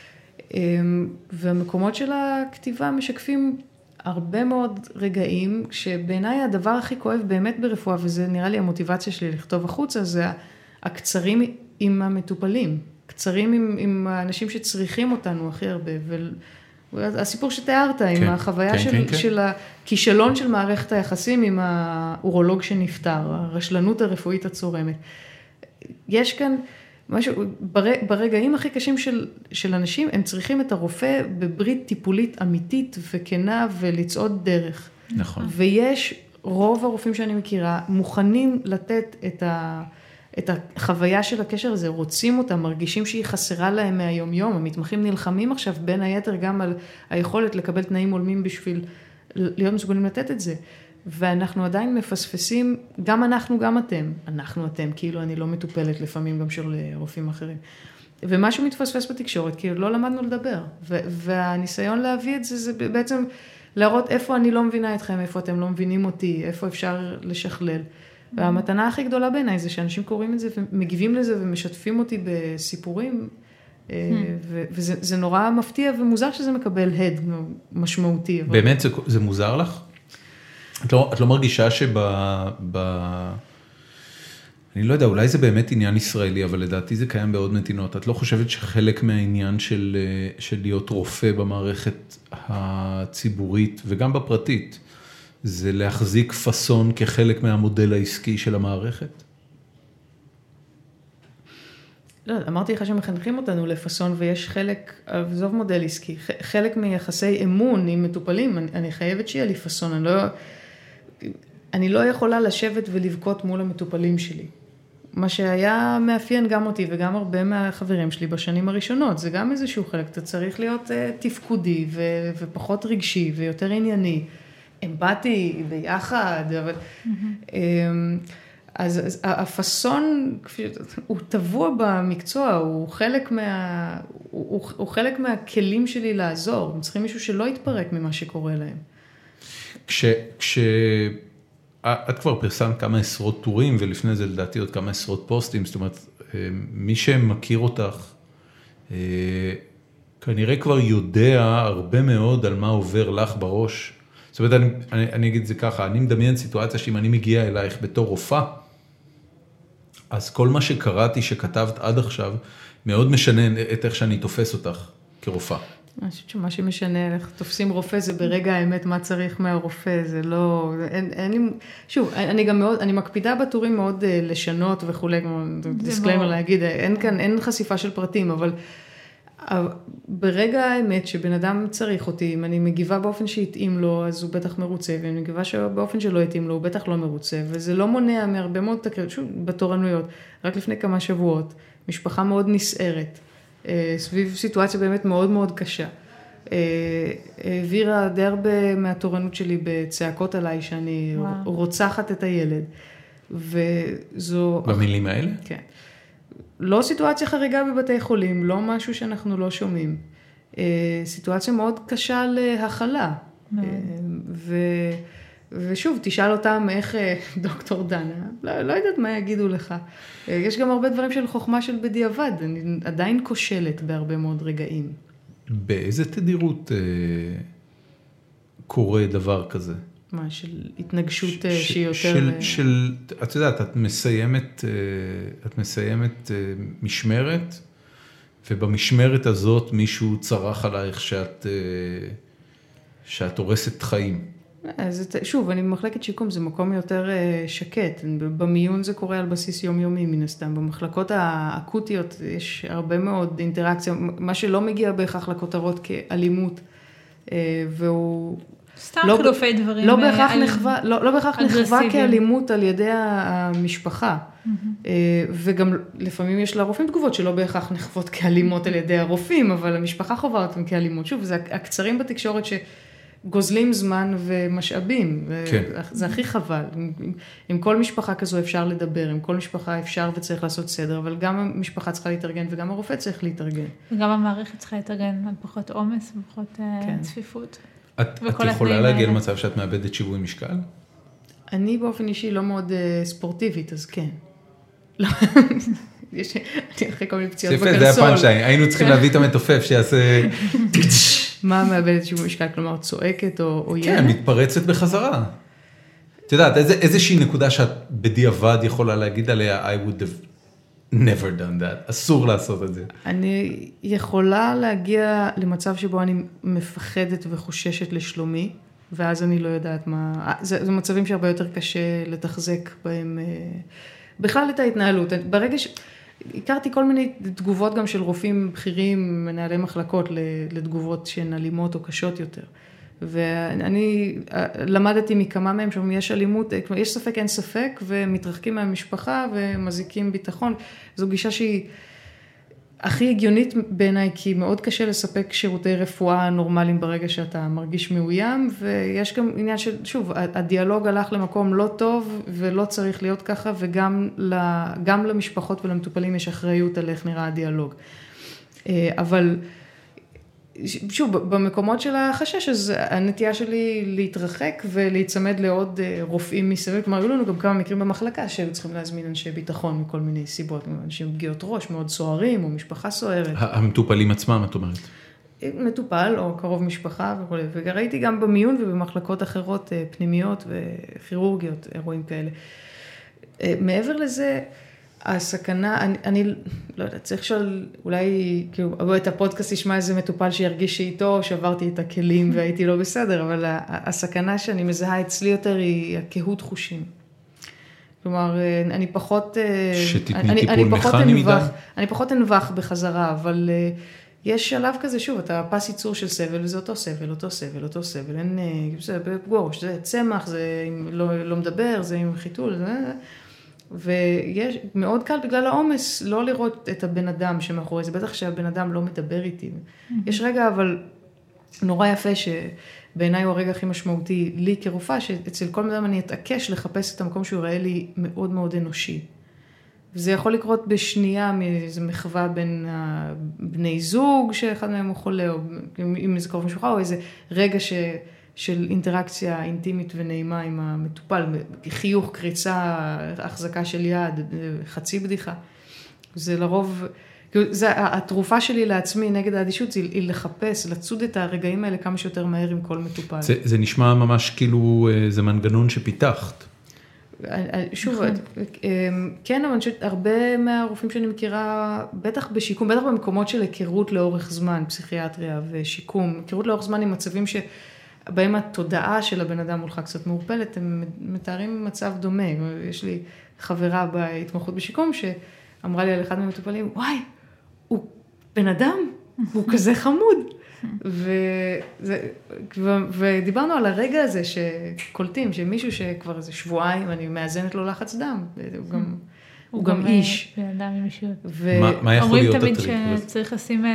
והמקומות של הכתיבה משקפים הרבה מאוד רגעים, שבעיניי הדבר הכי כואב באמת ברפואה, וזה נראה לי המוטיבציה שלי לכתוב החוצה, זה הקצרים עם המטופלים, קצרים עם, עם האנשים שצריכים אותנו הכי הרבה, והסיפור שתיארת כן, עם החוויה כן, של, כן, כן. של הכישלון של מערכת היחסים עם האורולוג שנפטר, הרשלנות הרפואית הצורמת. יש כאן משהו, ברגעים הכי קשים של, של אנשים, הם צריכים את הרופא בברית טיפולית אמיתית וכנה ולצעוד דרך. נכון. ויש רוב הרופאים שאני מכירה מוכנים לתת את ה... את החוויה של הקשר הזה, רוצים אותה, מרגישים שהיא חסרה להם מהיום יום, המתמחים נלחמים עכשיו בין היתר גם על היכולת לקבל תנאים הולמים בשביל להיות מסוגלים לתת את זה, ואנחנו עדיין מפספסים, גם אנחנו גם אתם, אנחנו אתם, כאילו אני לא מטופלת לפעמים גם של רופאים אחרים, ומשהו מתפספס בתקשורת, כאילו לא למדנו לדבר, והניסיון להביא את זה, זה בעצם להראות איפה אני לא מבינה אתכם, איפה אתם לא מבינים אותי, איפה אפשר לשכלל, והמתנה הכי גדולה בעיניי זה שאנשים קוראים את זה ומגיבים לזה ומשתפים אותי בסיפורים, וזה נורא מפתיע ומוזר שזה מקבל הד משמעותי. באמת זה, זה מוזר לך? את לא, את לא מרגישה שב... ב... אני לא יודע, אולי זה באמת עניין ישראלי, אבל לדעתי זה קיים בעוד מדינות. את לא חושבת שחלק מהעניין של, של להיות רופא במערכת הציבורית וגם בפרטית, זה להחזיק פסון כחלק מהמודל העסקי של המערכת? לא, אמרתי לך שמחנכים אותנו לפסון, ויש חלק, עזוב מודל עסקי, חלק מיחסי אמון עם מטופלים, אני, אני חייבת שיהיה לי פסון, אני לא, אני לא יכולה לשבת ולבכות מול המטופלים שלי. מה שהיה מאפיין גם אותי וגם הרבה מהחברים שלי בשנים הראשונות, זה גם איזשהו חלק, אתה צריך להיות תפקודי ו- ופחות רגשי ויותר ענייני, אמפתי ביחד, אבל... Mm-hmm. אז, אז הפסון, הוא טבוע במקצוע, הוא חלק, מה, הוא, הוא חלק מהכלים שלי לעזור, הם צריכים מישהו שלא יתפרק ממה שקורה להם. כש, כש, את כבר פרסמת כמה עשרות טורים, ולפני זה לדעתי עוד כמה עשרות פוסטים, זאת אומרת, מי שמכיר אותך, כנראה כבר יודע הרבה מאוד על מה עובר לך בראש. זאת אומרת, אני, אני, אני אגיד את זה ככה, אני מדמיין סיטואציה שאם אני מגיע אלייך בתור רופאה, אז כל מה שקראתי, שכתבת עד עכשיו, מאוד משנה את איך שאני תופס אותך כרופאה. אני חושבת שמה שמשנה, איך תופסים רופא, זה ברגע האמת מה צריך מהרופא, זה לא, אין, אין לי, שוב, אני גם מאוד, אני מקפידה בטורים מאוד לשנות וכולי, כמו דיסקליימר להגיד, אין כאן, אין חשיפה של פרטים, אבל ברגע האמת שבן אדם צריך אותי, אם אני מגיבה באופן שהתאים לו, אז הוא בטח מרוצה, ואם אני מגיבה באופן שלא התאים לו, הוא בטח לא מרוצה, וזה לא מונע מהרבה מאוד תקריות, שוב, בתורנויות, רק לפני כמה שבועות, משפחה מאוד נסערת, סביב סיטואציה באמת מאוד מאוד קשה. העבירה די הרבה מהתורנות שלי בצעקות עליי, שאני וואו. רוצחת את הילד, וזו... במילים האלה? כן. לא סיטואציה חריגה בבתי חולים, לא משהו שאנחנו לא שומעים. סיטואציה מאוד קשה להכלה. ו... ושוב, תשאל אותם איך דוקטור דנה, לא, לא יודעת מה יגידו לך. יש גם הרבה דברים של חוכמה של בדיעבד, אני עדיין כושלת בהרבה מאוד רגעים. באיזה תדירות אה, קורה דבר כזה? מה, של התנגשות ש, שהיא יותר... של, של, את יודעת, את מסיימת, את מסיימת משמרת, ובמשמרת הזאת מישהו צרח עלייך שאת, שאת הורסת חיים. אז שוב, אני במחלקת שיקום, זה מקום יותר שקט. במיון זה קורה על בסיס יומיומי מן הסתם. במחלקות האקוטיות יש הרבה מאוד אינטראקציה, מה שלא מגיע בהכרח לכותרות כאלימות, והוא... סתם לא, חילופי דברים. לא בהכרח נחווה, לא, לא בהכרח נחווה כאלימות על ידי המשפחה. Mm-hmm. וגם לפעמים יש לרופאים תגובות שלא בהכרח נחוות כאלימות על ידי הרופאים, אבל המשפחה חווה אותם כאלימות. שוב, זה הקצרים בתקשורת שגוזלים זמן ומשאבים. כן. זה הכי חבל. עם, עם כל משפחה כזו אפשר לדבר, עם כל משפחה אפשר וצריך לעשות סדר, אבל גם המשפחה צריכה להתארגן וגם הרופא צריך להתארגן. וגם המערכת צריכה להתארגן על פחות עומס ופחות כן. צפיפות. את, את יכולה להגיע למצב שאת מאבדת שיווי משקל? אני באופן אישי לא מאוד uh, ספורטיבית, אז כן. לא, יש, אני אחרי כל מיני פציעות בגרסול. זה היה פאנצ'ליין, היינו צריכים להביא את המתופף שיעשה... מה מאבדת שיווי משקל? כלומר, צועקת או, או ילד? כן, מתפרצת בחזרה. את יודעת, איזה, איזושהי נקודה שאת בדיעבד יכולה להגיד עליה, I would have never done that. אסור לעשות את זה. אני יכולה להגיע למצב שבו אני מפחדת וחוששת לשלומי, ואז אני לא יודעת מה... זה, זה מצבים שהרבה יותר קשה לתחזק בהם, בכלל את ההתנהלות. ברגע ש... הכרתי כל מיני תגובות גם של רופאים בכירים, מנהלי מחלקות, לתגובות שהן אלימות או קשות יותר. ואני למדתי מכמה מהם שאומרים, יש אלימות, יש ספק, אין ספק, ומתרחקים מהמשפחה ומזיקים ביטחון. זו גישה שהיא הכי הגיונית בעיניי, כי מאוד קשה לספק שירותי רפואה נורמליים ברגע שאתה מרגיש מאוים, ויש גם עניין של, שוב, הדיאלוג הלך למקום לא טוב, ולא צריך להיות ככה, וגם גם למשפחות ולמטופלים יש אחריות על איך נראה הדיאלוג. אבל... שוב, במקומות של החשש, אז הנטייה שלי להתרחק ולהצמד לעוד רופאים מסביב, כלומר, היו לנו גם כמה מקרים במחלקה שהיו צריכים להזמין אנשי ביטחון מכל מיני סיבות, אנשים פגיעות ראש, מאוד סוערים, או משפחה סוערת. המטופלים עצמם, את אומרת? מטופל, או קרוב משפחה וכו'. וראיתי גם במיון ובמחלקות אחרות פנימיות וכירורגיות, אירועים כאלה. מעבר לזה, הסכנה, אני, אני לא יודעת, צריך לשאול, אולי, כאילו, את הפודקאסט ישמע איזה מטופל שירגיש שאיתו, שברתי את הכלים והייתי לא בסדר, אבל הסכנה שאני מזהה אצלי יותר היא הקהות חושים. כלומר, אני פחות... שתתני טיפול מכני מדי? אני פחות אנבח בחזרה, אבל יש שלב כזה, שוב, אתה פס ייצור של סבל, וזה אותו סבל, אותו סבל, אותו סבל, אין, זה בפגוש, זה צמח, זה לא, לא מדבר, זה עם חיתול, זה... ויש, מאוד קל בגלל העומס לא לראות את הבן אדם שמאחורי זה, בטח שהבן אדם לא מדבר איתי. Mm-hmm. יש רגע אבל נורא יפה שבעיניי הוא הרגע הכי משמעותי לי כרופאה, שאצל כל אדם אני אתעקש לחפש את המקום שהוא יראה לי מאוד מאוד אנושי. וזה יכול לקרות בשנייה מאיזו מחווה בין בני זוג שאחד מהם הוא חולה, או עם איזה קרוב משפחה, או איזה רגע ש... של אינטראקציה אינטימית ונעימה עם המטופל, חיוך, קריצה, החזקה של יד, חצי בדיחה. זה לרוב, זה, התרופה שלי לעצמי נגד האדישות, היא לחפש, לצוד את הרגעים האלה כמה שיותר מהר עם כל מטופל. זה, זה נשמע ממש כאילו זה מנגנון שפיתחת. שוב, כן, אבל הרבה מהרופאים שאני מכירה, בטח בשיקום, בטח במקומות של היכרות לאורך זמן, פסיכיאטריה ושיקום, היכרות לאורך זמן עם מצבים ש... בהם התודעה של הבן אדם מולך קצת מעורפלת, הם מתארים מצב דומה. יש לי חברה בהתמחות בשיקום שאמרה לי על אחד מהמטופלים, וואי, הוא בן אדם, הוא כזה חמוד. וזה, ודיברנו על הרגע הזה שקולטים, שמישהו שכבר איזה שבועיים, אני מאזנת לו לחץ דם, הוא גם, הוא גם איש. בן אדם עם אישיות. מה יכול להיות הטריק? אומרים תמיד שצריך לשים...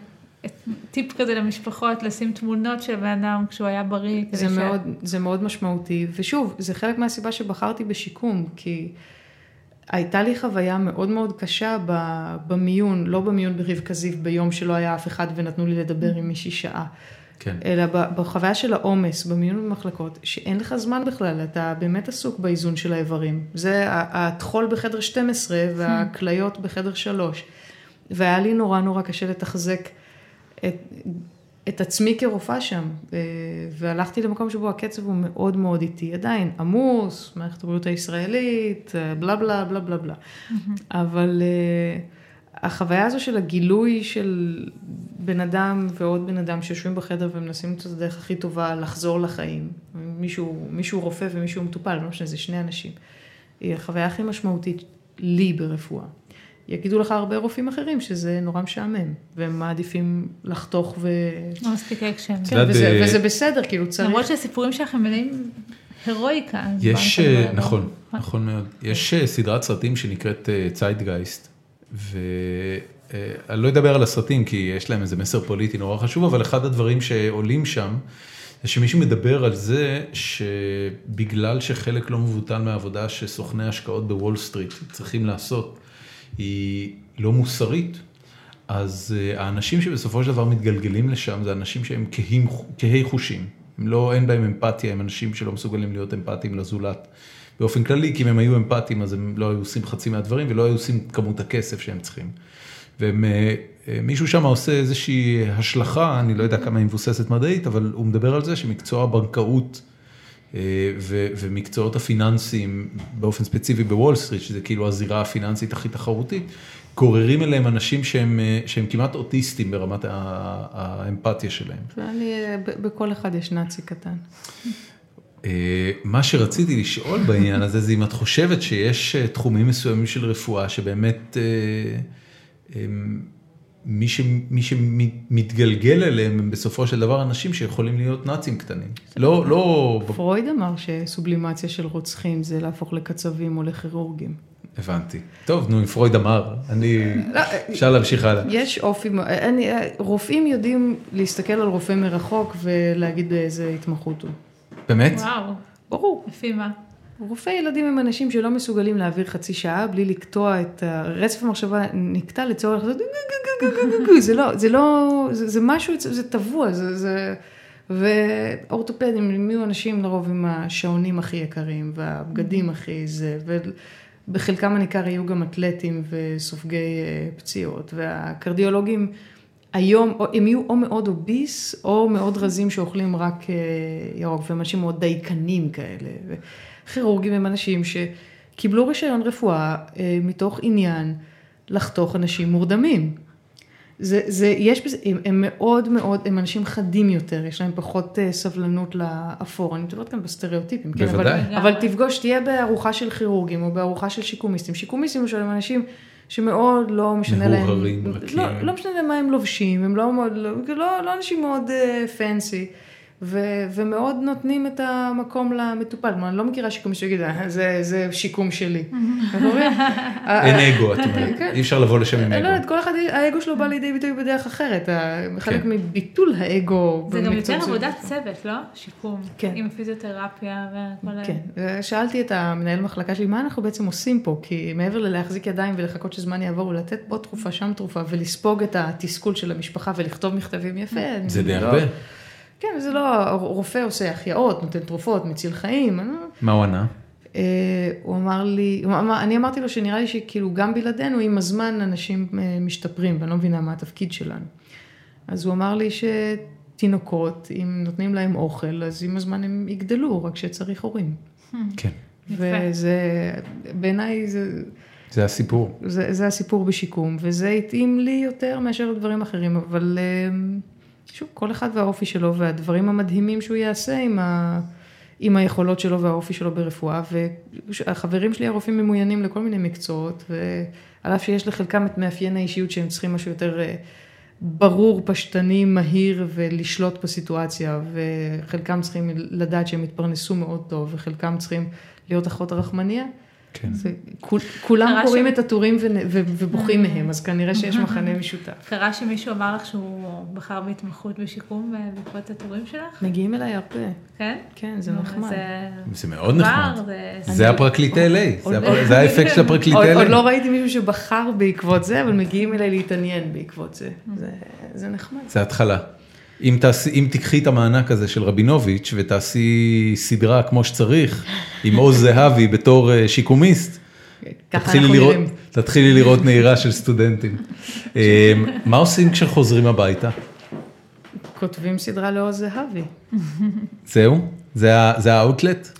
טיפ כזה למשפחות, לשים תמונות של בן אדם כשהוא היה בריא. זה מאוד, זה מאוד משמעותי, ושוב, זה חלק מהסיבה שבחרתי בשיקום, כי הייתה לי חוויה מאוד מאוד קשה במיון, לא במיון ברבקה זיו ביום שלא היה אף אחד ונתנו לי לדבר עם מישהי שעה, כן. אלא בחוויה של העומס, במיון במחלקות, שאין לך זמן בכלל, אתה באמת עסוק באיזון של האיברים. זה התחול בחדר שתים עשרה והכליות בחדר שלוש, והיה לי נורא נורא קשה לתחזק את, את עצמי כרופאה שם, והלכתי למקום שבו הקצב הוא מאוד מאוד איטי, עדיין עמוס, מערכת הבריאות הישראלית, בלה בלה בלה בלה בלה. אבל החוויה הזו של הגילוי של בן אדם ועוד בן אדם שיושבים בחדר ומנסים את הדרך הכי טובה לחזור לחיים, מישהו, מישהו רופא ומישהו מטופל, לא משנה, זה שני אנשים, היא החוויה הכי משמעותית לי ברפואה. יגידו לך הרבה רופאים אחרים שזה נורא משעמם, והם מעדיפים לחתוך ו... לא מספיק אקשן. כן, וזה, וזה בסדר, כאילו צריך... למרות שהסיפורים שלכם מלאים הירואיקה. יש, נכון, נכון מאוד. יש סדרת סרטים שנקראת צייטגייסט, ואני לא אדבר על הסרטים, כי יש להם איזה מסר פוליטי נורא חשוב, אבל אחד הדברים שעולים שם, זה שמישהו מדבר על זה, שבגלל שחלק לא מבוטל מהעבודה שסוכני השקעות בוול סטריט צריכים לעשות, היא לא מוסרית, אז האנשים שבסופו של דבר מתגלגלים לשם, זה אנשים שהם כהים, כהי חושים. הם לא, אין בהם אמפתיה, הם אנשים שלא מסוגלים להיות אמפתיים לזולת. באופן כללי, כי אם הם היו אמפתיים, אז הם לא היו עושים חצי מהדברים, ולא היו עושים כמות הכסף שהם צריכים. ומישהו שם עושה איזושהי השלכה, אני לא יודע כמה היא מבוססת מדעית, אבל הוא מדבר על זה שמקצוע הבנקאות, ומקצועות הפיננסיים באופן ספציפי בוול סטריט, שזה כאילו הזירה הפיננסית הכי תחרותית, גוררים אליהם אנשים שהם, שהם כמעט אוטיסטים ברמת האמפתיה שלהם. ואני, בכל אחד יש נאצי קטן. מה שרציתי לשאול בעניין הזה, זה אם את חושבת שיש תחומים מסוימים של רפואה, שבאמת מי, ש, מי שמתגלגל אליהם הם בסופו של דבר אנשים שיכולים להיות נאצים קטנים. לא, לא... פרויד אמר שסובלימציה של רוצחים זה להפוך לקצבים או לכירורגים. הבנתי. טוב, נו, אם פרויד אמר, אני... אפשר להמשיך הלאה. יש אופי... אני, רופאים יודעים להסתכל על רופא מרחוק ולהגיד באיזה התמחות הוא. באמת? וואו. ברור. לפי מה? רופאי ילדים הם אנשים שלא מסוגלים להעביר חצי שעה בלי לקטוע את רצף המחשבה, נקטע לצורך, זה לא, זה לא, זה משהו, זה טבוע, זה, זה, ואורתופדים, הם יהיו אנשים לרוב עם השעונים הכי יקרים, והבגדים הכי זה, ובחלקם הניכר יהיו גם אתלטים וסופגי פציעות, והקרדיולוגים היום, הם יהיו או מאוד אוביס, או מאוד רזים שאוכלים רק ירוק, והם אנשים מאוד דייקנים כאלה, כירורגים הם אנשים שקיבלו רישיון רפואה מתוך עניין לחתוך אנשים מורדמים. זה, זה, יש בזה, הם, הם מאוד מאוד, הם אנשים חדים יותר, יש להם פחות סבלנות לאפור, אני מתארת כאן בסטריאוטיפים, כן? בוודאי. אבל, אבל תפגוש, תהיה בארוחה של כירורגים או בארוחה של שיקומיסטים. שיקומיסטים הם אנשים שמאוד לא משנה להם, מהוררים, לא, לא משנה להם מה הם לובשים, הם לא, מאוד, לא, לא, לא אנשים מאוד פנסי, ו- ומאוד נותנים את המקום למטופל. אני לא מכירה שיקום שיגיד, זה, זה שיקום שלי. אין אגו, את אומרת. אי אפשר לבוא לשם עם אגו. לא יודעת, כל אחד, האגו שלו בא לידי ביטוי בדרך אחרת. חלק מביטול האגו. זה גם יותר עבודת צוות, לא? שיקום. עם פיזיותרפיה וכל ה... כן. שאלתי את המנהל מחלקה שלי, מה אנחנו בעצם עושים פה? כי מעבר ללהחזיק ידיים ולחכות שזמן יעבור, ולתת פה תרופה, שם תרופה, ולספוג את התסכול של המשפחה ולכתוב מכתבים יפה. זה די הרבה. כן, זה לא, רופא עושה החייאות, נותן תרופות, מציל חיים. מה הוא ענה? הוא אמר לי, אני אמרתי לו שנראה לי שכאילו גם בלעדינו, עם הזמן אנשים משתפרים, ואני לא מבינה מה התפקיד שלנו. אז הוא אמר לי שתינוקות, אם נותנים להם אוכל, אז עם הזמן הם יגדלו, רק שצריך הורים. כן. וזה, בעיניי זה... זה הסיפור. זה, זה הסיפור בשיקום, וזה התאים לי יותר מאשר דברים אחרים, אבל... שוב, כל אחד והאופי שלו, והדברים המדהימים שהוא יעשה עם, ה... עם היכולות שלו והאופי שלו ברפואה, והחברים שלי הרופאים ממוינים לכל מיני מקצועות, ועל אף שיש לחלקם את מאפיין האישיות שהם צריכים משהו יותר ברור, פשטני, מהיר, ולשלוט בסיטואציה, וחלקם צריכים לדעת שהם התפרנסו מאוד טוב, וחלקם צריכים להיות אחות הרחמניה. כן. זה, כול, כולם קוראים ש... את הטורים ו... ו... ובוכים מהם, אז כנראה שיש מחנה משותף. קרה שמישהו אמר לך שהוא בחר בהתמחות בשיקום בעקבות הטורים שלך? מגיעים אליי הרבה. כן? כן, זה נחמד. זה, זה מאוד נחמד. זה, זה הפרקליט אל איי, זה, הפר... זה האפקט של הפרקליט אל איי. עוד לא ראיתי מישהו שבחר בעקבות זה, אבל מגיעים אליי להתעניין בעקבות זה. זה, זה נחמד. זה התחלה. אם, תעשי, אם תקחי את המענק הזה של רבינוביץ' תעשי סדרה כמו שצריך, עם עוז זהבי בתור שיקומיסט, תתחילי לראות, תתחילי לראות נהירה של סטודנטים. מה עושים כשחוזרים הביתה? כותבים סדרה לעוז זהבי. זהו? זה, זה האוטלט?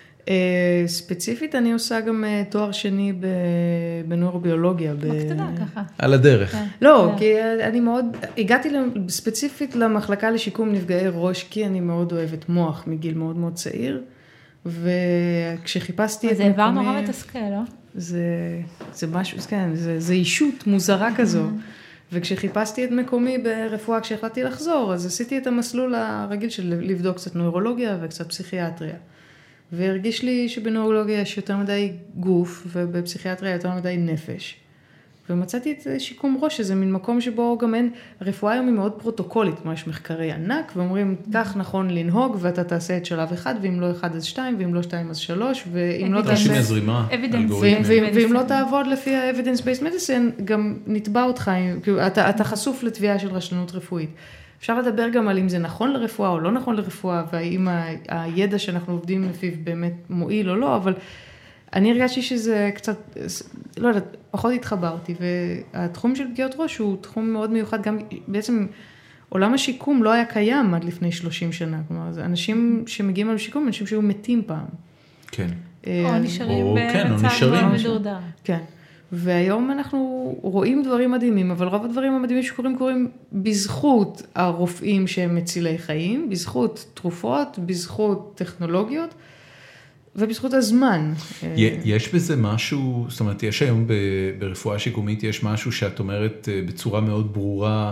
ספציפית אני עושה גם תואר שני בנוירוביולוגיה. בקטנה ככה. על הדרך. לא, כי אני מאוד, הגעתי ספציפית למחלקה לשיקום נפגעי ראש, כי אני מאוד אוהבת מוח מגיל מאוד מאוד צעיר, וכשחיפשתי את מקומי... זה עבר נורא מתסכל, לא? זה משהו, כן, זה אישות מוזרה כזו. וכשחיפשתי את מקומי ברפואה, כשהחלטתי לחזור, אז עשיתי את המסלול הרגיל של לבדוק קצת נוירולוגיה וקצת פסיכיאטריה. והרגיש לי שבנוירולוגיה יש יותר מדי גוף, ובפסיכיאטריה יותר מדי נפש. ומצאתי את שיקום ראש, שזה מין מקום שבו גם אין, הרפואה היום היא מאוד פרוטוקולית, כמו יש מחקרי ענק, ואומרים, כך נכון לנהוג, ואתה תעשה את שלב אחד, ואם לא אחד אז שתיים, ואם לא שתיים אז שלוש, ואם לא תעשה... זרימה, ואם לא תעבוד לפי ה-evidence-based medicine, גם נתבע אותך, אתה חשוף לתביעה של רשלנות רפואית. אפשר לדבר גם על אם זה נכון לרפואה או לא נכון לרפואה, והאם הידע שאנחנו עובדים לפיו באמת מועיל או לא, אבל אני הרגשתי שזה קצת, לא יודעת, פחות התחברתי, והתחום של פגיעות ראש הוא תחום מאוד מיוחד, גם בעצם עולם השיקום לא היה קיים עד לפני שלושים שנה, כלומר, זה אנשים שמגיעים על שיקום, אנשים שהיו מתים פעם. כן. או נשארים במצב מאוד מדורדר. כן. והיום אנחנו רואים דברים מדהימים, אבל רוב הדברים המדהימים שקורים קורים בזכות הרופאים שהם מצילי חיים, בזכות תרופות, בזכות טכנולוגיות, ובזכות הזמן. יש בזה משהו, זאת אומרת, יש היום ברפואה שיקומית, יש משהו שאת אומרת בצורה מאוד ברורה,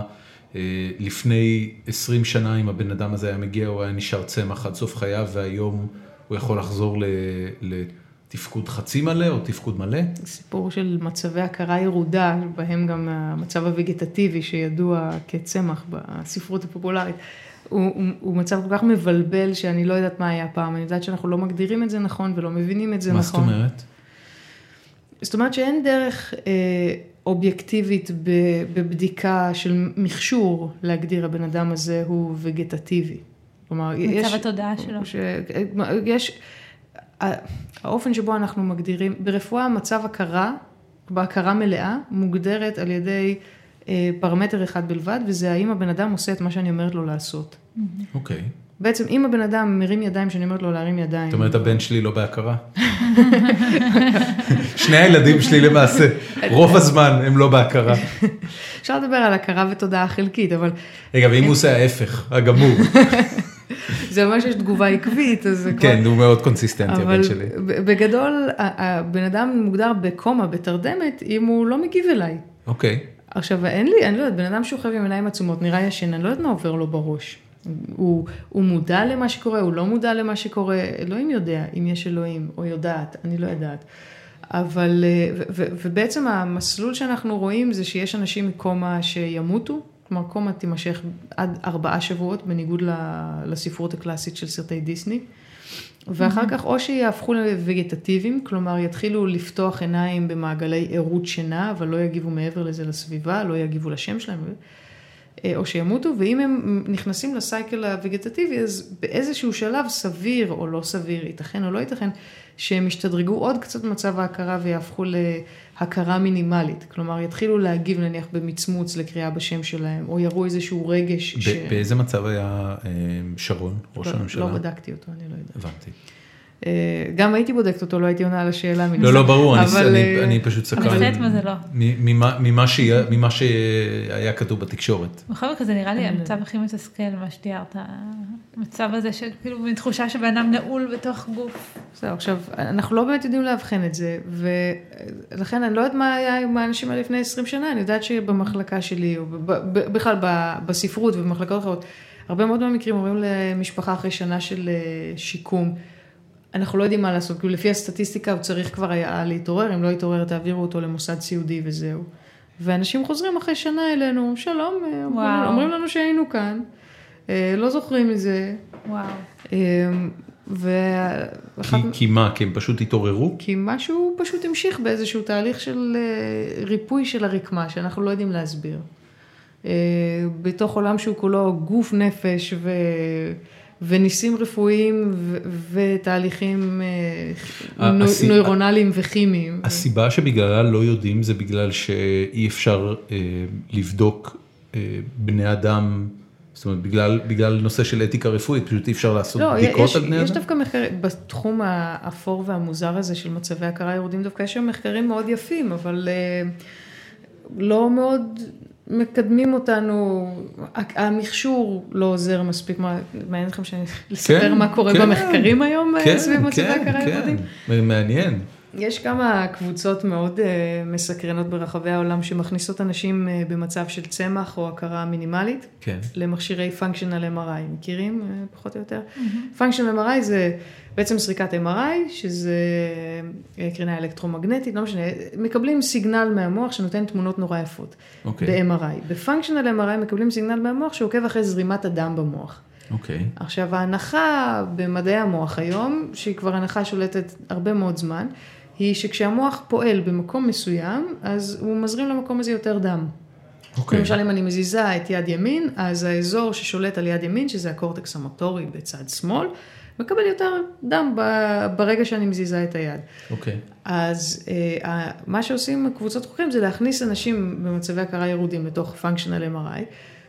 לפני עשרים שנה, אם הבן אדם הזה היה מגיע, הוא היה נשאר צמח עד סוף חייו, והיום הוא יכול לחזור ל... תפקוד חצי מלא או תפקוד מלא? סיפור של מצבי הכרה ירודה, בהם גם המצב הווגטטיבי שידוע כצמח בספרות הפופולרית, הוא, הוא, הוא מצב כל כך מבלבל שאני לא יודעת מה היה פעם, אני יודעת שאנחנו לא מגדירים את זה נכון ולא מבינים את זה מה נכון. מה זאת אומרת? זאת אומרת שאין דרך אה, אובייקטיבית בבדיקה של מכשור להגדיר הבן אדם הזה הוא וגטטיבי. כלומר, מצב יש... התודעה שלו. ש, יש... האופן שבו אנחנו מגדירים, ברפואה מצב הכרה, בהכרה מלאה, מוגדרת על ידי פרמטר אחד בלבד, וזה האם הבן אדם עושה את מה שאני אומרת לו לעשות. אוקיי. בעצם אם הבן אדם מרים ידיים, שאני אומרת לו להרים ידיים. זאת אומרת, הבן שלי לא בהכרה. שני הילדים שלי למעשה, רוב הזמן הם לא בהכרה. אפשר לדבר על הכרה ותודעה חלקית, אבל... רגע, ואם הוא עושה ההפך, הגמור. זה ממש יש תגובה עקבית, אז... כן, הוא מאוד קונסיסטנטי, הבן שלי. אבל בגדול, הבן אדם מוגדר בקומה, בתרדמת, אם הוא לא מגיב אליי. אוקיי. עכשיו, אין לי, אני לא יודעת, בן אדם שוכב עם עיניים עצומות, נראה ישן, אני לא יודעת מה עובר לו בראש. הוא, הוא מודע למה שקורה, הוא לא מודע למה שקורה, אלוהים יודע, אם יש אלוהים, או יודעת, אני לא יודעת. אבל, ו, ו, ובעצם המסלול שאנחנו רואים זה שיש אנשים מקומה שימותו, כלומר קומה תימשך עד ארבעה שבועות, בניגוד לספרות הקלאסית של סרטי דיסני, ואחר כך או שיהפכו לווגטטיביים, כלומר יתחילו לפתוח עיניים במעגלי עירות שינה, אבל לא יגיבו מעבר לזה לסביבה, לא יגיבו לשם שלהם, או שימותו, ואם הם נכנסים לסייקל הווגטטיבי, אז באיזשהו שלב סביר או לא סביר, ייתכן או לא ייתכן, שהם ישתדרגו עוד קצת מצב ההכרה ויהפכו להכרה מינימלית. כלומר, יתחילו להגיב נניח במצמוץ לקריאה בשם שלהם, או יראו איזשהו רגש. ש... באיזה מצב היה שרון, ראש לא, הממשלה? לא בדקתי אותו, אני לא יודעת. הבנתי. גם הייתי בודקת אותו, לא הייתי עונה על השאלה. לא, לא, ברור, אני פשוט סקרן. אבל חלק מה זה לא. ממה שהיה כתוב בתקשורת. בכל מקרה, זה נראה לי המצב הכי מתסכל, מה שתיארת. המצב הזה שכאילו מתחושה שבאדם נעול בתוך גוף. זהו, עכשיו, אנחנו לא באמת יודעים להבחן את זה, ולכן אני לא יודעת מה היה עם האנשים האלה לפני עשרים שנה, אני יודעת שבמחלקה שלי, או בכלל בספרות ובמחלקות אחרות, הרבה מאוד מהמקרים אומרים למשפחה אחרי שנה של שיקום, אנחנו לא יודעים מה לעשות, כי לפי הסטטיסטיקה הוא צריך כבר היה להתעורר, אם לא יתעורר, תעבירו אותו למוסד סיעודי וזהו. ואנשים חוזרים אחרי שנה אלינו, שלום, וואו. אומרים לנו שהיינו כאן, לא זוכרים מזה. וואו. ו... כי, כי מה? כי הם פשוט התעוררו? כי משהו פשוט המשיך באיזשהו תהליך של ריפוי של הרקמה, שאנחנו לא יודעים להסביר. בתוך עולם שהוא כולו גוף נפש ו... וניסים רפואיים ו- ותהליכים הס... נוירונליים וכימיים. הסיבה שבגללה לא יודעים זה בגלל שאי אפשר אה, לבדוק אה, בני אדם, זאת אומרת, בגלל, בגלל נושא של אתיקה רפואית, פשוט אי אפשר לעשות לא, בדיקות יש, על בני יש אדם? יש דווקא מחקרים, בתחום האפור והמוזר הזה של מצבי הכרה ירודים, דווקא יש שם מחקרים מאוד יפים, אבל אה, לא מאוד... מקדמים אותנו, המכשור לא עוזר מספיק, מעניין לכם לספר מה קורה במחקרים היום סביב מצבי הכרה ירודים? מעניין. יש כמה קבוצות מאוד מסקרנות ברחבי העולם שמכניסות אנשים במצב של צמח או הכרה מינימלית, למכשירי פונקשיונל אם אר איי, מכירים פחות או יותר? פונקשיונל אם אר איי זה בעצם סריקת אם אר איי, שזה קרינה אלקטרומגנטית, לא משנה, מקבלים סיגנל מהמוח שנותן תמונות נורא יפות ב-אם אר איי. בפונקשיונל אם אר איי מקבלים סיגנל מהמוח שעוקב אחרי זרימת הדם במוח. אוקיי. עכשיו, ההנחה במדעי המוח היום, שהיא כבר הנחה שולטת הרבה מאוד זמן, היא שכשהמוח פועל במקום מסוים, אז הוא מזרים למקום הזה יותר דם. Okay. למשל, אם אני מזיזה את יד ימין, אז האזור ששולט על יד ימין, שזה הקורטקס המוטורי בצד שמאל, מקבל יותר דם ברגע שאני מזיזה את היד. אוקיי. Okay. אז אה, מה שעושים קבוצות חוקרים זה להכניס אנשים במצבי הכרה ירודים לתוך פונקשיונל אם אר איי,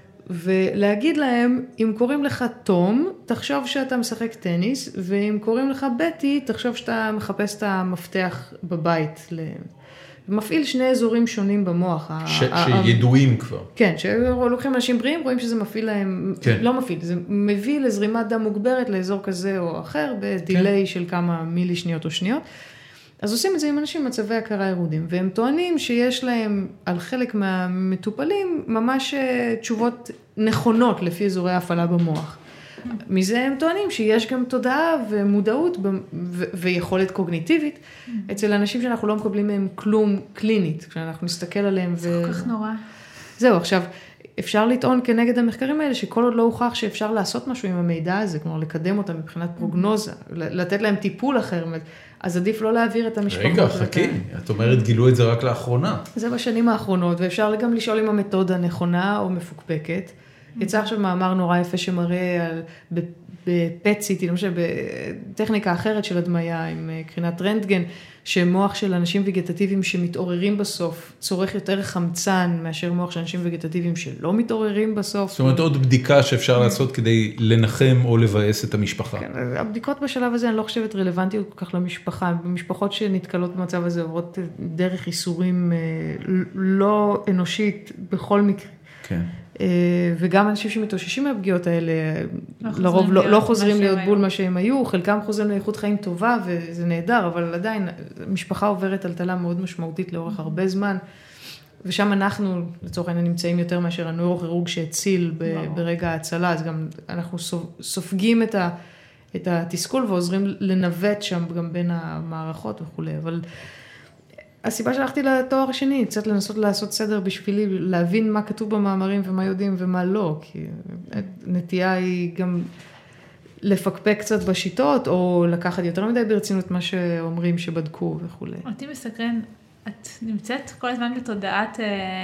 ולהגיד להם, אם קוראים לך תום, תחשוב שאתה משחק טניס, ואם קוראים לך בטי, תחשוב שאתה מחפש את המפתח בבית. מפעיל שני אזורים שונים במוח. ש- שידועים כבר. כן, שלוקחים אנשים בריאים, רואים שזה מפעיל להם, כן. לא מפעיל, זה מביא לזרימת דם מוגברת לאזור כזה או אחר, בדיליי כן. של כמה מילי שניות או שניות. אז עושים את זה עם אנשים מצבי הכרה ירודים, והם טוענים שיש להם על חלק מהמטופלים ממש תשובות נכונות לפי אזורי ההפעלה במוח. מזה הם טוענים שיש גם תודעה ומודעות ו- ויכולת קוגניטיבית אצל אנשים שאנחנו לא מקבלים מהם כלום קלינית, כשאנחנו נסתכל עליהם. זה כל כך נורא. זהו, עכשיו, אפשר לטעון כנגד המחקרים האלה שכל עוד לא הוכח שאפשר לעשות משהו עם המידע הזה, כלומר לקדם אותם מבחינת פרוגנוזה, לתת להם טיפול אחר, אז עדיף לא להעביר את המשפחות. רגע, חכי, את אומרת גילו את זה רק לאחרונה. זה בשנים האחרונות, ואפשר גם לשאול אם המתודה נכונה או מפוקפקת. יצא עכשיו מאמר נורא יפה שמראה על, בפט סיטי, למשל בטכניקה אחרת של הדמיה עם קרינת רנטגן, שמוח של אנשים וגטטיביים שמתעוררים בסוף, צורך יותר חמצן מאשר מוח של אנשים וגטטיביים שלא מתעוררים בסוף. זאת אומרת, עוד בדיקה שאפשר לעשות כדי לנחם או לבאס את המשפחה. כן, הבדיקות בשלב הזה אני לא חושבת רלוונטיות כל כך למשפחה. במשפחות שנתקלות במצב הזה עוברות דרך איסורים לא אנושית בכל מקרה. כן. וגם אנשים שמתאוששים מהפגיעות האלה, לרוב לא חוזרים להיות בול מה שהם היו, חלקם חוזרים לאיכות חיים טובה וזה נהדר, אבל עדיין משפחה עוברת טלטלה מאוד משמעותית לאורך הרבה זמן, ושם אנחנו, לצורך העניין, נמצאים יותר מאשר הנוירוכירורג שהציל ברגע ההצלה, אז גם אנחנו סופגים את ה... את התסכול ועוזרים לנווט שם גם בין המערכות וכו'. אבל הסיבה שהלכתי לתואר השני, קצת לנסות לעשות סדר בשבילי, להבין מה כתוב במאמרים ומה יודעים ומה לא, כי נטייה היא גם לפקפק קצת בשיטות, או לקחת יותר מדי ברצינות מה שאומרים שבדקו וכו'. אותי מסקרן, את נמצאת כל הזמן בתודעת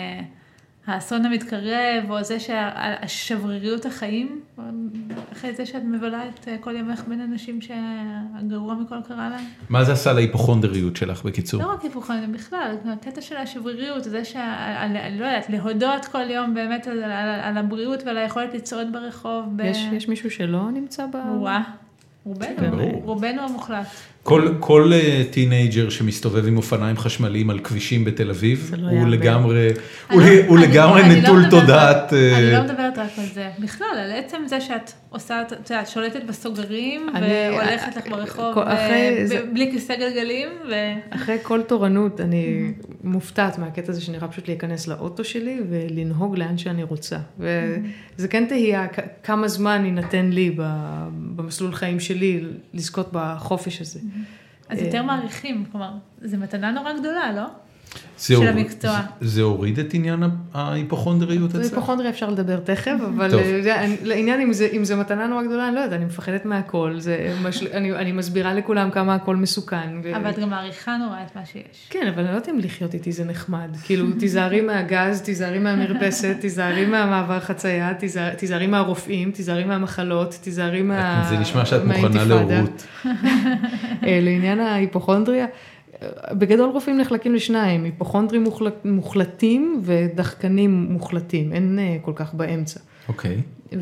האסון המתקרב, או זה שהשבריריות החיים, אחרי זה שאת מבלה את כל ימך בין אנשים שהגרוע מכל קרה להם. מה זה עשה להיפוכונדריות שלך בקיצור? לא רק היפוכונדריות, בכלל, הקטע של השבריריות, זה לא יודעת, להודות כל יום באמת על, על, על הבריאות ועל היכולת לצעוד ברחוב. יש, ב... יש מישהו שלא נמצא ב... וואה, רובנו, רובנו המוחלט. כל, כל טינאג'ר שמסתובב עם אופניים חשמליים על כבישים בתל אביב, לא הוא לגמרי, הוא, אני, הוא אני, לגמרי אני נטול לא תודעת. אני לא מדברת רק על זה. בכלל, על עצם זה שאת עושה, את שולטת בסוגרים, והולכת לך ברחוב, בלי כיסא גלגלים. ו... אחרי כל תורנות, אני מופתעת מהקטע הזה שנראה פשוט להיכנס לאוטו שלי, ולנהוג לאן שאני רוצה. וזה כן תהיה כמה זמן ינתן לי במסלול חיים שלי, לזכות בחופש הזה. אז יותר מעריכים, כלומר, זו מתנה נורא גדולה, לא? של המקצוע. זה הוריד את עניין ההיפוכונדריות אצלך? היפוכונדריה אפשר לדבר תכף, אבל לעניין אם זה מתנה נורא גדולה, אני לא יודעת, אני מפחדת מהכל, אני מסבירה לכולם כמה הכל מסוכן. אבל את גם מעריכה נורא את מה שיש. כן, אבל אני לא יודעת אם לחיות איתי זה נחמד, כאילו תיזהרי מהגז, תיזהרי מהמרפסת, תיזהרי מהמעבר חצייה, תיזהרי מהרופאים, תיזהרי מהמחלות, תיזהרי מהאינתיפאדה. זה נשמע שאת מוכנה להורות. לעניין ההיפוכונדריה, בגדול רופאים נחלקים לשניים, היפוכונדרים מוחלטים ודחקנים מוחלטים, אין כל כך באמצע. אוקיי.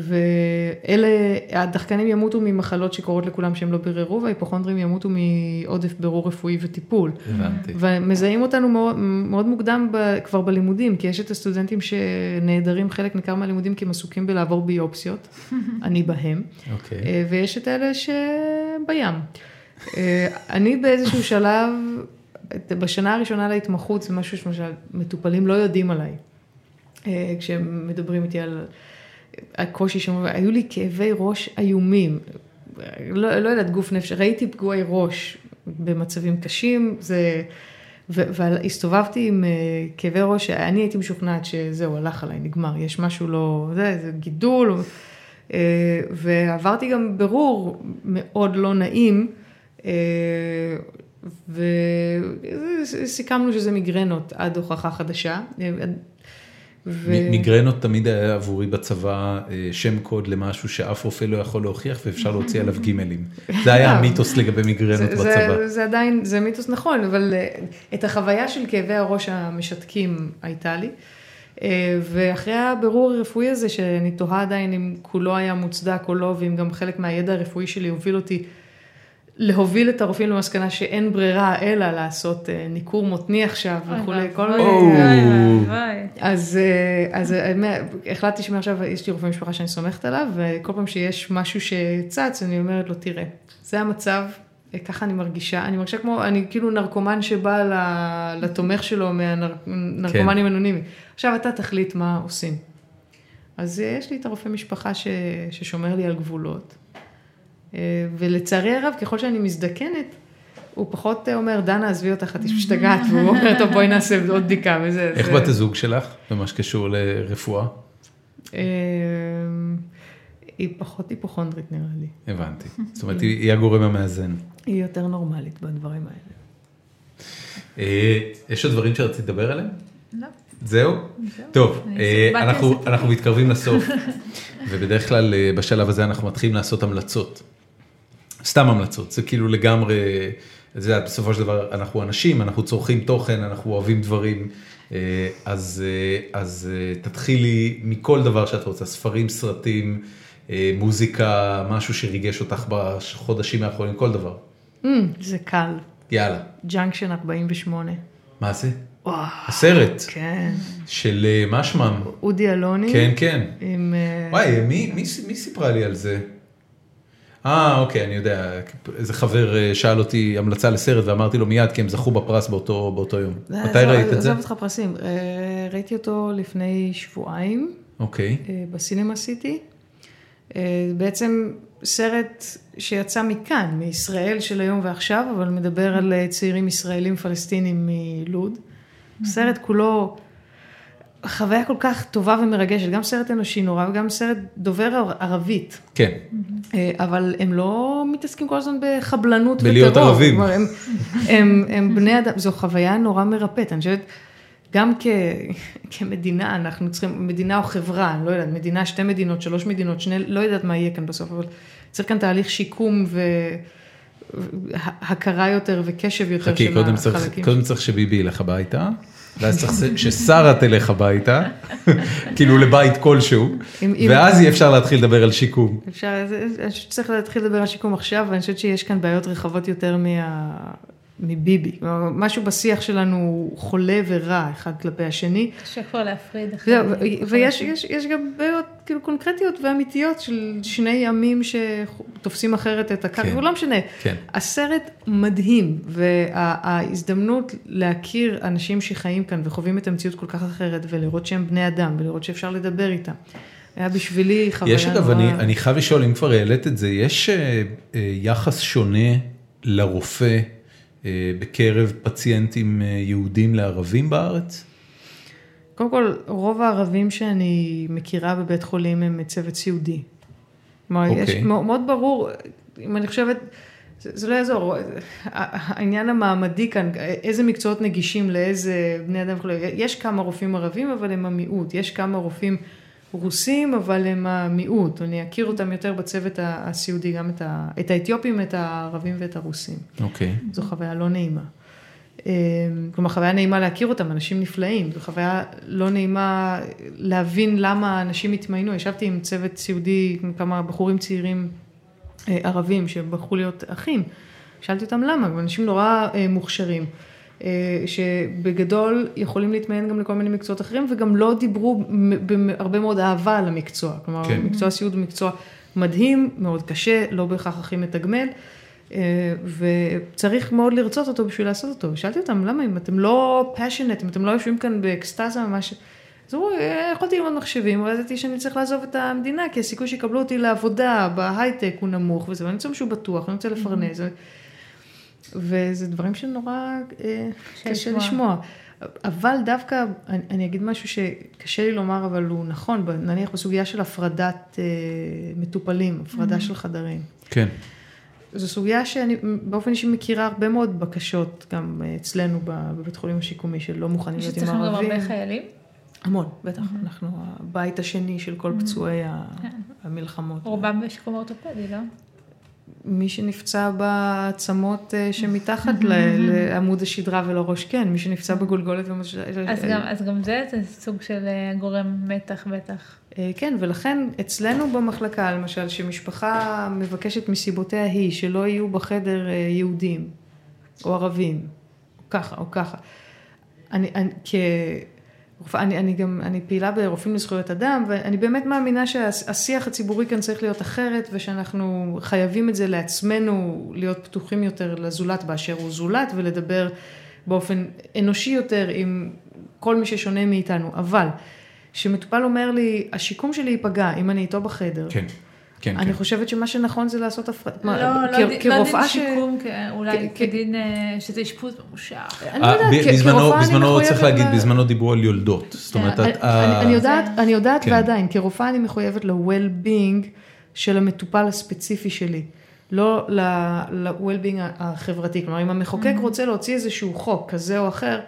ואלה, הדחקנים ימותו ממחלות שקורות לכולם שהם לא ביררו, וההיפוכונדרים ימותו מעודף בירור רפואי וטיפול. הבנתי. ומזהים אותנו מאוד, מאוד מוקדם ב, כבר בלימודים, כי יש את הסטודנטים שנעדרים חלק ניכר מהלימודים, כי הם עסוקים בלעבור ביופסיות, אני בהם. אוקיי. ויש את אלה שבים. אני באיזשהו שלב, בשנה הראשונה להתמחות, זה משהו שמטופלים לא יודעים עליי. כשהם מדברים איתי על הקושי שם, היו לי כאבי ראש איומים. לא, לא יודעת, גוף נפש, ראיתי פגועי ראש במצבים קשים, זה, והסתובבתי עם כאבי ראש, אני הייתי משוכנעת שזהו, הלך עליי, נגמר, יש משהו לא, זה, זה גידול, ועברתי גם ברור מאוד לא נעים, וסיכמנו שזה מיגרנות עד הוכחה חדשה. מיגרנות תמיד היה עבורי בצבא שם קוד למשהו שאף רופא לא יכול להוכיח ואפשר להוציא עליו גימלים. זה היה המיתוס לגבי מיגרנות בצבא. זה עדיין, זה מיתוס נכון, אבל את החוויה של כאבי הראש המשתקים הייתה לי. ואחרי הבירור הרפואי הזה, שאני תוהה עדיין אם כולו היה מוצדק או לא, ואם גם חלק מהידע הרפואי שלי הוביל אותי להוביל את הרופאים למסקנה שאין ברירה אלא לעשות ניכור מותני עכשיו וכו'. אז החלטתי שמעכשיו יש לי רופא משפחה שאני סומכת עליו, וכל פעם שיש משהו שצץ, אני אומרת לו, תראה, זה המצב, ככה אני מרגישה, אני מרגישה כמו, אני כאילו נרקומן שבא לתומך שלו מהנרקומנים אנונימיים. עכשיו אתה תחליט מה עושים. אז יש לי את הרופא משפחה ששומר לי על גבולות. ולצערי הרב, ככל שאני מזדקנת, הוא פחות אומר, דנה, עזבי אותך, את משתגעת, והוא אומר, טוב, בואי נעשה עוד בדיקה, וזה. איך בת הזוג שלך, במה שקשור לרפואה? היא פחות היפוכונדרית, נראה לי. הבנתי. זאת אומרת, היא הגורם המאזן. היא יותר נורמלית בדברים האלה. יש עוד דברים שרצית לדבר עליהם? לא. זהו? טוב, אנחנו מתקרבים לסוף, ובדרך כלל בשלב הזה אנחנו מתחילים לעשות המלצות. סתם המלצות, זה כאילו לגמרי, זה בסופו של דבר, אנחנו אנשים, אנחנו צורכים תוכן, אנחנו אוהבים דברים, אז, אז תתחילי מכל דבר שאת רוצה, ספרים, סרטים, מוזיקה, משהו שריגש אותך בחודשים האחרונים, כל דבר. זה קל. יאללה. ג'אנקשן ארבעים ושמונה. מה זה? הסרט. כן. של מה שמם? אודי אלוני. כן, כן. וואי, מי סיפרה לי על זה? אה, אוקיי, אני יודע, איזה חבר שאל אותי המלצה לסרט ואמרתי לו מיד, כי הם זכו בפרס באותו, באותו יום. מתי ראית את זה? עזוב אותך פרסים. ראיתי אותו לפני שבועיים. אוקיי. בסינמה סיטי. בעצם סרט שיצא מכאן, מישראל של היום ועכשיו, אבל מדבר על צעירים ישראלים פלסטינים מלוד. סרט כולו חוויה כל כך טובה ומרגשת, גם סרט אנושי נורא וגם סרט דובר ערבית. כן. אבל הם לא מתעסקים כל הזמן בחבלנות וטרור. בלהיות ערבים. הם, הם, הם בני אדם, זו חוויה נורא מרפאת. אני חושבת, גם כ, כמדינה, אנחנו צריכים, מדינה או חברה, אני לא יודעת, מדינה, שתי מדינות, שלוש מדינות, שני, לא יודעת מה יהיה כאן בסוף, אבל צריך כאן תהליך שיקום והכרה יותר וקשב יותר חכי, של קודם החלקים. צריך, קודם צריך שביבי ילך הביתה, ואז צריך ששרה תלך הביתה, כאילו לבית כלשהו, ואז יהיה אפשר להתחיל לדבר על שיקום. אפשר, אני חושבת שצריך להתחיל לדבר על שיקום עכשיו, ואני חושבת שיש כאן בעיות רחבות יותר מה... מביבי. משהו בשיח שלנו חולה ורע אחד כלפי השני. קשה כבר להפריד. ויש יש, יש גם בעיות כאילו קונקרטיות ואמיתיות של שני עמים שתופסים אחרת את הקרקע, ולא משנה. הסרט מדהים, וההזדמנות להכיר אנשים שחיים כאן וחווים את המציאות כל כך אחרת, ולראות שהם בני אדם, ולראות שאפשר לדבר איתם. היה בשבילי חוויה יש אגב, אני, אני חייב לשאול, אם כבר העלית את זה, יש יחס שונה לרופא בקרב פציינטים יהודים לערבים בארץ? קודם כל, רוב הערבים שאני מכירה בבית חולים הם צוות סיעודי. כלומר, יש מאוד ברור, אם אני חושבת, זה לא יעזור, העניין המעמדי כאן, איזה מקצועות נגישים לאיזה בני אדם, יש כמה רופאים ערבים, אבל הם המיעוט, יש כמה רופאים רוסים, אבל הם המיעוט, אני אכיר אותם יותר בצוות הסיעודי, גם את, ה, את האתיופים, את הערבים ואת הרוסים. אוקיי. Okay. זו חוויה לא נעימה. כלומר, חוויה נעימה להכיר אותם, אנשים נפלאים, זו חוויה לא נעימה להבין למה אנשים התמיינו. ישבתי עם צוות סיעודי, כמה בחורים צעירים ערבים שבחרו להיות אחים. שאלתי אותם למה, אנשים נורא מוכשרים. שבגדול יכולים להתמיין גם לכל מיני מקצועות אחרים, וגם לא דיברו בהרבה מאוד אהבה על המקצוע. כלומר, כן. מקצוע סיעוד הוא מקצוע מדהים, מאוד קשה, לא בהכרח הכי מתגמל, וצריך מאוד לרצות אותו בשביל לעשות אותו. שאלתי אותם, למה אם אתם לא passionate, אם אתם לא יושבים כאן באקסטאזה ממש, אז הוא, יכולתי ללמוד מחשבים, ראיתי שאני צריך לעזוב את המדינה, כי הסיכוי שיקבלו אותי לעבודה, בהייטק הוא נמוך, וזה, ואני רוצה משהו בטוח, אני רוצה לפרנס. וזה דברים שנורא קשה לשמוע. אבל דווקא, אני אגיד משהו שקשה לי לומר, אבל הוא נכון, נניח בסוגיה של הפרדת מטופלים, הפרדה של חדרים. כן. זו סוגיה שאני באופן אישי מכירה הרבה מאוד בקשות, גם אצלנו בבית חולים השיקומי, שלא מוכנים להיות עם ערבים. שצריכים גם הרבה חיילים? המון, בטח. אנחנו הבית השני של כל פצועי המלחמות. רובם בשיקום אורתופדי, לא? מי שנפצע בעצמות שמתחת לעמוד השדרה ולא ראש, כן, מי שנפצע בגולגולת. אז גם זה סוג של גורם מתח בטח. כן, ולכן אצלנו במחלקה, למשל, שמשפחה מבקשת מסיבותיה היא, שלא יהיו בחדר יהודים, או ערבים, או ככה, או ככה. אני, אני, כ... אני, אני גם, אני פעילה ברופאים לזכויות אדם, ואני באמת מאמינה שהשיח הציבורי כאן צריך להיות אחרת, ושאנחנו חייבים את זה לעצמנו, להיות פתוחים יותר לזולת באשר הוא זולת, ולדבר באופן אנושי יותר עם כל מי ששונה מאיתנו. אבל, שמטופל אומר לי, השיקום שלי ייפגע, אם אני איתו בחדר. כן. כן, אני כן. חושבת שמה שנכון זה לעשות הפרדה. לא, לא דין שיקום, אולי כדין שזה אשפוז ממושך. אני יודעת, כרופאה אני מחויבת... בזמנו צריך להגיד, בזמנו דיברו על יולדות. זאת אומרת, אני יודעת ועדיין, כרופאה אני מחויבת ל-well-being של המטופל הספציפי שלי. לא ל-well-being החברתי. כלומר, אם המחוקק רוצה להוציא איזשהו חוק כזה או אחר,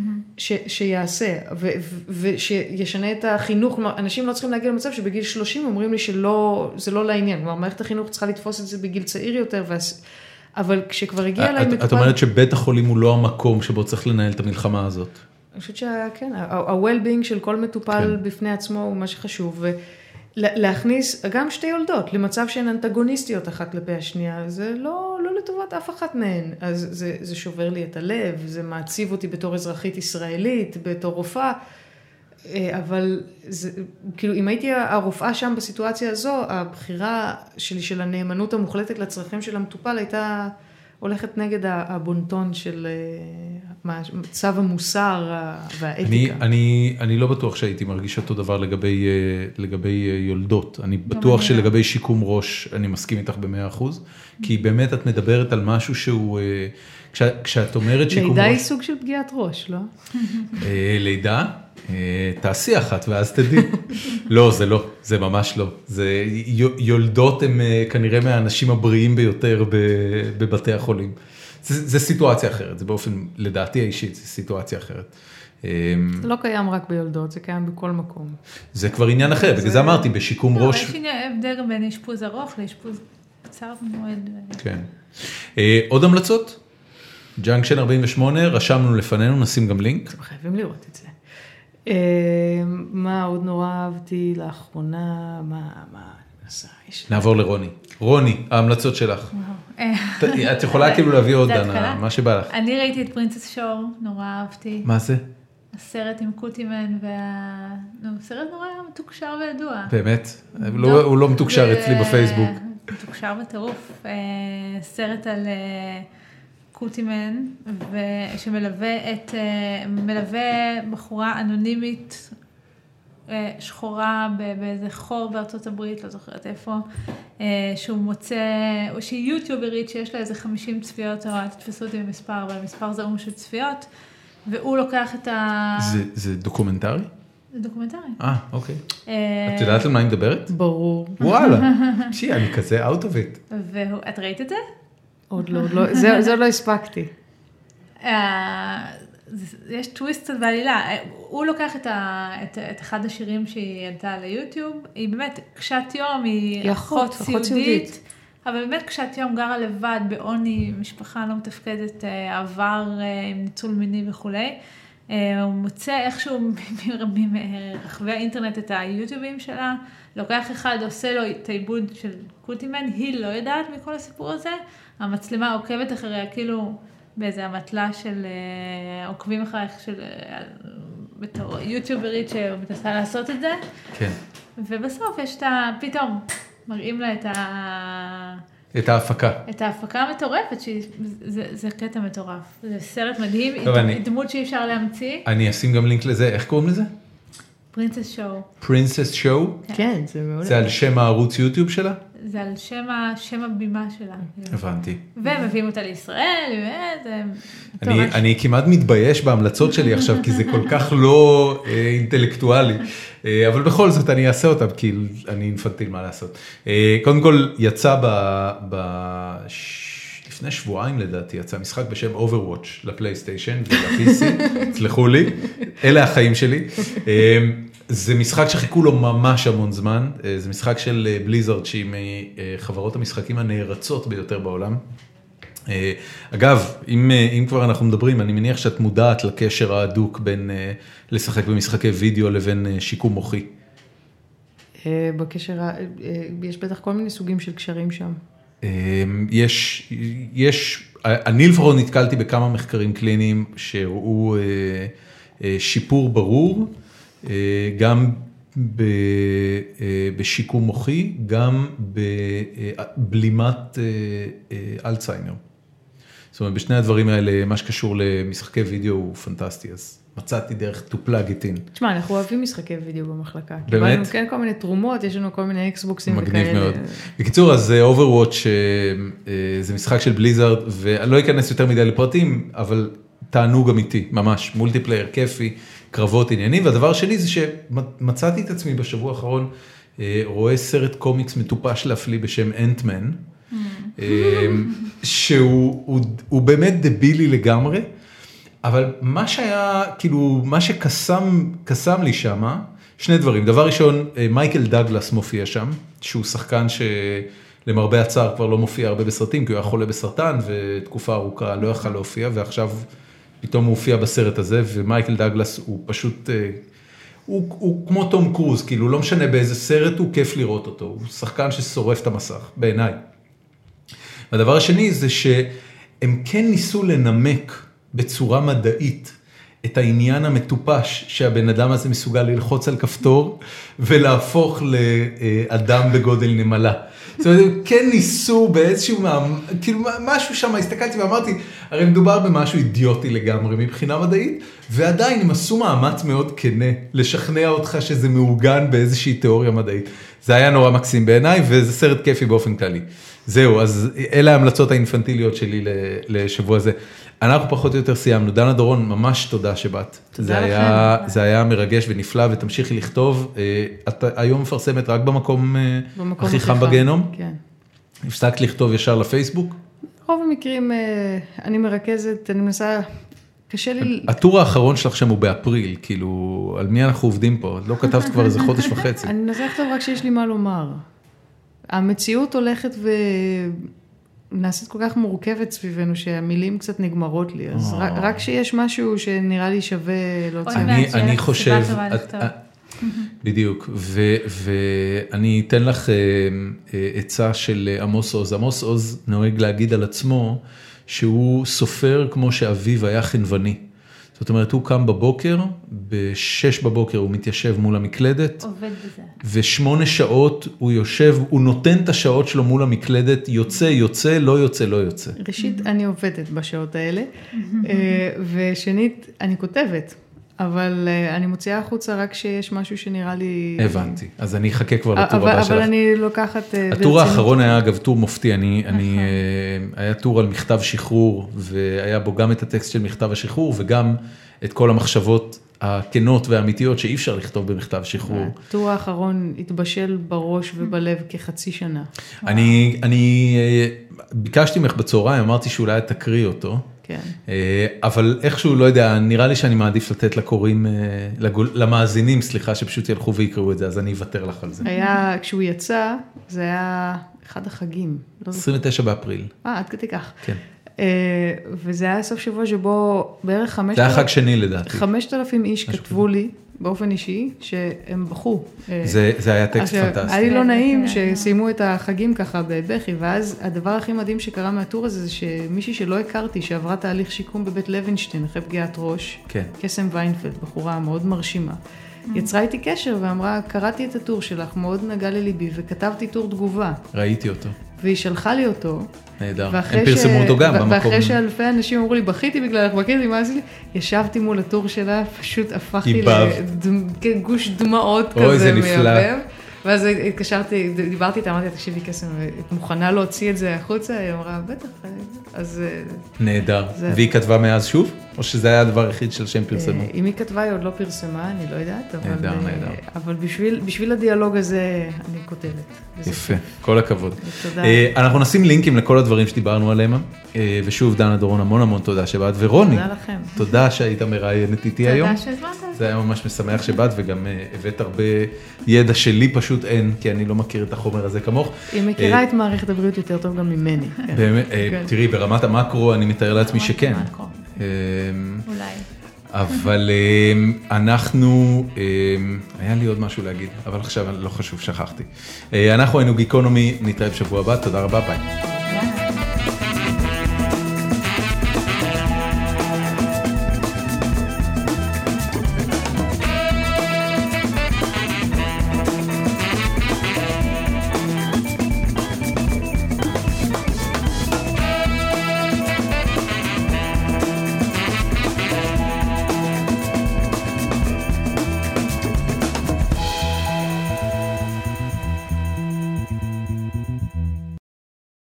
שיעשה, ושישנה את החינוך. כלומר, אנשים לא צריכים להגיע למצב שבגיל שלושים אומרים לי שזה לא לעניין. כלומר, מערכת החינוך צריכה לתפוס את זה בגיל צעיר יותר, אבל כשכבר הגיע אליי מטופל... את אומרת שבית החולים הוא לא המקום שבו צריך לנהל את המלחמה הזאת. אני חושבת שכן, ה-well-being של כל מטופל בפני עצמו הוא מה שחשוב, להכניס גם שתי יולדות למצב שהן אנטגוניסטיות אחת כלפי השנייה, זה לא, לא לטובת אף אחת מהן. אז זה, זה שובר לי את הלב, זה מעציב אותי בתור אזרחית ישראלית, בתור רופאה. אבל זה, כאילו, אם הייתי הרופאה שם בסיטואציה הזו, הבחירה שלי של הנאמנות המוחלטת לצרכים של המטופל הייתה הולכת נגד הבונטון של צו המוסר והאתיקה. אני, אני, אני לא בטוח שהייתי מרגיש אותו דבר לגבי, לגבי יולדות. אני בטוח שלגבי שיקום ראש, אני מסכים איתך במאה אחוז, כי באמת את מדברת על משהו שהוא, כשאת, כשאת אומרת שיקום ראש... לידה היא סוג של פגיעת ראש, לא? לידה? תעשי אחת ואז תדעי. לא, זה לא, זה ממש לא. זה, יולדות הם כנראה מהאנשים הבריאים ביותר בבתי החולים. זה, זה סיטואציה אחרת, זה באופן, לדעתי האישית, זה סיטואציה אחרת. זה לא קיים רק ביולדות, זה קיים בכל מקום. זה כבר עניין אחר, בגלל זה אמרתי, בשיקום ראש... יש הבדל גם בין אשפוז ארוך לאשפוז קצר במועד. כן. עוד המלצות? ג'אנקשן ארבעים ושמונה, רשמנו לפנינו, נשים גם לינק. אתם חייבים לראות את זה. מה עוד נורא אהבתי לאחרונה, מה, מה, נעשה, נעבור לרוני. רוני, ההמלצות שלך. את יכולה כאילו להביא עוד, דנה, מה שבא לך. אני ראיתי את פרינסס שור, נורא אהבתי. מה זה? הסרט עם קוטימן, סרט נורא מתוקשר וידוע. באמת? הוא לא מתוקשר אצלי בפייסבוק. מתוקשר בטירוף. סרט על... קוטימן, שמלווה את, מלווה בחורה אנונימית שחורה באיזה חור בארצות הברית, לא זוכרת איפה, שהוא מוצא, או שהיא יוטיוברית שיש לה איזה חמישים צפיות, או תתפסו אותי במספר, אבל מספר זעום של צפיות, והוא לוקח את ה... זה, זה דוקומנטרי? זה דוקומנטרי. אה, אוקיי. את יודעת על מה היא מדברת? ברור. וואלה, שי, אני כזה out of it. ואת ראית את זה? עוד לא, עוד לא, זה, זה לא הספקתי. יש טוויסט בעלילה, הוא לוקח את, ה, את, את אחד השירים שהיא עלתה ליוטיוב, היא באמת קשת יום, היא אחות סיעודית, אבל באמת קשת יום גרה לבד, בעוני, משפחה לא מתפקדת, עבר עם ניצול מיני וכולי, הוא מוצא איכשהו מרחבי האינטרנט את היוטיובים שלה, לוקח אחד, עושה לו את העיבוד של קוטימן, היא לא יודעת מכל הסיפור הזה, המצלמה עוקבת אחריה, כאילו באיזה המטלה של עוקבים אחרייך של בתור יוטיוברית שמתנסה לעשות את זה. כן. ובסוף יש את ה... פתאום מראים לה את ה... את ההפקה. את ההפקה המטורפת, שזה זה קטע מטורף. זה סרט מדהים, טוב, אני... דמות שאי אפשר להמציא. אני אשים גם לינק לזה, איך קוראים לזה? פרינסס שואו. פרינסס שואו? כן, זה מאוד. זה על שם הערוץ יוטיוב שלה? זה על שם, שם הבימה שלה. הבנתי. ומביאים אותה לישראל, באמת. אני, אני כמעט מתבייש בהמלצות שלי עכשיו, כי זה כל כך לא אה, אינטלקטואלי. אה, אבל בכל זאת אני אעשה אותם, כי אני אינפנטיל מה לעשות. אה, קודם כל, יצא ב... ב לפני שבועיים לדעתי, יצא משחק בשם Overwatch לפלייסטיישן ול-פי סי, תסלחו לי, אלה החיים שלי. זה משחק שחיכו לו ממש המון זמן, זה משחק של בליזארד, שהיא מחברות המשחקים הנערצות ביותר בעולם. אגב, אם, אם כבר אנחנו מדברים, אני מניח שאת מודעת לקשר ההדוק בין לשחק במשחקי וידאו לבין שיקום מוחי. בקשר, יש בטח כל מיני סוגים של קשרים שם. יש, יש, אני לפחות נתקלתי בכמה מחקרים קליניים שהראו שיפור ברור, גם בשיקום מוחי, גם בבלימת אלצהיימר. זאת אומרת, בשני הדברים האלה, מה שקשור למשחקי וידאו הוא פנטסטי, אז מצאתי דרך to plug it in. תשמע, אנחנו אוהבים משחקי וידאו במחלקה. באמת? קיבלנו כן כל מיני תרומות, יש לנו כל מיני אקסבוקסים וכאלה. מגניב מאוד. בקיצור, אז Overwatch זה משחק של בליזארד, ואני לא אכנס יותר מדי לפרטים, אבל תענוג אמיתי, ממש, מולטיפלייר, כיפי, קרבות עניינים, והדבר שלי זה שמצאתי את עצמי בשבוע האחרון, רואה סרט קומיקס מטופש להפליא בשם אנטמן, שהוא הוא, הוא באמת דבילי לגמרי, אבל מה שהיה, כאילו, מה שקסם, קסם לי שמה, שני דברים. דבר ראשון, מייקל דאגלס מופיע שם, שהוא שחקן שלמרבה הצער כבר לא מופיע הרבה בסרטים, כי הוא היה חולה בסרטן, ותקופה ארוכה לא יכל להופיע, ועכשיו פתאום הוא הופיע בסרט הזה, ומייקל דאגלס הוא פשוט, הוא, הוא כמו תום קרוז, כאילו, לא משנה באיזה סרט הוא, כיף לראות אותו. הוא שחקן ששורף את המסך, בעיניי. והדבר השני זה שהם כן ניסו לנמק בצורה מדעית את העניין המטופש שהבן אדם הזה מסוגל ללחוץ על כפתור ולהפוך לאדם בגודל נמלה. זאת אומרת, הם כן ניסו באיזשהו, כאילו משהו שם, הסתכלתי ואמרתי, הרי מדובר במשהו אידיוטי לגמרי מבחינה מדעית, ועדיין הם עשו מאמץ מאוד כנה לשכנע אותך שזה מעוגן באיזושהי תיאוריה מדעית. זה היה נורא מקסים בעיניי, וזה סרט כיפי באופן כללי. זהו, אז אלה ההמלצות האינפנטיליות שלי לשבוע הזה. אנחנו פחות או יותר סיימנו. דנה דורון, ממש תודה שבאת. תודה לכם. היה, זה היה מרגש ונפלא, ותמשיכי לכתוב. את היום מפרסמת רק במקום, במקום הכי חם בגיהנום? כן. הפסקת לכתוב ישר לפייסבוק? רוב המקרים אני מרכזת, אני מנסה, קשה לי... הטור האחרון שלך שם הוא באפריל, כאילו, על מי אנחנו עובדים פה? לא כתבת כבר איזה חודש וחצי. אני מנסה לכתוב רק שיש לי מה לומר. המציאות הולכת ו... נעשית כל כך מורכבת סביבנו, שהמילים קצת נגמרות לי, אז רק, רק שיש משהו שנראה לי שווה להוציא. אני, אני חושב, את, בדיוק, ו, ואני אתן לך עצה של עמוס עוז. עמוס עוז נוהג להגיד על עצמו, שהוא סופר כמו שאביו היה חנווני. זאת אומרת, הוא קם בבוקר, בשש בבוקר הוא מתיישב מול המקלדת. עובד בזה. ושמונה שעות הוא יושב, הוא נותן את השעות שלו מול המקלדת, יוצא, יוצא, לא יוצא, לא יוצא. ראשית, אני עובדת בשעות האלה, ושנית, אני כותבת, אבל אני מוציאה החוצה רק שיש משהו שנראה לי... הבנתי, אז אני אחכה כבר לטור הבא שלך. אבל אני לוקחת... הטור האחרון היה אגב טור מופתי, אני, היה טור על מכתב שחרור, והיה בו גם את הטקסט של מכתב השחרור, וגם את כל המחשבות הכנות והאמיתיות שאי אפשר לכתוב במכתב שחרור. הטור האחרון התבשל בראש ובלב כחצי שנה. אני, אני ביקשתי ממך בצהריים, אמרתי שאולי תקריא אותו. כן. אבל איכשהו, לא יודע, נראה לי שאני מעדיף לתת לקוראים, למאזינים, סליחה, שפשוט ילכו ויקראו את זה, אז אני אוותר לך על זה. היה, כשהוא יצא, זה היה אחד החגים. עשרים ותשעה באפריל. אה, עד כדי כך. כן. וזה היה סוף שבוע שבו בערך חמשת... זה היה חג שני לדעתי. חמשת אלפים איש כתבו לי, באופן אישי, שהם בכו. זה, זה היה טקסט פנטסטי. היה לי לא נעים שסיימו את החגים ככה בבכי, ואז הדבר הכי מדהים שקרה מהטור הזה, זה שמישהי שלא הכרתי, שעברה תהליך שיקום בבית לוינשטיין, אחרי פגיעת ראש, כן. קסם ויינפלד, בחורה מאוד מרשימה, יצרה איתי קשר ואמרה, קראתי את הטור שלך, מאוד נגע לליבי, וכתבתי טור תגובה. ראיתי אותו. והיא שלחה לי אותו. נהדר, הם פרסמו אותו גם במקום. ואחרי שאלפי אנשים אמרו לי, בכיתי בגללך, בכיתי, מה עשיתי? ישבתי מול הטור שלה, פשוט הפכתי לגוש דמעות כזה מייבב. ואז התקשרתי, דיברתי איתה, אמרתי, תקשיבי קסם, את מוכנה להוציא את זה החוצה? היא אמרה, בטח, אז... נהדר. והיא כתבה מאז שוב? או שזה היה הדבר היחיד של שהם פרסמו? אם היא כתבה, היא עוד לא פרסמה, אני לא יודעת, נהדר, נהדר. אבל בשביל הדיאלוג הזה, אני כותבת. יפה, כל הכבוד. תודה. אנחנו נשים לינקים לכל הדברים שדיברנו עליהם, ושוב, דנה דורון, המון המון תודה שבאת, ורוני, תודה לכם. תודה שהיית מראיינת איתי היום. תודה שהזמנת. זה היה ממש משמח שבאת, וגם הבאת הרבה ידע שלי פשוט אין, כי אני לא מכיר את החומר הזה כמוך. היא מכירה את מערכת הבריאות יותר טוב גם ממני. באמת, תראי, ברמת המקרו אני מתאר לעצמי שכן. אולי. אבל אנחנו, היה לי עוד משהו להגיד, אבל עכשיו לא חשוב, שכחתי. אנחנו היינו גיקונומי, נתראה בשבוע הבא, תודה רבה, ביי.